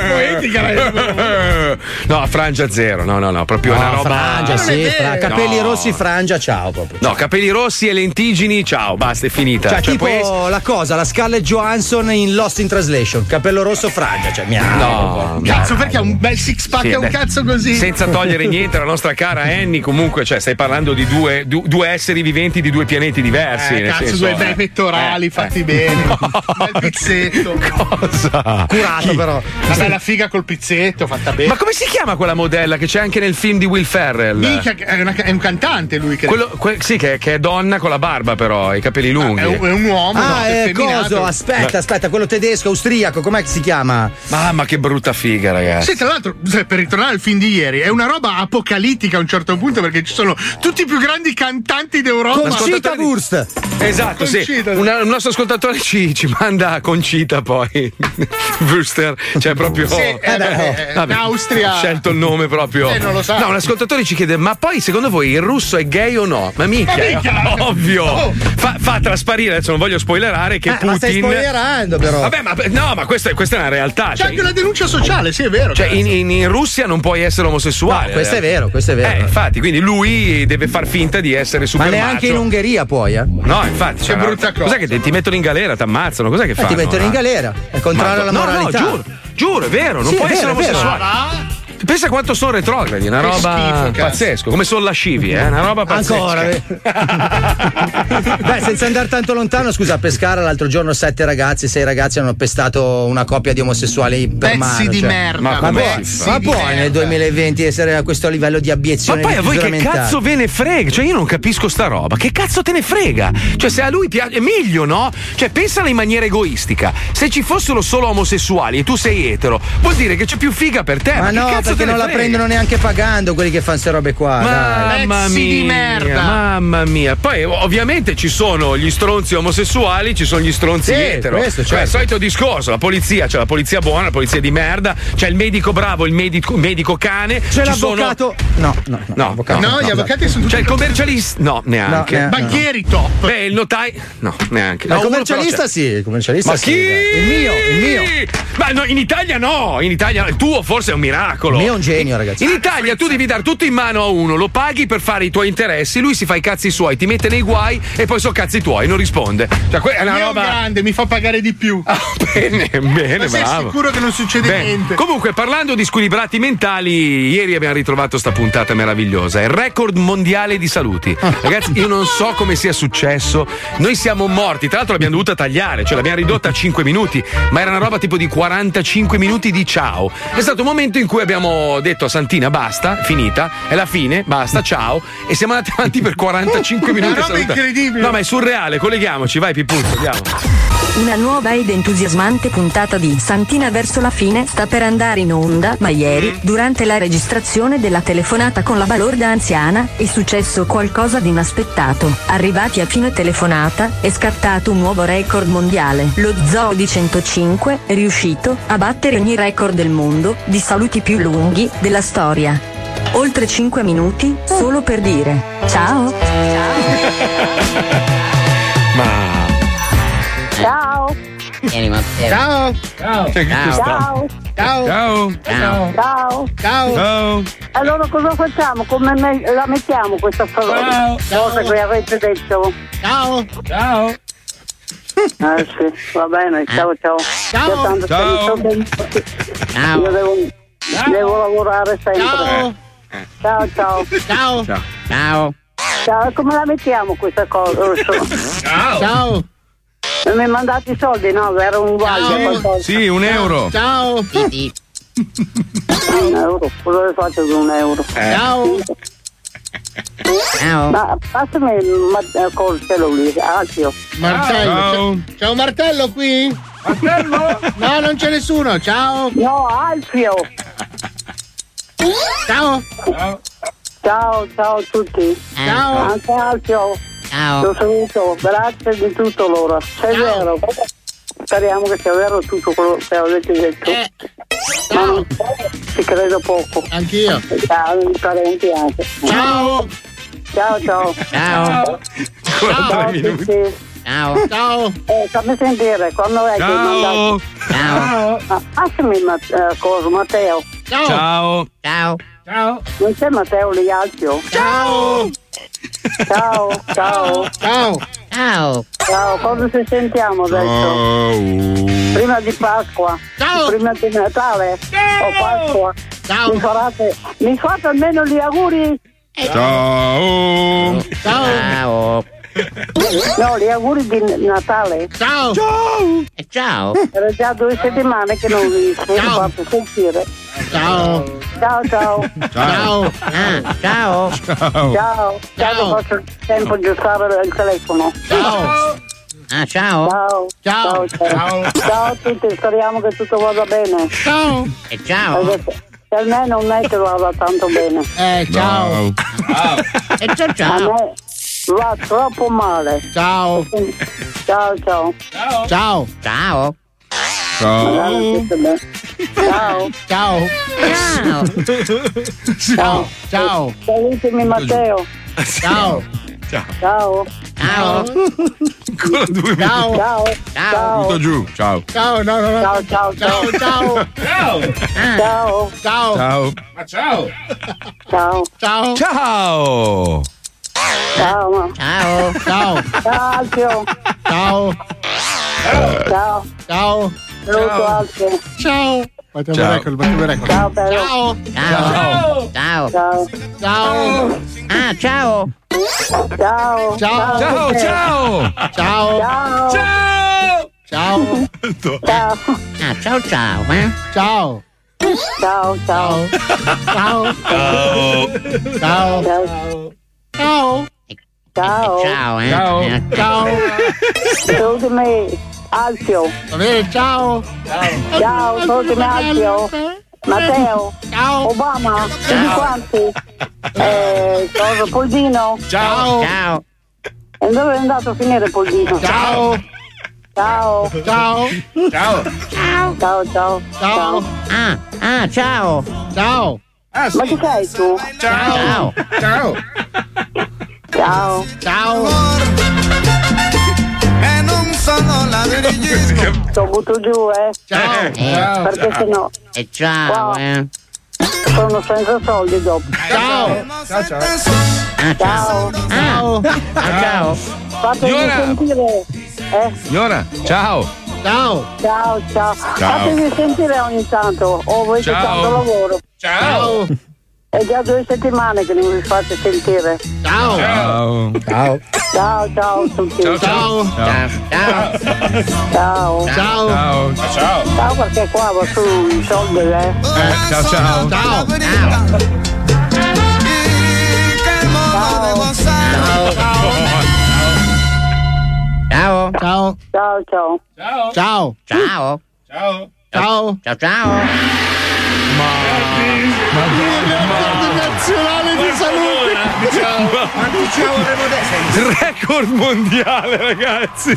poetica! No, frangia zero, no, no, no, proprio No, una roba. frangia, Ma non è sì, vero. fra capelli No. rossi, frangia, ciao proprio. No, capelli rossi e lentigini, ciao, basta, è finita. Cioè, tipo poi- la cosa, la Scarlett Johansson in Lost in Translation, capello rosso, frangia, cioè miau. No, Cazzo, no, perché ha un bel six pack Sì, e un beh, cazzo così? Senza togliere niente alla nostra cara Annie, comunque, cioè, stai parlando di due, du- due esseri viventi di due pianeti diversi. Eh, nel cazzo, senso, due bei eh. pettorali Eh, fatti eh. bene, un bel pizzetto. Cosa? Curato Chi? però. Una bella figa col pizzetto, fatta bene. Ma come si chiama quella modella che c'è anche nel film di Will Ferrell? Minchia, è, una- è un cantante lui che Quello, que- sì, che, che è donna con la barba, però, i capelli lunghi. è, un, è un uomo. Ah, no, è effeminato. coso, aspetta, aspetta, quello tedesco, austriaco, com'è che si chiama? Mamma, che brutta figa, ragazzi. Sì, tra l'altro, se- per ritornare al film di ieri, è una roba apocalittica a un certo punto perché ci sono tutti i più grandi cantanti d'Europa. Concita Wurst. Esatto, sì. Concita. Una- un nostro ascoltatore ci, ci manda Concita poi. Wurster, cioè proprio. Sì, eh, beh, eh, Vabbè, in Austria- ho scelto il nome proprio. Eh, non lo sa. No, un ascoltatore ci chiede: ma poi secondo voi il russo è gay o no? Ma mica, Ma mica. è ovvio. Oh. Fa, fa trasparire, adesso non voglio spoilerare, che Eh, Putin. ma stai spoilerando però. Vabbè, ma no, ma questa, questa è una realtà. C'è cioè, anche una denuncia sociale, sì, è vero. Cioè, cazzo. in, in- in Russia non puoi essere omosessuale. No, questo è vero, questo è vero. Eh, infatti, quindi lui deve far finta di essere super Ma neanche macho. in Ungheria puoi, eh? No, infatti, Che cioè, brutta cosa. Cos'è che ti, ti mettono in galera, ti ammazzano? Cos'è che Eh, fanno? ti mettono in galera, è contrario alla no, moralità. No, giuro, giuro, è vero, non Sì, puoi è essere vero, è vero. omosessuale. Pensa quanto sono retrogradi, una Che roba schifo, cazzo. pazzesco, come sono lascivi, eh? Una roba pazzesca. Ancora, eh. Beh, senza andare tanto lontano, scusa, a Pescara l'altro giorno sette ragazzi, sei ragazzi hanno pestato una coppia di omosessuali per Pezzi mano. di cioè. merda. Ma Ma, come può, si fa? ma Di puoi merda. nel duemilaventi essere a questo livello di Ma abiezione? poi a voi che mentale? cazzo ve ne frega? Cioè, io non capisco sta roba. Che cazzo te ne frega? Cioè, se a lui piace. È meglio, no? Cioè, pensala in maniera egoistica. Se ci fossero solo omosessuali e tu sei etero, vuol dire che c'è più figa per te. Ma Ma, no, che cazzo te che ne non la frega? prendono neanche pagando quelli che fanno queste robe qua. dai. Mamma mia, mamma mia. Poi ovviamente ci sono gli stronzi omosessuali, ci sono gli stronzi Sì, etero. questo, Cioè, il certo. solito discorso, la polizia, c'è la polizia buona, la polizia di merda, c'è il medico bravo, il medico, medico cane. C'è ci l'avvocato. Sono... No, no, no. No, avvocato, No, gli avvocati sono tutti. C'è il commercialista? No, neanche. No, neanche. Banchieri top. Beh, il notaio? No, neanche. Il No, uno commercialista però c'è. sì, il commercialista Ma sì. chi? Il mio, il mio. Ma no, in Italia no, in Italia il tuo forse è un miracolo. Il mio è un genio, ragazzi. In Italia tu devi dare tutto in mano a uno, lo paghi per fare i tuoi interessi, lui si fa i cazzi suoi, ti mette nei guai e poi sono cazzi tuoi, non risponde. Cioè, que- è una Io è un roba. grande, mi fa pagare di più. Ah, bene, bene, Ma sei bravo. sicuro che non succede Bene. niente? Comunque, parlando di squilibrati mentali, ieri abbiamo ritrovato sta puntata meravigliosa. È il record mondiale di saluti. Ragazzi, io non so come sia successo. Noi siamo morti, tra l'altro l'abbiamo dovuta tagliare, cioè l'abbiamo ridotta a cinque minuti, ma era una roba tipo di quarantacinque minuti di ciao. È stato un momento in cui abbiamo detto a Santina basta, finita, è la fine, basta, ciao. E siamo andati avanti per quarantacinque minuti. Una a roba salutare. incredibile. No, ma è surreale, colleghiamoci, vai Pippuzzo, andiamo. Una nuova ed entusiasmante puntata di Santina verso la fine sta per andare in onda, ma ieri, durante la registrazione della telefonata con la balorda anziana, è successo qualcosa di inaspettato. Arrivati a fine telefonata, è scattato un nuovo record mondiale. Lo Zoo di centocinque è riuscito a battere ogni record del mondo di saluti più lunghi della storia. Oltre cinque minuti, solo per dire ciao. Ma Ciao. Vieni, Matteo. Ciao. Ciao. Ciao. Ciao. Ciao. Ciao. Ciao. Ciao. Ciao. Allora cosa facciamo? Come me- la mettiamo questa Ciao. cosa che avete detto? Ciao. Ciao. Ah sì, va bene, ciao ciao. Ciao. Io tanto Ciao. che- Ciao. Io devo, devo lavorare sempre. Ciao. Ciao ciao. Ciao. Ciao. Ciao. Ciao, come la mettiamo questa cosa? Ciao. Ciao. Mi mandate i soldi, no? Era un guaglio Ciao. qualcosa. Sì, un euro. Ciao. Sì. Un euro, cosa ne faccio con un euro? Ciao. Ciao. Ma passami il ma- coltello lì, Alfio. Martello. Ciao. C'è un martello qui? Martello? No, non c'è nessuno. Ciao. No, Alfio. Ciao. Ciao, ciao a tutti. Ciao. Anche Alfio. Ciao. Lo saluto, grazie di tutto allora. Se è Ciao. vero. Speriamo che sia vero tutto quello che avete detto. Eh. Ma Ciao. non- ci credo poco. Anch'io. Ciao, i parenti anche. Ciao. Ciao, ciao. Ciao. Ancora Ciao tre a minuti. tutti. Ciao. Ciao. Eh, fammi sentire, quando è che hai Ciao. mandato? Ciao. Ah, passami il ma- eh, coso, Matteo. Ciao. Ciao. Ciao. Ciao. Non c'è Matteo lì, Alfio? Ciao. Ciao, ciao. Ciao. Ciao. Ciao, quando ci sentiamo adesso? Ciao. Prima di Pasqua? Ciao. Prima di Natale? Ciao. O Pasqua? Ciao. Mi, farate, mi fate almeno gli auguri? Ciao. Ciao. Ciao. No, gli auguri di Natale. Ciao. Ciao. E ciao. Era già due settimane che non vi vi Ciao. fatto sentire. Ciao. Ciao, ciao. Ciao. Ah, ciao. Ciao. Ciao. Ciao, faccio il tempo di usare il telefono. Ciao. Ah, ciao. Ciao. Ciao. Ciao. Ciao a tutti, speriamo che tutto vada bene. Ciao. E ciao. Per me non è che vada tanto bene. Eh, ciao. E ciao A ciao. me va troppo male. Ciao. Ciao, ciao. Ciao. Ciao. Magari tutto bene. Ciao. Ciao. Ciao. Ciao. Ciao. Salutami Matteo. Ciao. Ciao. Ciao. Ciao. Ancora due minuti. Ciao. Ciao. Ciao. Tutto giù. Ciao. Ciao. No, no, no. Ciao, ciao, Ciao. Ciao. Ciao. Ciao. Ciao. Ciao. Ma ciao. Ciao. Ciao. Ciao. Ciao. ma- Ciao. Ciao. Ciao Alfio. Ciao. Ciao. Ciao. Saluto Alfio. Ciao. Battiamo Ciao. il record, battiamo il record. Ciao bello. Ciao. Ciao. Ciao. Ciao. Ciao. Ah, ciao. Ciao. Ciao. Ciao. Ciao. Ciao. Ciao. Ciao. Ciao. Ciao. Ah, ciao ciao. Eh? Ciao. Ciao. Ciao. Ciao. Ciao. Ciao. Ciao. Ciao. Ciao. Ciao, eh? Ciao. Eh, Ciao. Salutami Alfio. Va bene, ciao. Ciao, salutami Alfio. Matteo. Ciao. Obama. Ciao. Tutti quanti. Eh, cosa, Poldino. Ciao. Ciao. E dove è andato a finire Poldino? Ciao. Ciao. Ciao. Ciao. Ciao. Ciao, ciao. Ciao. Ah, ah, ciao. Ciao. Ma chi sei tu? Ciao. Ciao. Ciao. Ciao. E non sono la dirigismo. Lo butto giù, eh. Ciao. Ciao. Perché sennò E ciao, Wow. eh. sono senza soldi dopo. Ciao. Ciao, ciao. Ah, Ciao. Ciao. Ah, ciao. Fatemi Signora. sentire. Eh? Signora, ciao. Ciao. Ciao, ciao. Fatemi sentire ogni tanto. O voi che Ciao. tanto lavoro. Ciao. È già due settimane che non vi fate sentire. Ciao. Ciao. Ciao. Ciao, ciao a tutti. Ciao. Ciao. Ciao. Ciao. Ciao. Ciao. Ciao. Ciao. Ciao, perché qua va su i soldi, eh. Eh, ciao ciao. Ciao. Ciao. Ciao. Ciao, ciao. Ciao. Ciao. Ciao. Ciao. Ciao. Ciao, ciao. Nazionale di salute. Quanti ciao avremo detto? Record mondiale, ragazzi.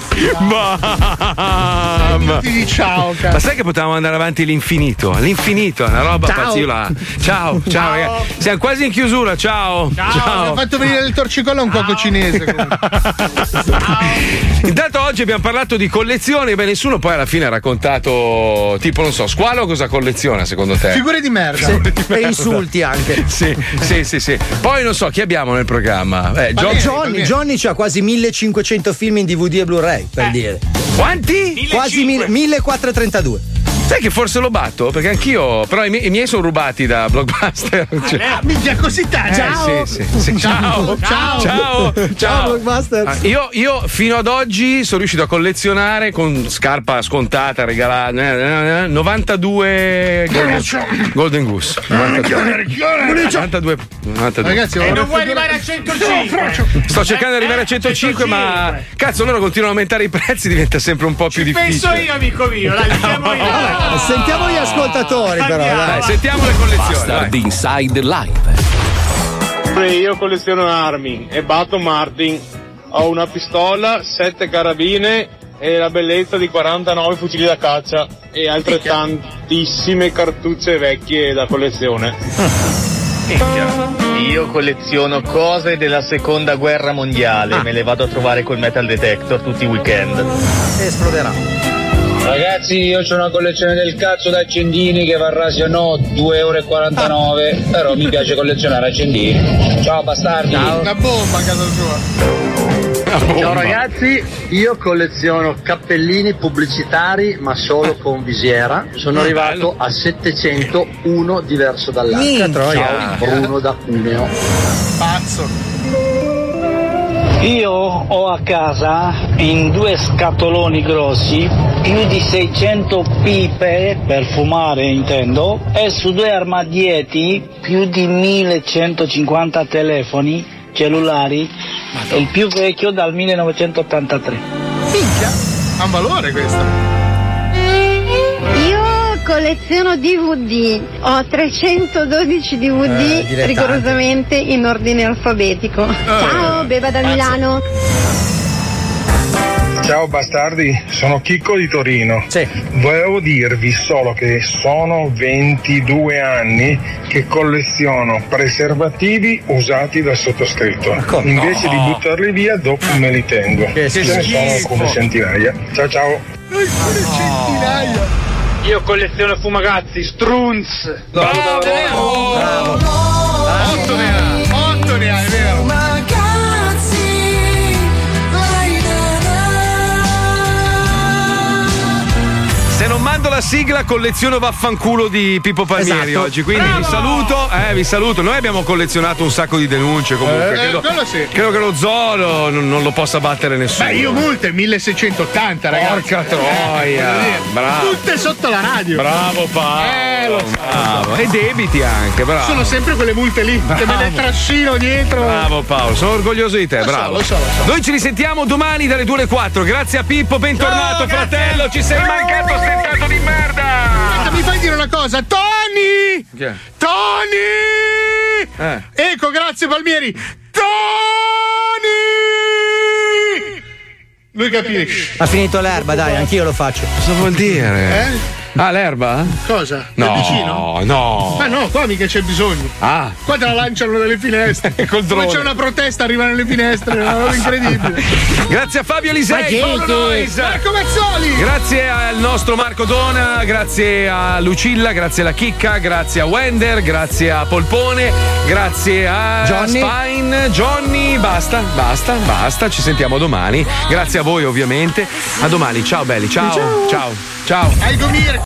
Mamma. Ti di ciao, Ma cazzo. sai che potevamo andare avanti all'infinito? All'infinito, è una roba Ciao. pazziola. Ciao, ciao, ragazzi. Siamo quasi in chiusura, ciao. Ciao. Mi ha fatto venire il torcicollo a un cuoco cinese. comunque. Intanto oggi abbiamo parlato di collezioni, beh, nessuno poi alla fine ha raccontato, tipo, non so, Squalo cosa colleziona secondo te? Figure di merda. Figure di merda. E insulti anche. Sì, sì, sì, sì. Poi non so, chi abbiamo nel programma? Eh, Ma John- Johnny, Johnny c'ha quasi millecinquecento film in D V D e Blu-ray, per dire. Quanti? Quasi mille- millequattrocentotrentadue. Sai che forse lo batto? Perché anch'io, però i miei, i miei sono rubati da Blockbuster. Cioè- Ah, minchia, così tanto. Eh, Ciao. sì, sì, sì. Ciao, Ciao. ciao, Ciao, Blockbuster. Ah, io, io fino ad oggi sono riuscito a collezionare con scarpa scontata, regalata, eh, eh, novantadue Golden, Golden Goose. novantadue. novantadue, novantadue. Ragazzi, E ho non vuoi arrivare a centocinque? Sto cercando di arrivare a centocinque, ma cazzo, loro continuano a aumentare i prezzi, diventa sempre un po' più Penso difficile. io, amico mio. Dai, diciamo io. Sentiamo gli ascoltatori, però. Andiamo. Dai. Dai, sentiamo le collezioni. Bastard vai. Inside Live. Io colleziono armi e batto Martin. Ho una pistola, sette carabine e la bellezza di quarantanove fucili da caccia e altrettantissime cartucce vecchie da collezione. Io colleziono cose della seconda guerra mondiale, me le vado a trovare col metal detector tutti i weekend. Esploderà. Ragazzi, io ho una collezione del cazzo da accendini che varrà se no due euro e quarantanove, però mi piace collezionare accendini. Ciao bastardi! una bomba a casa sua. Ciao ragazzi, io colleziono cappellini pubblicitari ma solo con visiera. Sono arrivato a settecentouno diverso dall'altro. Ciao Bruno da Cuneo. Pazzo. Io ho a casa in due scatoloni grossi più di seicento pipe per fumare intendo e su due armadietti più di millecentocinquanta telefoni cellulari e il più vecchio dal millenovecentottantatré. Minchia, ha un valore questo. Io colleziono D V D, ho trecentododici D V D Eh, dilettante. rigorosamente in ordine alfabetico. Ciao, Beba da Milano. Ciao bastardi, sono Chicco di Torino. Sì. Volevo dirvi solo che sono ventidue anni che colleziono preservativi usati dal sottoscritto. Invece No. di buttarli via, dopo me li tengo. Che Ce ne sono schifo. come centinaia. Ciao ciao. Centinaia. Io colleziono fumagazzi, strunz! Bravo, bravo. Otto ne ha. Otto ne ha, è vero. Se non mando la sigla, colleziono vaffanculo di Pippo Palmieri Esatto. oggi. Quindi vi saluto, eh, vi saluto. Noi abbiamo collezionato un sacco di denunce comunque. Eh, credo, quello sì. credo che lo zoo non, non lo possa battere nessuno. Beh, io multe milleseicentottanta, ragazzi. Porca troia. Eh, voglio dire, Bravo. Tutte sotto la radio. Bravo Paolo. Eh, lo so. Bravo. E debiti anche, bravo. Sono sempre quelle multe lì, che me le Bravo. trascino dietro. Bravo Paolo, sono orgoglioso di te, Lo so, bravo. lo so, lo so. Noi ci risentiamo domani dalle due alle quattro. Grazie a Pippo, bentornato Ciao, grazie. fratello, ci sei mancato, stentato di merda. Aspetta, mi fai dire una cosa, Tony! Tony! Chi è? Tony! Eh. Ecco, grazie Palmieri. Tony! Lui capisce. Ha finito l'erba, dai, anch'io lo faccio. Cosa vuol dire? Eh? Ah, l'erba? Cosa? No, Del vicino? no. Ma no, qua mica c'è bisogno. Ah. Qua te la lanciano dalle finestre. Col drone. Come c'è una protesta, arriva nelle finestre, è una roba incredibile. Grazie a Fabio Lisei, Paolo Nois, Marco Mazzoli. Grazie al nostro Marco Dona, grazie a Lucilla, grazie alla Chicca, grazie a Wender, grazie a Polpone, grazie a Johnny. Spine, Johnny, basta, basta, basta, ci sentiamo domani. Grazie a voi ovviamente. A domani, ciao belli, ciao, ciao, ciao. ciao. Hai